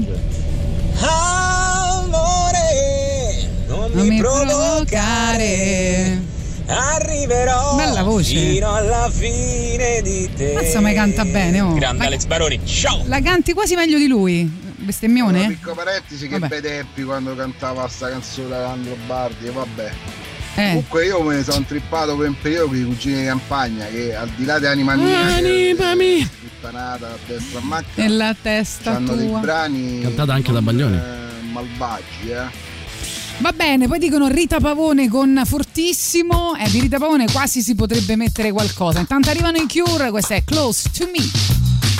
Amore, non mi provocare. Arriverò bella voce fino alla fine di te. Mazza, ma canta bene, oh. Grande Alex Baroni, ciao. La canti quasi meglio di lui. Bestemmione? Una piccola parentesi, che vede Happy quando cantava sta canzone Alessandro Bardi, e vabbè. Comunque io me ne sono trippato per un periodo con i cugini di campagna, che al di là di Anima Mia, puttanata a destra a macchina, nella testa hanno tua dei brani cantata anche da Baglioni, malvagi, Va bene, poi dicono Rita Pavone con Fortissimo. Di Rita Pavone quasi si potrebbe mettere qualcosa. Intanto arrivano i Cure, questa è Close to Me.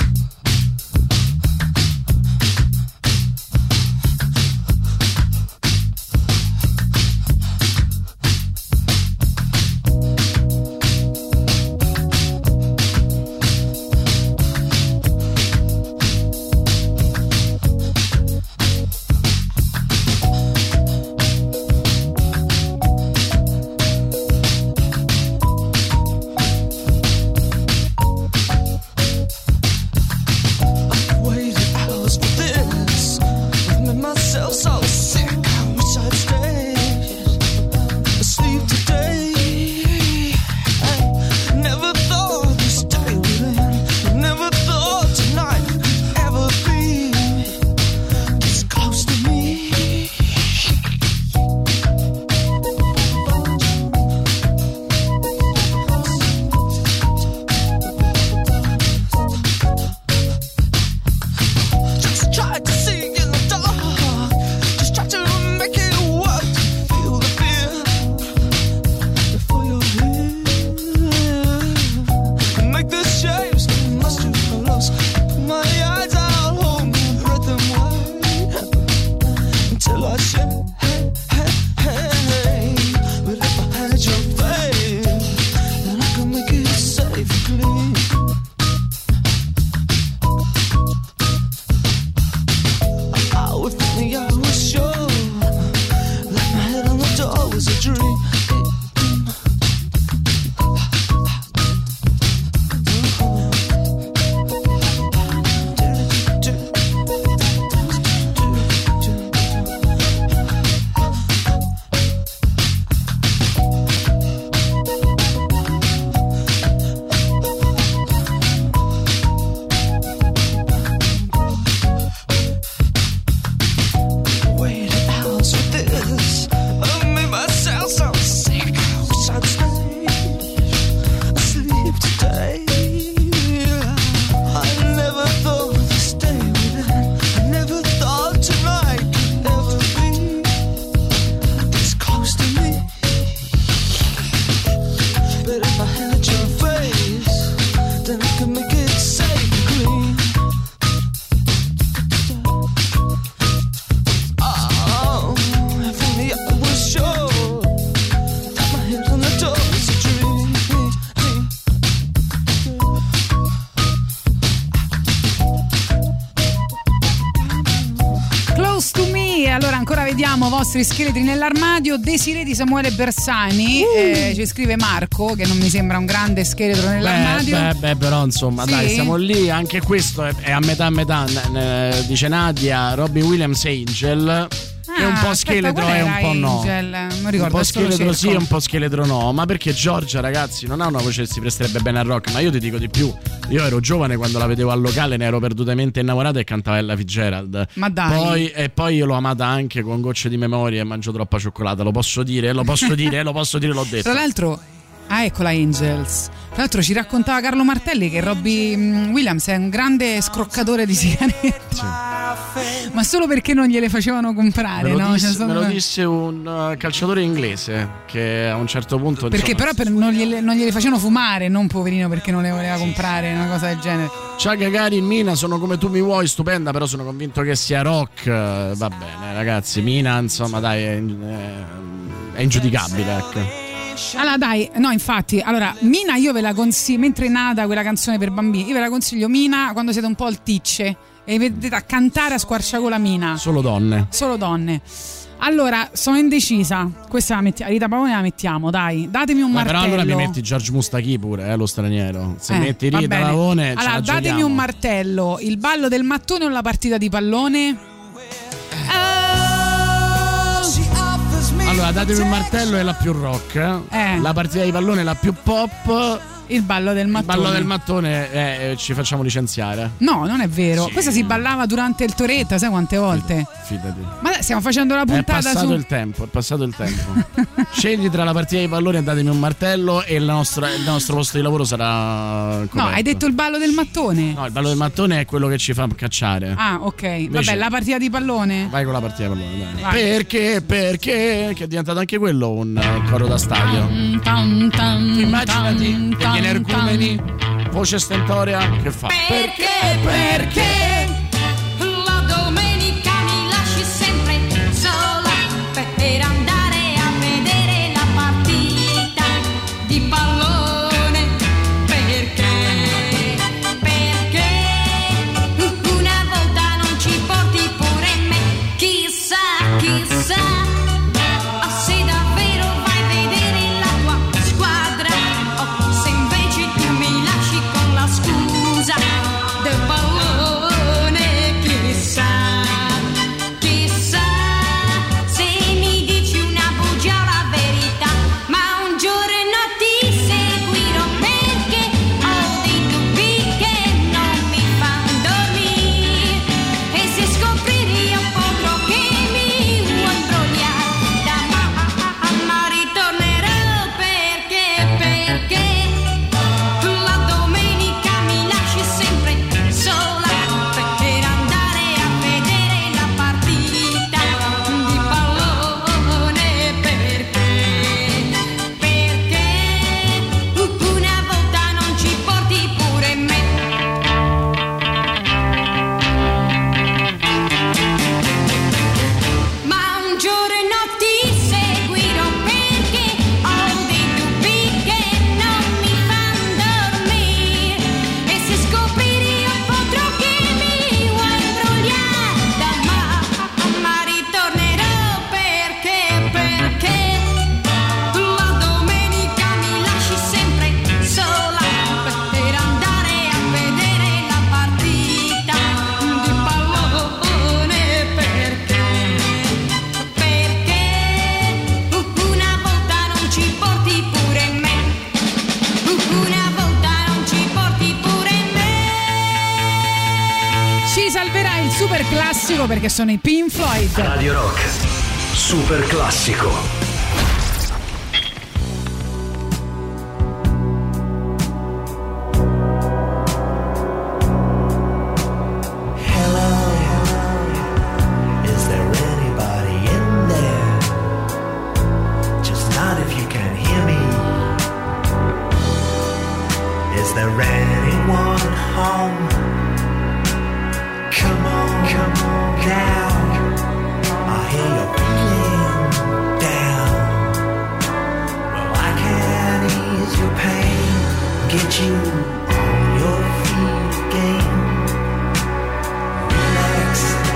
Vostri scheletri nell'armadio. Desiree di Samuele Bersani, ci scrive Marco, che non mi sembra un grande scheletro nell'armadio. Però insomma, sì? Dai, siamo lì. Anche questo è a metà. Dice Nadia, Robin Williams Angel. È un po' scheletro e un po' no. Non ricordo, un po' scheletro sì e un po' scheletro no. Ma perché Giorgia, ragazzi, non ha una voce che si presterebbe bene al rock. Ma io ti dico di più. Io ero giovane quando la vedevo al locale, ne ero perdutamente innamorato e cantava Ella Fitzgerald. Ma dai. Poi io l'ho amata anche con Gocce di memoria e Mangio troppa cioccolata. Lo posso dire, l'ho detto. Tra l'altro, eccola Angels. Tra l'altro ci raccontava Carlo Martelli che Robbie Williams è un grande scroccatore di sigarette. Sì. Ma solo perché non gliele facevano comprare, me lo disse un calciatore inglese che a un certo punto perché insomma, però non gliele facevano fumare, non poverino perché non le voleva comprare, una cosa del genere. Ciao Gagarin, Mina, sono come tu mi vuoi, stupenda, però sono convinto che sia rock. Va bene ragazzi, Mina insomma dai è ingiudicabile, ecco. Allora dai, no infatti, allora Mina io ve la consiglio, mentre è nata quella canzone per bambini, io ve la consiglio Mina quando siete un po' alticce e vedete a cantare a squarciagola Mina. Solo donne. Allora, sono indecisa. Questa la mettiamo, Rita Pavone la mettiamo, dai. Datemi un martello. Però allora mi metti George Mustachi pure, lo straniero. Se metti Rita Pavone, allora datemi un martello. Il ballo del mattone o la partita di pallone? Allora, datemi un martello è la più rock. La partita di pallone è la più pop. Il ballo del mattone. Il ballo del mattone ci facciamo licenziare. No, non è vero. Sì. Questa si ballava durante il Toretta, sai quante volte? Fidati. Ma stiamo facendo la puntata È passato il tempo. Scegli tra la partita di pallone e datemi un martello e il nostro posto di lavoro sarà coperto. No, hai detto il ballo del mattone. No, il ballo del mattone è quello che ci fa cacciare. Ah, ok. Invece, vabbè, la partita di pallone? Vai con la partita di pallone, dai. Perché? Che è diventato anche quello un coro da stadio. Immaginati degli energumeni, voce stentorea, che fa? Perché la domenica mi lasci sempre sola per andare a vedere la partita di pallone. Perché una volta non ci porti pure me? Chissà se davvero vai a vedere la tua squadra o se invece tu mi lasci con la scusa del pallone. Chissà se mi dici una bugia o la verità, ma un giorno ti seguirò perché ho dei dubbi che non mi fanno dormire, e se scoprire io potrò che mi vuoi imbrogliare da ma ritornerò perché la domenica mi lasci sempre sola per andare a vedere la partita di pallone. Perché una volta non ci porti pure me? Ma un giorno ti seguirò perché ho dei dubbi che non mi fanno dormire, e se scoprire io potrò che mi vuoi imbrogliare da ma ritornerò perché la domenica mi lasci sempre sola per andare a vedere la partita di pallone. Perché una volta non ci porti pure me? Una volta non ci porti pure me? Ci salverà il super classico perché sono i Pink Floyd. Radio Rock, super classico. Is there anybody in there? Just not if you can hear me. Is there anyone home? Come on down. I hear you're feeling down. Well, I can ease your pain, get you on your feet again. Relax.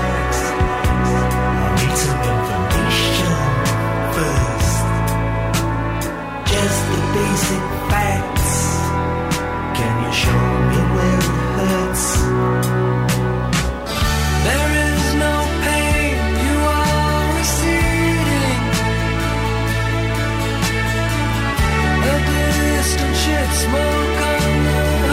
I need some information first. Just the basic facts. Can you show me where it hurts? There is no pain, you are receding. A distant shit smoke on the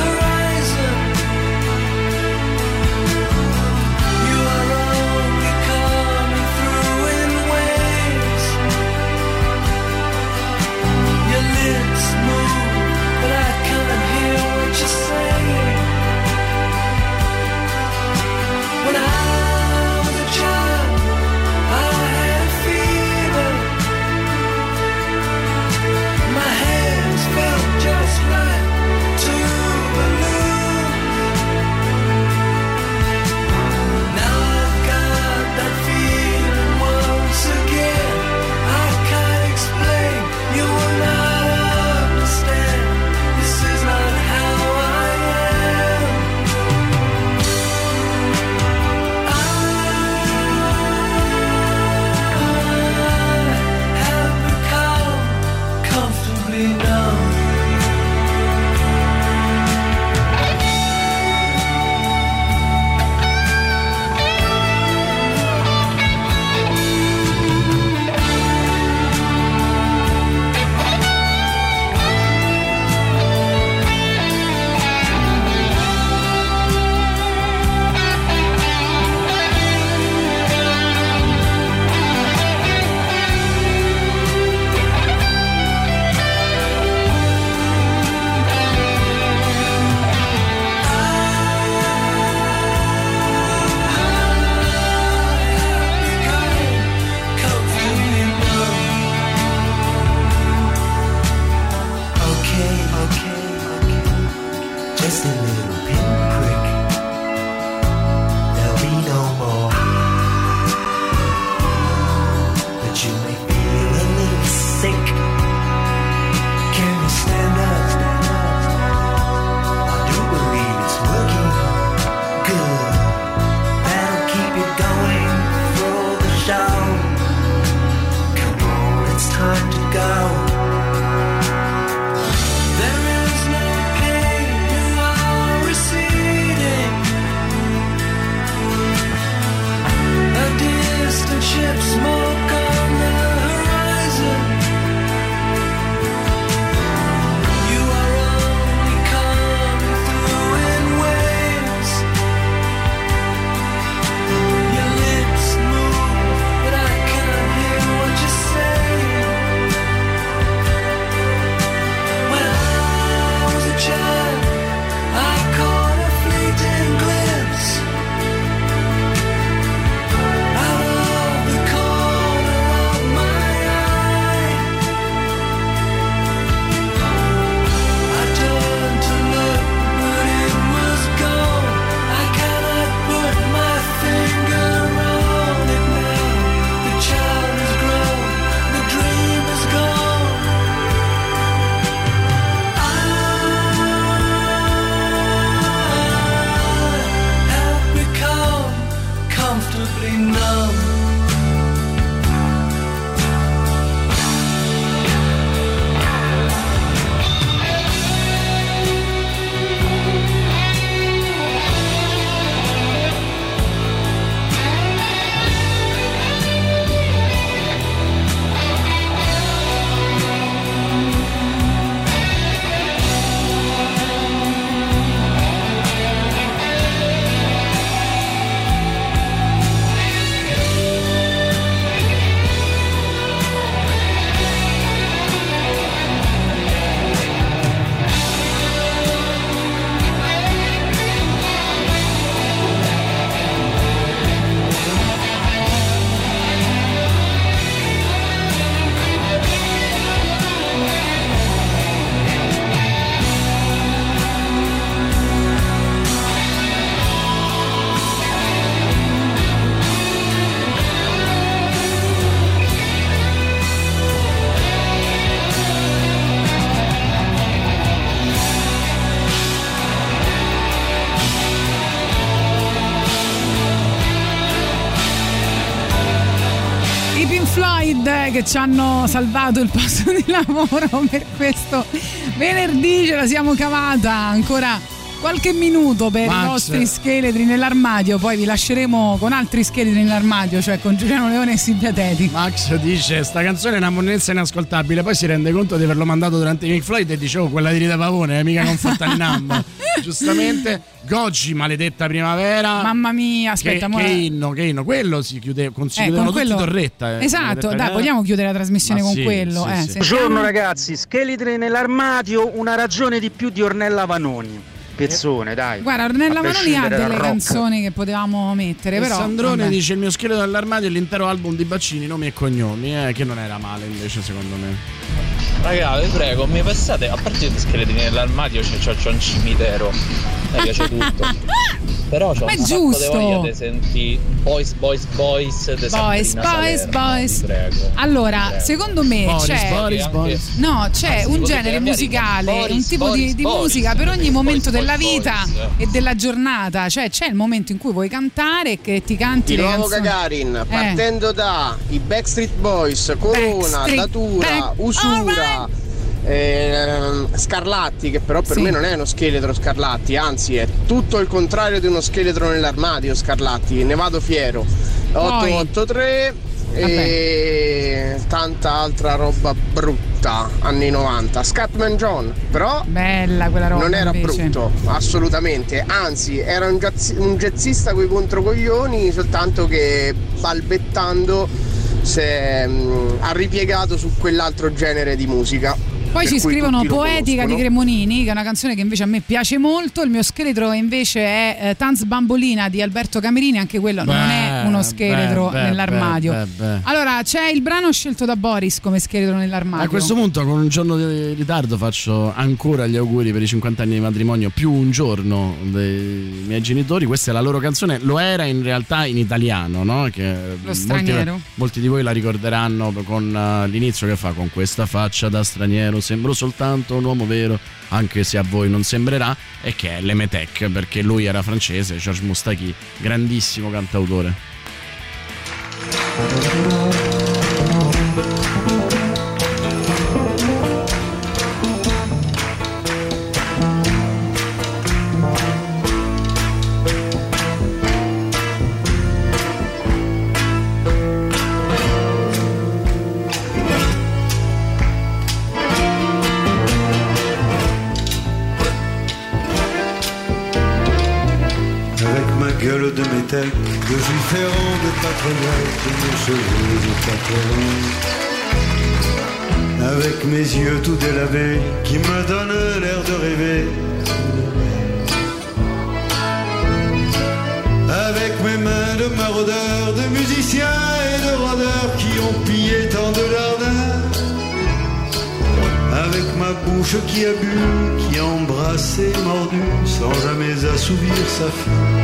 just a little pinprick. There'll be no more, but you may feel a little sick. Can you stand up? I do believe it's working good. That'll keep you going for the show. Come on, it's time to go. Ship smoke on the horizon. You are only coming through in waves. Your lips move, but I can't hear what you're saying. When I was a child, I caught a fleeting glimpse. Che ci hanno salvato il posto di lavoro per questo venerdì, ce la siamo cavata. Ancora qualche minuto per Max, i nostri scheletri nell'armadio, poi vi lasceremo con altri scheletri nell'armadio, cioè con Giuliano Leone e Silvia Teti. Max dice: sta canzone è una monnezza inascoltabile, poi si rende conto di averlo mandato durante i Pink Floyd e dice: oh, quella di Rita Pavone, mica con Fontaninam. Giustamente. Goggi, maledetta primavera. Mamma mia, aspetta, che inno, quello si chiude, chiudevano tutti Torretta. Esatto, dai, vogliamo chiudere la trasmissione con quello. Sì. Buongiorno ragazzi, scheletri nell'armadio, una ragione di più di Ornella Vanoni. Pezzone, dai. Guarda, Ornella Vanoni ha delle canzoni che potevamo mettere, però Sandrone dice: il mio scheletro nell'armadio è l'intero album di Baccini, nomi e cognomi, che non era male invece secondo me. Raga, vi prego, mi passate, a parte gli scheletri nell'armadio c'ho un cimitero, mi piace tutto. Però c'ho un sacco di voglia di sentire Boys Allora, secondo me c'è un genere musicale, un tipo di musica per ogni momento della vita e della giornata. Cioè c'è il momento in cui vuoi cantare e che ti canti di le nuovo canzoni. Gagarin, partendo da i Backstreet Boys, Corona, Datura, Usura, Scarlatti, che però per me non è uno scheletro Scarlatti, anzi è tutto il contrario di uno scheletro nell'armadio Scarlatti, ne vado fiero. 883 e tanta altra roba brutta anni 90. Scatman John, però bella quella roba, non era invece brutto assolutamente, anzi era un jazzista coi controcoglioni, soltanto che balbettando ha ripiegato su quell'altro genere di musica. Poi ci scrivono Poetica di Cremonini, che è una canzone che invece a me piace molto. Il mio scheletro invece è Tanz Bambolina di Alberto Camerini, anche quello non è uno scheletro nell'armadio. Allora, c'è il brano scelto da Boris come scheletro nell'armadio. A questo punto, con un giorno di ritardo, faccio ancora gli auguri per i 50 anni di matrimonio, più un giorno dei miei genitori. Questa è la loro canzone, lo era in realtà in italiano, no? Che Lo straniero. Molti di voi la ricorderanno con l'inizio che fa: con questa faccia da straniero sembro soltanto un uomo vero, anche se a voi non sembrerà, e che è l'Emetec, perché lui era francese, Georges Moustaki, grandissimo cantautore. Gueule de métèque, de juif errant, de patronnette, de mes cheveux de patron. Avec mes yeux tout délavés, qui me donnent l'air de rêver. Avec mes mains de maraudeurs, de musiciens et de rôdeurs qui ont pillé tant de jardins. Avec ma bouche qui a bu, qui a embrassé, mordu, sans jamais assouvir sa faim.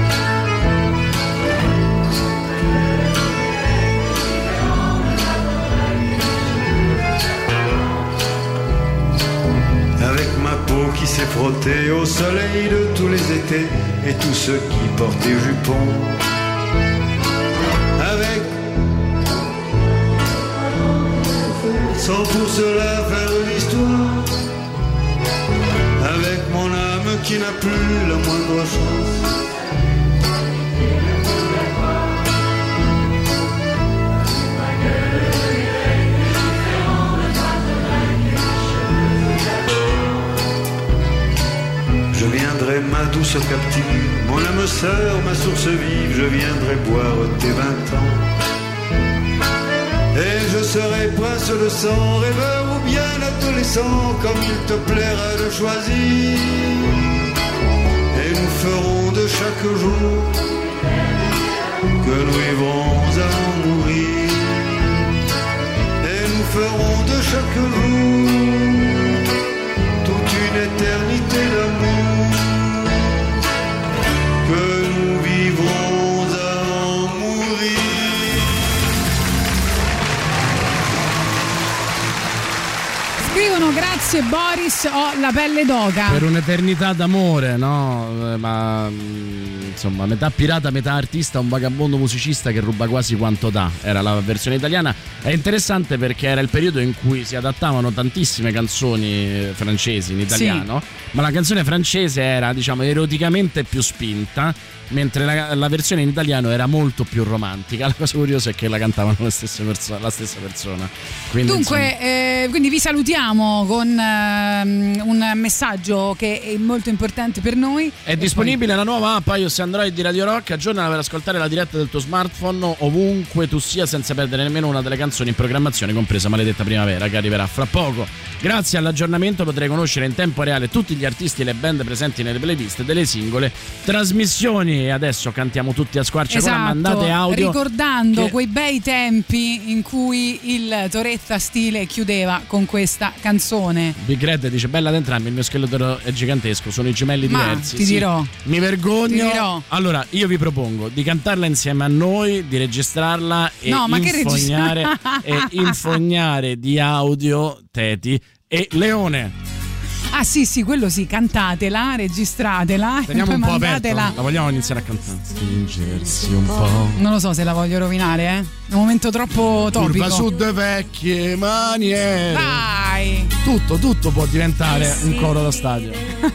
Avec ma peau qui s'est frottée au soleil de tous les étés et tous ceux qui portent des jupons. Avec, sans pour cela faire l'histoire, avec mon âme qui n'a plus la moindre chance. Je viendrai ma douce captive, mon âme sœur, ma source vive, je viendrai boire tes 20 ans. Et je serai prince de sang, rêveur ou bien adolescent, comme il te plaira de choisir. Et nous ferons de chaque jour que nous vivrons à en mourir. Et nous ferons de chaque jour toute une éternité d'amour, que nous vivrons à en mourir. Scrivono: grazie Boris, ho la pelle d'oca. Per un'eternità d'amore, no? Ma insomma, metà pirata, metà artista, un vagabondo musicista che ruba quasi quanto dà. Era la versione italiana. È interessante perché era il periodo in cui si adattavano tantissime canzoni francesi in italiano, sì. Ma la canzone francese era, diciamo, eroticamente più spinta, mentre la versione in italiano era molto più romantica. La cosa curiosa è che la cantavano la stessa persona. Quindi, dunque, quindi vi salutiamo con un messaggio che è molto importante per noi. È disponibile la nuova app iOS Android di Radio Rock. Aggiornala per ascoltare la diretta del tuo smartphone ovunque tu sia, senza perdere nemmeno una delle canzoni in programmazione, compresa Maledetta Primavera, che arriverà fra poco. Grazie all'aggiornamento potrai conoscere in tempo reale tutti gli artisti e le band presenti nelle playlist delle singole trasmissioni. E adesso cantiamo tutti a squarciagola, esatto, mandate audio, ricordando quei bei tempi in cui il Toretta Stile chiudeva con questa canzone. Big Red dice: bella ad entrambi, il mio scheletro è gigantesco, sono i gemelli diversi. Ti dirò, mi vergogno. Ti dirò. Allora io vi propongo di cantarla insieme a noi, di registrarla e infognare di audio Teti e Leone. Ah sì, quello sì, cantatela, registratela. Teniamo un po' mandatela. aperto. La vogliamo iniziare a cantare? Stringersi un po'. Non lo so se la voglio rovinare, È un momento troppo topico. Curva su de vecchie maniere. Dai! Tutto può diventare un coro da stadio.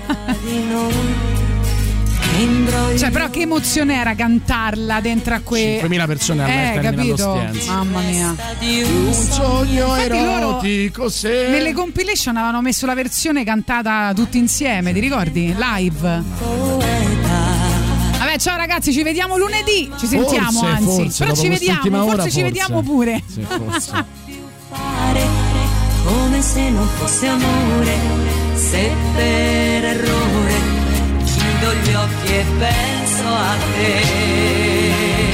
Cioè, però che emozione era cantarla dentro a 5.000 persone all'esterno capito? Mamma mia. Un sogno erotico, se nelle compilation avevano messo la versione cantata tutti insieme, ti ricordi? Live. Vabbè, ciao ragazzi, ci vediamo lunedì. Ci sentiamo, forse, però ci vediamo, forse ci vediamo pure. Sì, forse. Come se non fosse amore, se per errore chiudo gli occhi e penso a te.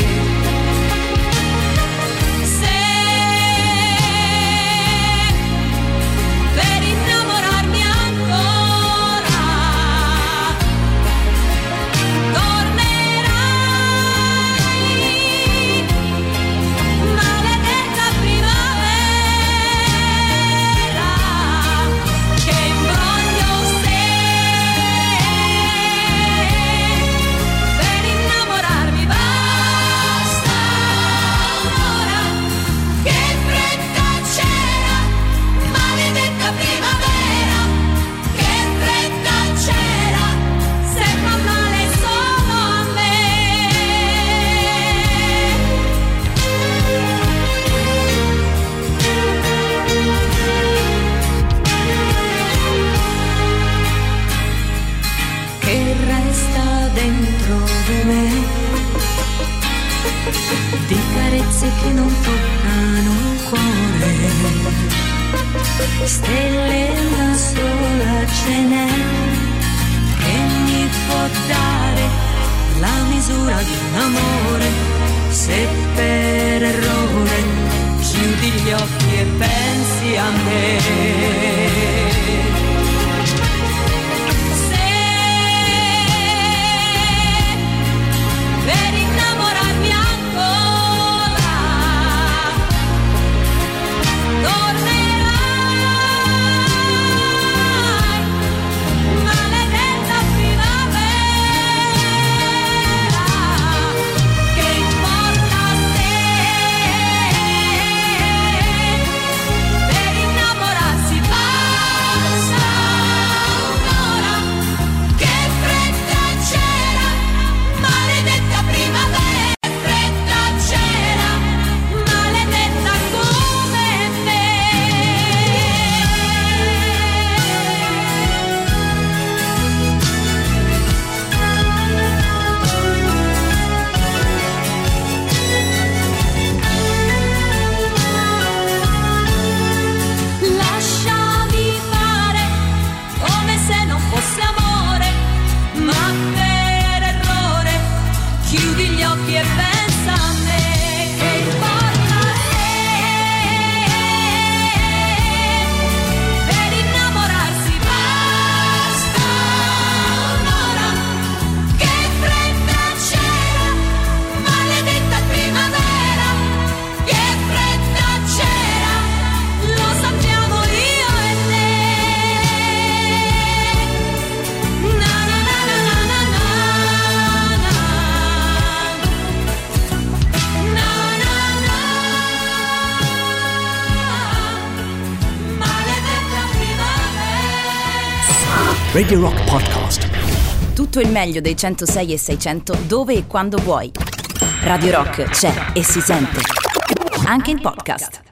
Di carezze che non toccano il cuore, stelle una sola ce n'è che mi può dare la misura di un amore. Se per errore chiudi gli occhi e pensi a me. Radio Rock Podcast. Tutto il meglio dei 106 e 600 dove e quando vuoi. Radio Rock c'è e si sente. Anche in podcast.